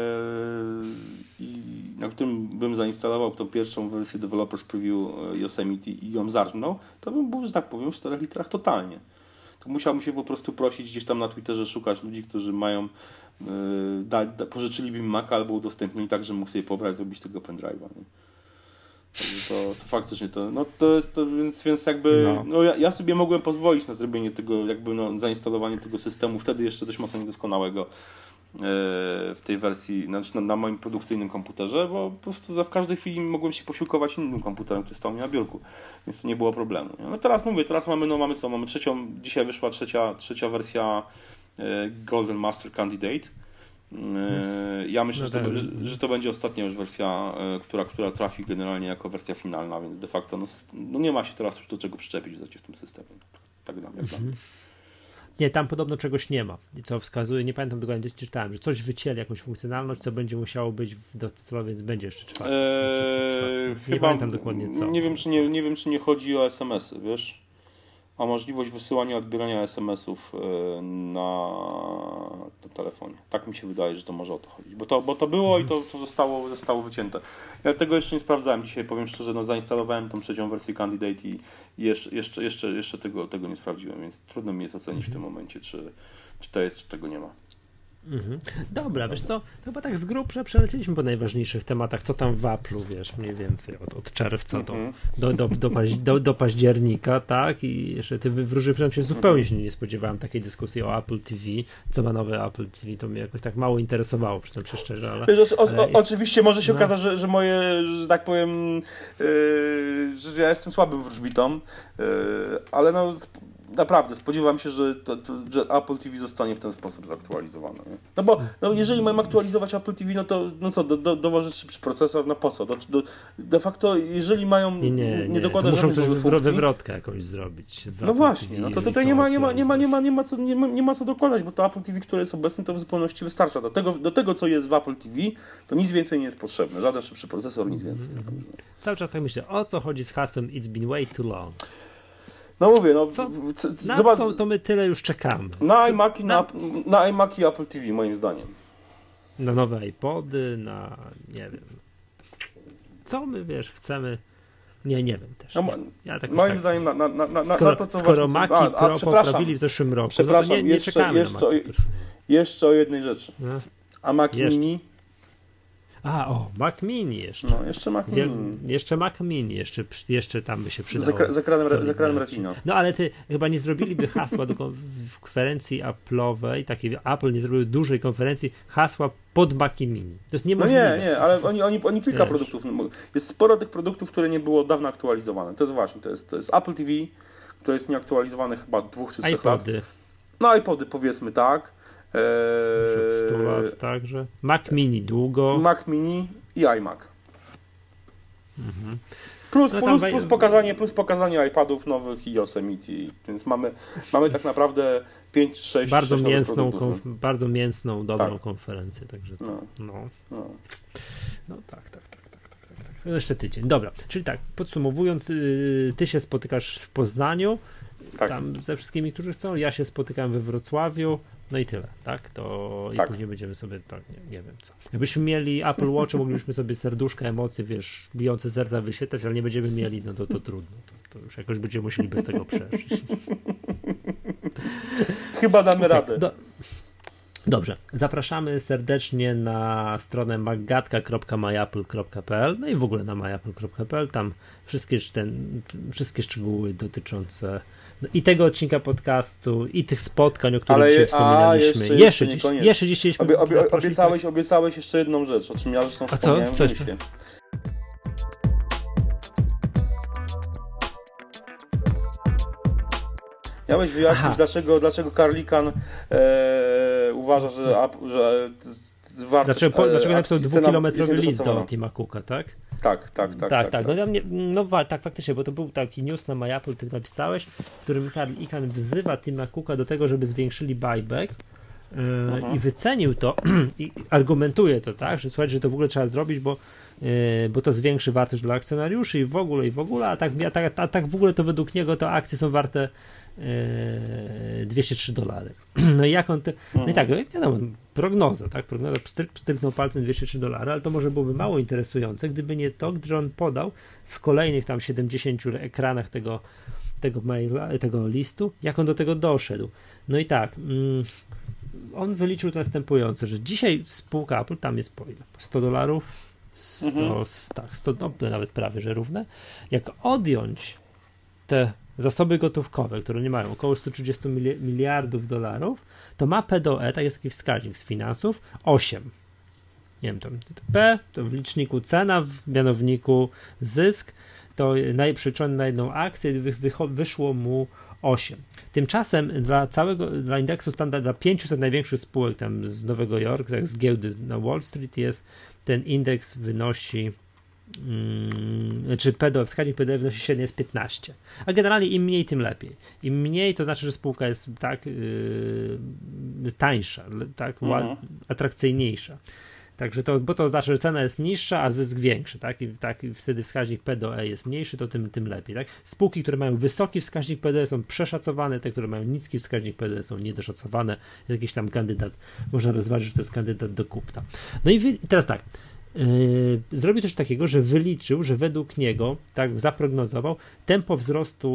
yy, i na którym bym zainstalował tą pierwszą wersję Developers Preview Yosemite i ją zarżnął, to bym był, że tak powiem, w czterech litrach totalnie. To musiałbym się po prostu prosić gdzieś tam na Twitterze, szukać ludzi, którzy mają yy, da, da, pożyczyliby mi Maca albo udostępnili tak, że mógł sobie pobrać, zrobić tego pendrive'a. Nie? Także to, to faktycznie to, no to jest to, więc, więc jakby No. no, ja, ja sobie mogłem pozwolić na zrobienie tego, jakby no, zainstalowanie tego systemu, wtedy jeszcze dość mocno niedoskonałego yy, w tej wersji, znaczy na, na moim produkcyjnym komputerze, bo po prostu za w każdej chwili mogłem się posiłkować innym komputerem, który stał mi na biurku, więc to nie było problemu. Nie? No teraz mówię, teraz mamy, no mamy co, mamy trzecią, dzisiaj wyszła trzecia, trzecia wersja yy, Golden Master Candidate. Yy, Ja myślę, No że, to, tak. że, że to będzie ostatnia już wersja, yy, która, która trafi generalnie jako wersja finalna, więc de facto no, no nie ma się teraz już do czego przyczepić w zasadzie w tym systemie. Tak dla mnie. Mhm. Nie, tam podobno czegoś nie ma. I co wskazuje, nie pamiętam dokładnie, gdzieś czytałem, że coś wycięli, jakąś funkcjonalność, co będzie musiało być dostosowane, więc będzie jeszcze czwarty. Jeszcze przed czwartym. Eee, Nie chyba, pamiętam dokładnie co. Nie wiem, czy nie, nie wiem, czy nie chodzi o es em esy, wiesz? A możliwość wysyłania, odbierania es em esów yy, na, na telefonie. Tak mi się wydaje, że to może o to chodzić. Bo to, bo to było i to, to zostało, zostało wycięte. Ja tego jeszcze nie sprawdzałem. Dzisiaj powiem szczerze, no zainstalowałem tą trzecią wersję Candidate i, i jeszcze, jeszcze, jeszcze, jeszcze tego, tego nie sprawdziłem, więc trudno mi jest ocenić w tym momencie, czy, czy to jest, czy tego nie ma. Mhm. Dobra, wiesz co, to chyba tak z grubsza przelecieliśmy po najważniejszych tematach, co tam w Apple'u, wiesz, mniej więcej od, od czerwca do, Mhm. do, do, do, paź, do, do października, tak, i jeszcze ty wróży, przynajmniej się zupełnie się nie spodziewałem takiej dyskusji o Apple T V, co ma nowe Apple T V, to mnie jakoś tak mało interesowało, przyznam się szczerze, ale... Wiesz, o, o, ale- oczywiście może się no. okazać, że, że moje, że tak powiem, yy, że ja jestem słabym wróżbitą, yy, ale no sp- naprawdę spodziewam się, że, to, to, że Apple T V zostanie w ten sposób zaktualizowane. Nie? No bo no, jeżeli mają aktualizować Apple T V, no to no co, do, do, dołożyć szybszy procesor, no po co? Do, do, de facto, jeżeli mają Nie, nie, nie, nie, to dokładać muszą żadnych coś nowych wywro- funkcji, wywrotkę jakąś zrobić. w no Apple właśnie, T V, no to jeżeli tutaj chcą nie ma, nie ma, nie ma, nie ma, aktualizować. nie ma, co, nie, ma, nie ma co dokładać, bo to Apple T V, które jest obecne, to w zupełności wystarcza. Do tego, do tego, co jest w Apple T V, to nic więcej nie jest potrzebne. Żaden szybszy procesor, nic więcej. Cały czas tak myślę, o co chodzi z hasłem It's been way too long. No mówię, no Co? w- c- Na zobacz, co to my tyle już czekamy? na Co- iMac i na, na iMac i Apple T V moim zdaniem. na nowe iPody, na nie wiem. Co my, wiesz, chcemy? Nie, nie wiem też. No, Nie. mo- Ja tak moim tak, zdaniem na, na, na, na, skoro, na to, co skoro właśnie... Maci a, a, Pro przepraszam, poprawili w zeszłym roku, no to przepraszam, nie, nie jeszcze- czekamy jeszcze- na Maci Pro. jeszcze o jednej rzeczy. No. A Mac Jeszcze. Mini? A, o, Mac Mini jeszcze. No, jeszcze Mac Wiel- Mini. jeszcze Mac Mini, jeszcze, jeszcze tam by się Z, przydało. ekra- z ekranem, re- z solidne ekranem rzeczy. Retina. No ale ty chyba nie zrobiliby hasła do kon- w konferencji Apple'owej, takiej Apple nie zrobił dużej konferencji hasła pod Maci Mini. To jest No niemożliwe. nie, nie, ale oni, oni, oni kilka Wiesz. produktów. no, Jest sporo tych produktów, które nie było dawno aktualizowane. To jest właśnie, to jest, to jest Apple T V, które jest nieaktualizowane chyba od dwóch czy trzech lat. iPody No iPody powiedzmy tak. już od stu Eee, lat także. Mac Mini długo. Mac Mini i iMac. Mhm. Plus, No tam plus, wej- plus, pokazanie, plus pokazanie iPadów nowych i Yosemite. Więc mamy, mamy tak naprawdę pięć, sześć Bardzo sześć nowych mięsną, produktów, konf- bardzo mięsną, dobrą Tak. konferencję, także to, No, no. no. No tak, tak, tak, tak, tak, tak, tak. No jeszcze tydzień. Dobra, czyli tak, podsumowując, yy, ty się spotykasz w Poznaniu, Tak. tam ze wszystkimi, którzy chcą, ja się spotykam we Wrocławiu, no i tyle, tak? To i Tak. później będziemy sobie, tak, nie, nie wiem co. Jakbyśmy mieli Apple Watch, moglibyśmy sobie serduszka, emocje, wiesz, bijące serca wyświetlać, ale nie będziemy mieli, no to, to trudno. To, to już jakoś będziemy musieli bez tego przeżyć. Chyba damy radę. Do... Dobrze, zapraszamy serdecznie na stronę magatka kropka myapple kropka pl, no i w ogóle na myapple kropka pl, tam wszystkie, ten, wszystkie szczegóły dotyczące no i tego odcinka podcastu, i tych spotkań, o których Ale- dzisiaj a, wspominaliśmy. jeszcze- jeszcze, jeszcze nie dziś, koniec. jeszcze dziś chcieliśmy Obie, obie, zaprosić- obiecałeś, obiecałeś jeszcze jedną rzecz, o czym ja zresztą A co? wspomniałem w Co newsie. Miałeś wyjaśnić, Aha. dlaczego, dlaczego Karlikan e, uważa, że, ap, że z- z- wartość Dlaczego, po, e, dlaczego napisał akcji, cena dwukilometrowy jest list do niedoszacowana. Tima Cooka, tak? Tak, tak, tak. tak, tak. No, ja mnie, no wa- tak, faktycznie, bo to był taki news na MyApple, ty napisałeś, w którym Karl Icahn wzywa Tima Cooka do tego, żeby zwiększyli buyback, i wycenił to i argumentuje to, tak, że słuchajcie, że to w ogóle trzeba zrobić, bo, bo to zwiększy wartość dla akcjonariuszy i w ogóle, i w ogóle, a tak, a tak, a tak w ogóle to według niego to akcje są warte dwieście trzy dolary. No i jak on te, no i tak, wiadomo, prognoza, tak, prognoza, pstryk, pstryknął palcem dwieście trzy dolary, ale to może byłoby mało interesujące, gdyby nie to, że on podał w kolejnych tam siedemdziesięciu ekranach tego, tego maila, tego listu, jak on do tego doszedł. No i tak, mm, on wyliczył to następujące, że dzisiaj spółka Apple, tam jest po ile? sto dolarów, sto, mhm. tak, sto, no, nawet prawie, że równe. Jak odjąć te zasoby gotówkowe, które nie mają około sto trzydzieści miliardów dolarów, to ma P do E, tak jest taki wskaźnik z finansów, osiem. Nie wiem, to P, to w liczniku cena, w mianowniku zysk, to przeliczone na jedną akcję wy, wy, wyszło mu osiem. Tymczasem dla całego, dla indeksu standard, dla pięciuset największych spółek tam z Nowego Jorku, tak z giełdy na Wall Street jest, ten indeks wynosi Hmm, czy P D, wskaźnik P D wynosi średnio jest piętnaście. A generalnie im mniej, tym lepiej. Im mniej, to znaczy, że spółka jest tak yy, tańsza, tak mhm. atrakcyjniejsza. Także to, bo to oznacza, że cena jest niższa, a zysk większy, tak? I, tak, i wtedy wskaźnik P do E jest mniejszy, to tym, tym lepiej, tak? Spółki, które mają wysoki wskaźnik P do E są przeszacowane, te, które mają niski wskaźnik P do E są niedoszacowane. Jakiś tam kandydat, można rozważyć, że to jest kandydat do kupna. No i, wy, i teraz tak, Yy, zrobił coś takiego, że wyliczył, że według niego, tak zaprognozował, tempo wzrostu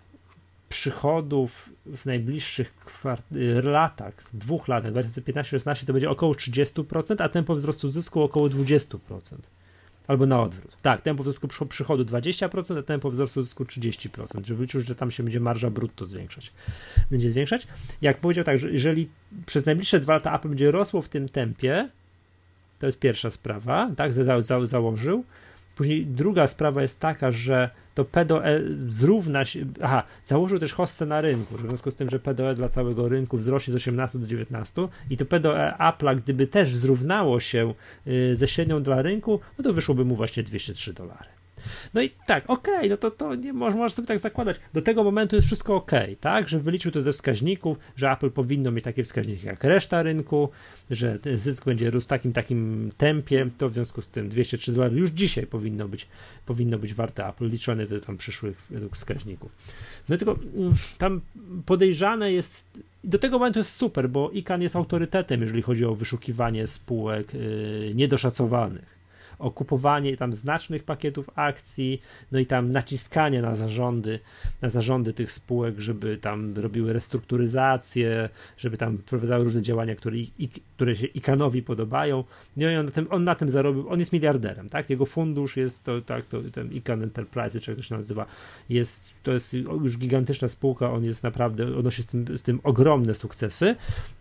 przychodów w najbliższych kwart- latach, dwóch latach, dwa tysiące piętnaście szesnaście to będzie około trzydzieści procent, a tempo wzrostu zysku około dwadzieścia procent. Albo na odwrót. Tak, tempo wzrostu przychodu dwadzieścia procent, a tempo wzrostu zysku trzydzieści procent. Że wyliczył, że tam się będzie marża brutto zwiększać. Będzie zwiększać. Jak powiedział tak, że jeżeli przez najbliższe dwa lata Apple będzie rosło w tym tempie, to jest pierwsza sprawa, tak, za, za, założył. Później druga sprawa jest taka, że to P do E zrówna się, aha, założył też hossę na rynku, że w związku z tym, że P do E dla całego rynku wzrośnie z osiemnastu do dziewiętnastu i to P do E Apple'a, gdyby też zrównało się y, ze średnią dla rynku, no to wyszłoby mu właśnie dwieście trzy dolary. No i tak, okej, okay, no to, to nie możesz, możesz sobie tak zakładać. Do tego momentu jest wszystko okej, okay, tak? Że wyliczył to ze wskaźników, że Apple powinno mieć takie wskaźniki jak reszta rynku, że zysk będzie rósł w takim takim tempie, to w związku z tym dwieście trzy dolary już dzisiaj powinno być, powinno być warte Apple, liczone według tam przyszłych według wskaźników. No tylko tam podejrzane jest, do tego momentu jest super, bo I C A N jest autorytetem, jeżeli chodzi o wyszukiwanie spółek yy, niedoszacowanych, o kupowanie tam znacznych pakietów akcji, no i tam naciskanie na zarządy, na zarządy tych spółek, żeby tam robiły restrukturyzację, żeby tam wprowadzały różne działania, które, i, i, które się I C A N-owi podobają. No i on na tym, on na tym zarobił, on jest miliarderem, tak? Jego fundusz jest to, tak, to ten I C A N Enterprise, czy jak to się nazywa, jest, to jest już gigantyczna spółka, on jest naprawdę, odnosi z tym, z tym ogromne sukcesy.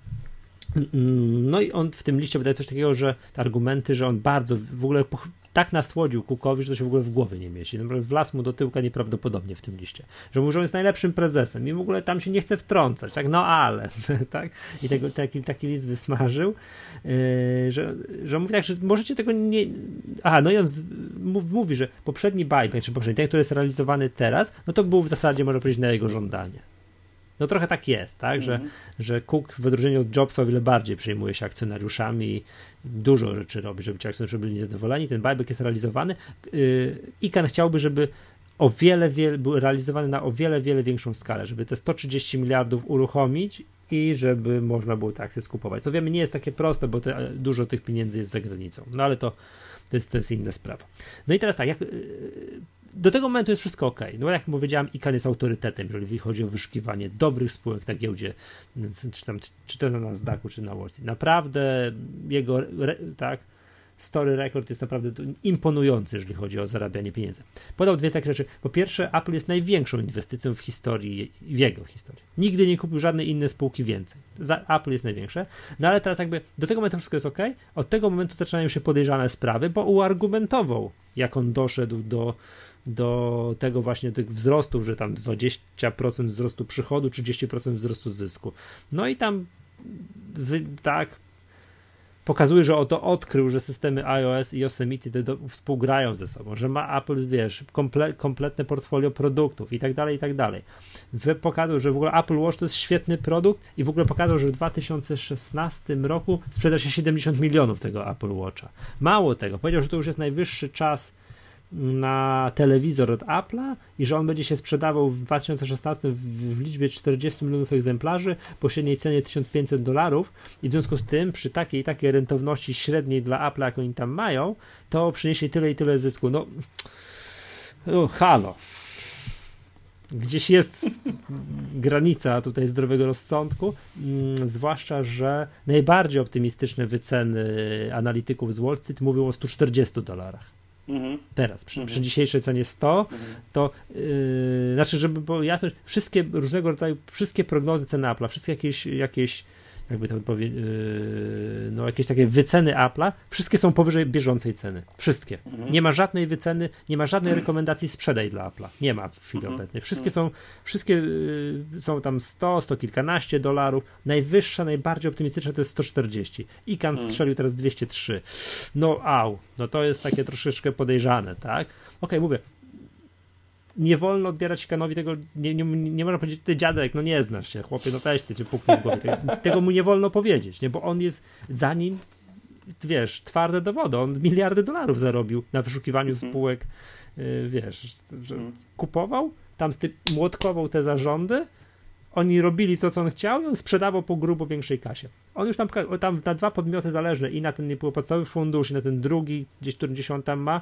No i on w tym liście wydaje coś takiego, że te argumenty, że on bardzo w ogóle tak nasłodził Cookowi, że to się w ogóle w głowie nie mieści. No, wlazł mu do tyłka nieprawdopodobnie w tym liście. Że mówi, że on jest najlepszym prezesem i w ogóle tam się nie chce wtrącać, tak? No ale, tak? I tego, taki, taki list wysmażył, yy, że, że mówi tak, że możecie tego nie... Aha, no i on z, mów, mówi, że poprzedni buyback, czy poprzedni, ten, który jest realizowany teraz, no to był w zasadzie, można powiedzieć, na jego żądanie. No trochę tak jest, tak, mm-hmm. że, że Cook w odróżnieniu od Jobsa o wiele bardziej przejmuje się akcjonariuszami i dużo rzeczy robi, żeby ci akcjonariusze byli niezadowoleni. Ten buyback jest realizowany. Yy, I C A N chciałby, żeby o wiele, wiele, był realizowany na o wiele, wiele większą skalę, żeby te sto trzydzieści miliardów uruchomić i żeby można było te akcje skupować. Co wiemy, nie jest takie proste, bo te, dużo tych pieniędzy jest za granicą. No ale to, to, jest, to jest inna sprawa. No i teraz tak, jak... Yy, do tego momentu jest wszystko ok. No jak powiedziałem, I C A N jest autorytetem, jeżeli chodzi o wyszukiwanie dobrych spółek na giełdzie, czy, tam, czy to na Nasdaqu, czy na Wall Street. Naprawdę jego re, tak, story record jest naprawdę imponujący, jeżeli chodzi o zarabianie pieniędzy. Podał dwie takie rzeczy. Po pierwsze, Apple jest największą inwestycją w historii, w jego historii. Nigdy nie kupił żadnej innej spółki więcej. Za Apple jest największe. No ale teraz jakby do tego momentu wszystko jest ok. Od tego momentu zaczynają się podejrzane sprawy, bo uargumentował, jak on doszedł do do tego właśnie tych wzrostów, że tam dwadzieścia procent wzrostu przychodu, trzydzieści procent wzrostu zysku. No i tam wy, tak pokazuje, że oto odkrył, że systemy iOS i Yosemite te do, współgrają ze sobą, że ma Apple, wiesz, komple, kompletne portfolio produktów i tak dalej, i tak dalej. Pokazał, że w ogóle Apple Watch to jest świetny produkt i w ogóle pokazał, że w dwa tysiące szesnastym roku sprzeda się siedemdziesiąt milionów tego Apple Watcha. Mało tego, powiedział, że to już jest najwyższy czas na telewizor od Apple'a i że on będzie się sprzedawał w dwa tysiące szesnastym w, w liczbie czterdziestu milionów egzemplarzy po średniej cenie tysiąc pięćset dolarów i w związku z tym przy takiej i takiej rentowności średniej dla Apple'a, jak oni tam mają, to przyniesie tyle i tyle zysku. No, no halo. Gdzieś jest granica tutaj zdrowego rozsądku, mm, zwłaszcza, że najbardziej optymistyczne wyceny analityków z Wall Street mówią o stu czterdziestu dolarach. Mhm. Teraz, przy, mhm. przy dzisiejszej cenie sto, mhm. to yy, znaczy, żeby było jasne, wszystkie różnego rodzaju, wszystkie prognozy ceny Apple'a, wszystkie jakieś, jakieś jakby to powiedzieć, yy, no jakieś takie wyceny Apple'a, wszystkie są powyżej bieżącej ceny. Wszystkie. Mhm. Nie ma żadnej wyceny, nie ma żadnej rekomendacji sprzedaj dla Apple'a. Nie ma w chwili mhm. obecnej. Wszystkie są, wszystkie yy, są tam sto, sto kilkanaście dolarów. Najwyższa, najbardziej optymistyczna to jest sto czterdzieści. Ican mhm. strzelił teraz dwieście trzy. No au, no to jest takie troszeczkę podejrzane, tak? Okej, okay, mówię, nie wolno odbierać Icanowi tego, nie, nie, nie można powiedzieć, ty dziadek, no nie znasz się, chłopie, no weź ty cię puknij w głowie. Tego, tego mu nie wolno powiedzieć, nie, bo on jest, za nim, wiesz, twarde dowody, on miliardy dolarów zarobił na wyszukiwaniu mm. spółek, yy, wiesz, że mm. kupował, tam młotkował te zarządy, oni robili to, co on chciał i on sprzedawał po grubo większej kasie. On już tam, tam na dwa podmioty zależne, i na ten nie było podstawowy fundusz, i na ten drugi, gdzieś, który gdzieś on tam ma,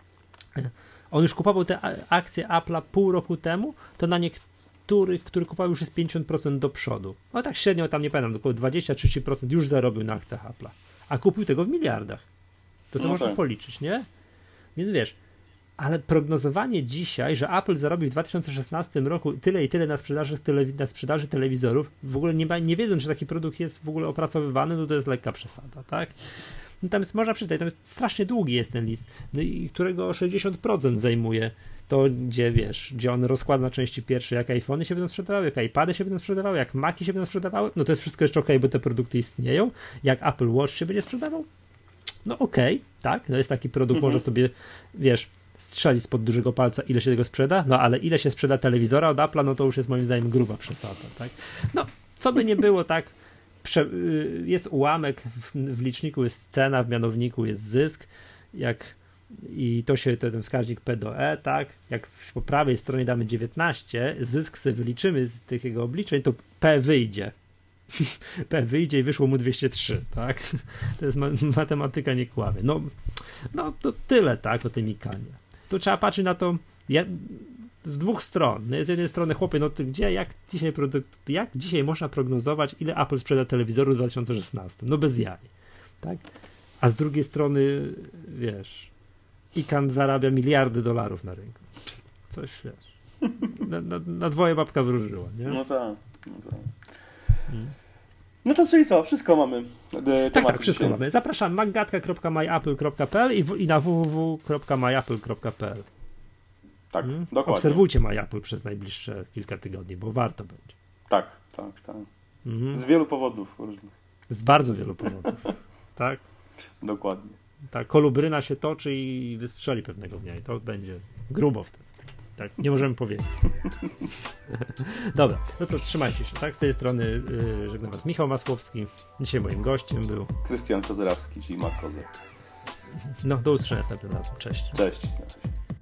on już kupował te akcje Apple'a pół roku temu, to na niektórych, który kupował, już jest pięćdziesiąt procent do przodu. No tak średnio tam, nie pamiętam, około dwadzieścia do trzydziestu procent już zarobił na akcjach Apple'a. A kupił tego w miliardach. To co no można tak. policzyć, nie? Więc wiesz, ale prognozowanie dzisiaj, że Apple zarobił w dwa tysiące szesnastym roku tyle i tyle na sprzedaży, telewi- na sprzedaży telewizorów, w ogóle nie, nie wiedząc, że taki produkt jest w ogóle opracowywany, no to jest lekka przesada, tak? No tam jest, można przeczytać, tam jest strasznie długi jest ten list, no i którego sześćdziesiąt procent zajmuje to, gdzie wiesz, gdzie on rozkłada na części pierwsze, jak iPhony się będą sprzedawały, jak iPady się będą sprzedawały, jak Maci się będą sprzedawały, no to jest wszystko jeszcze okej, okay, bo te produkty istnieją, jak Apple Watch się będzie sprzedawał, no okej, okay, tak, no jest taki produkt, mhm. można sobie, wiesz, strzeli spod dużego palca, ile się tego sprzeda, no ale ile się sprzeda telewizora od Apple'a, no to już jest moim zdaniem gruba przesada, tak, no, co by nie było, tak, Prze- jest ułamek, w, w liczniku jest cena, w mianowniku jest zysk, jak i to się, to ten wskaźnik P do E, tak, jak po prawej stronie damy dziewiętnaście, zysk sobie wyliczymy z tych jego obliczeń, to P wyjdzie. P wyjdzie i wyszło mu dwieście trzy, tak, to jest ma- matematyka nie kłamie. No, no to tyle, tak, o tym Icanie. To trzeba patrzeć na to, ja, z dwóch stron. Z jednej strony, chłopie, no to gdzie, jak dzisiaj produkt, jak dzisiaj można prognozować, ile Apple sprzeda telewizoru w dwa tysiące szesnastym? No bez jaj, tak? A z drugiej strony, wiesz, Ican zarabia miliardy dolarów na rynku. Coś, wiesz, na, na, na dwoje babka wróżyła, nie? No tak, no tak. Hmm. No to czyli co, wszystko mamy. Tak, tak, wszystko dzisiaj. Mamy. Zapraszam maggatka kropka my apple kropka p l i, w, i na w w w kropka my apple kropka p l. Tak, hmm? dokładnie. Obserwujcie MyApple przez najbliższe kilka tygodni, bo warto będzie. Tak, tak, tak. Mhm. Z wielu powodów różnych. Z bardzo wielu powodów. Tak? Dokładnie. Ta kolubryna się toczy i wystrzeli pewnego dnia i to będzie grubo wtedy. Tak, nie możemy powiedzieć. Dobra, no to trzymajcie się, tak? Z tej strony yy, żegnam was Michał Masłowski. Dzisiaj moim gościem był Krystian Kozerawski, czyli Mark Kozer. No, do usłyszenia następnym razem. Cześć. Cześć.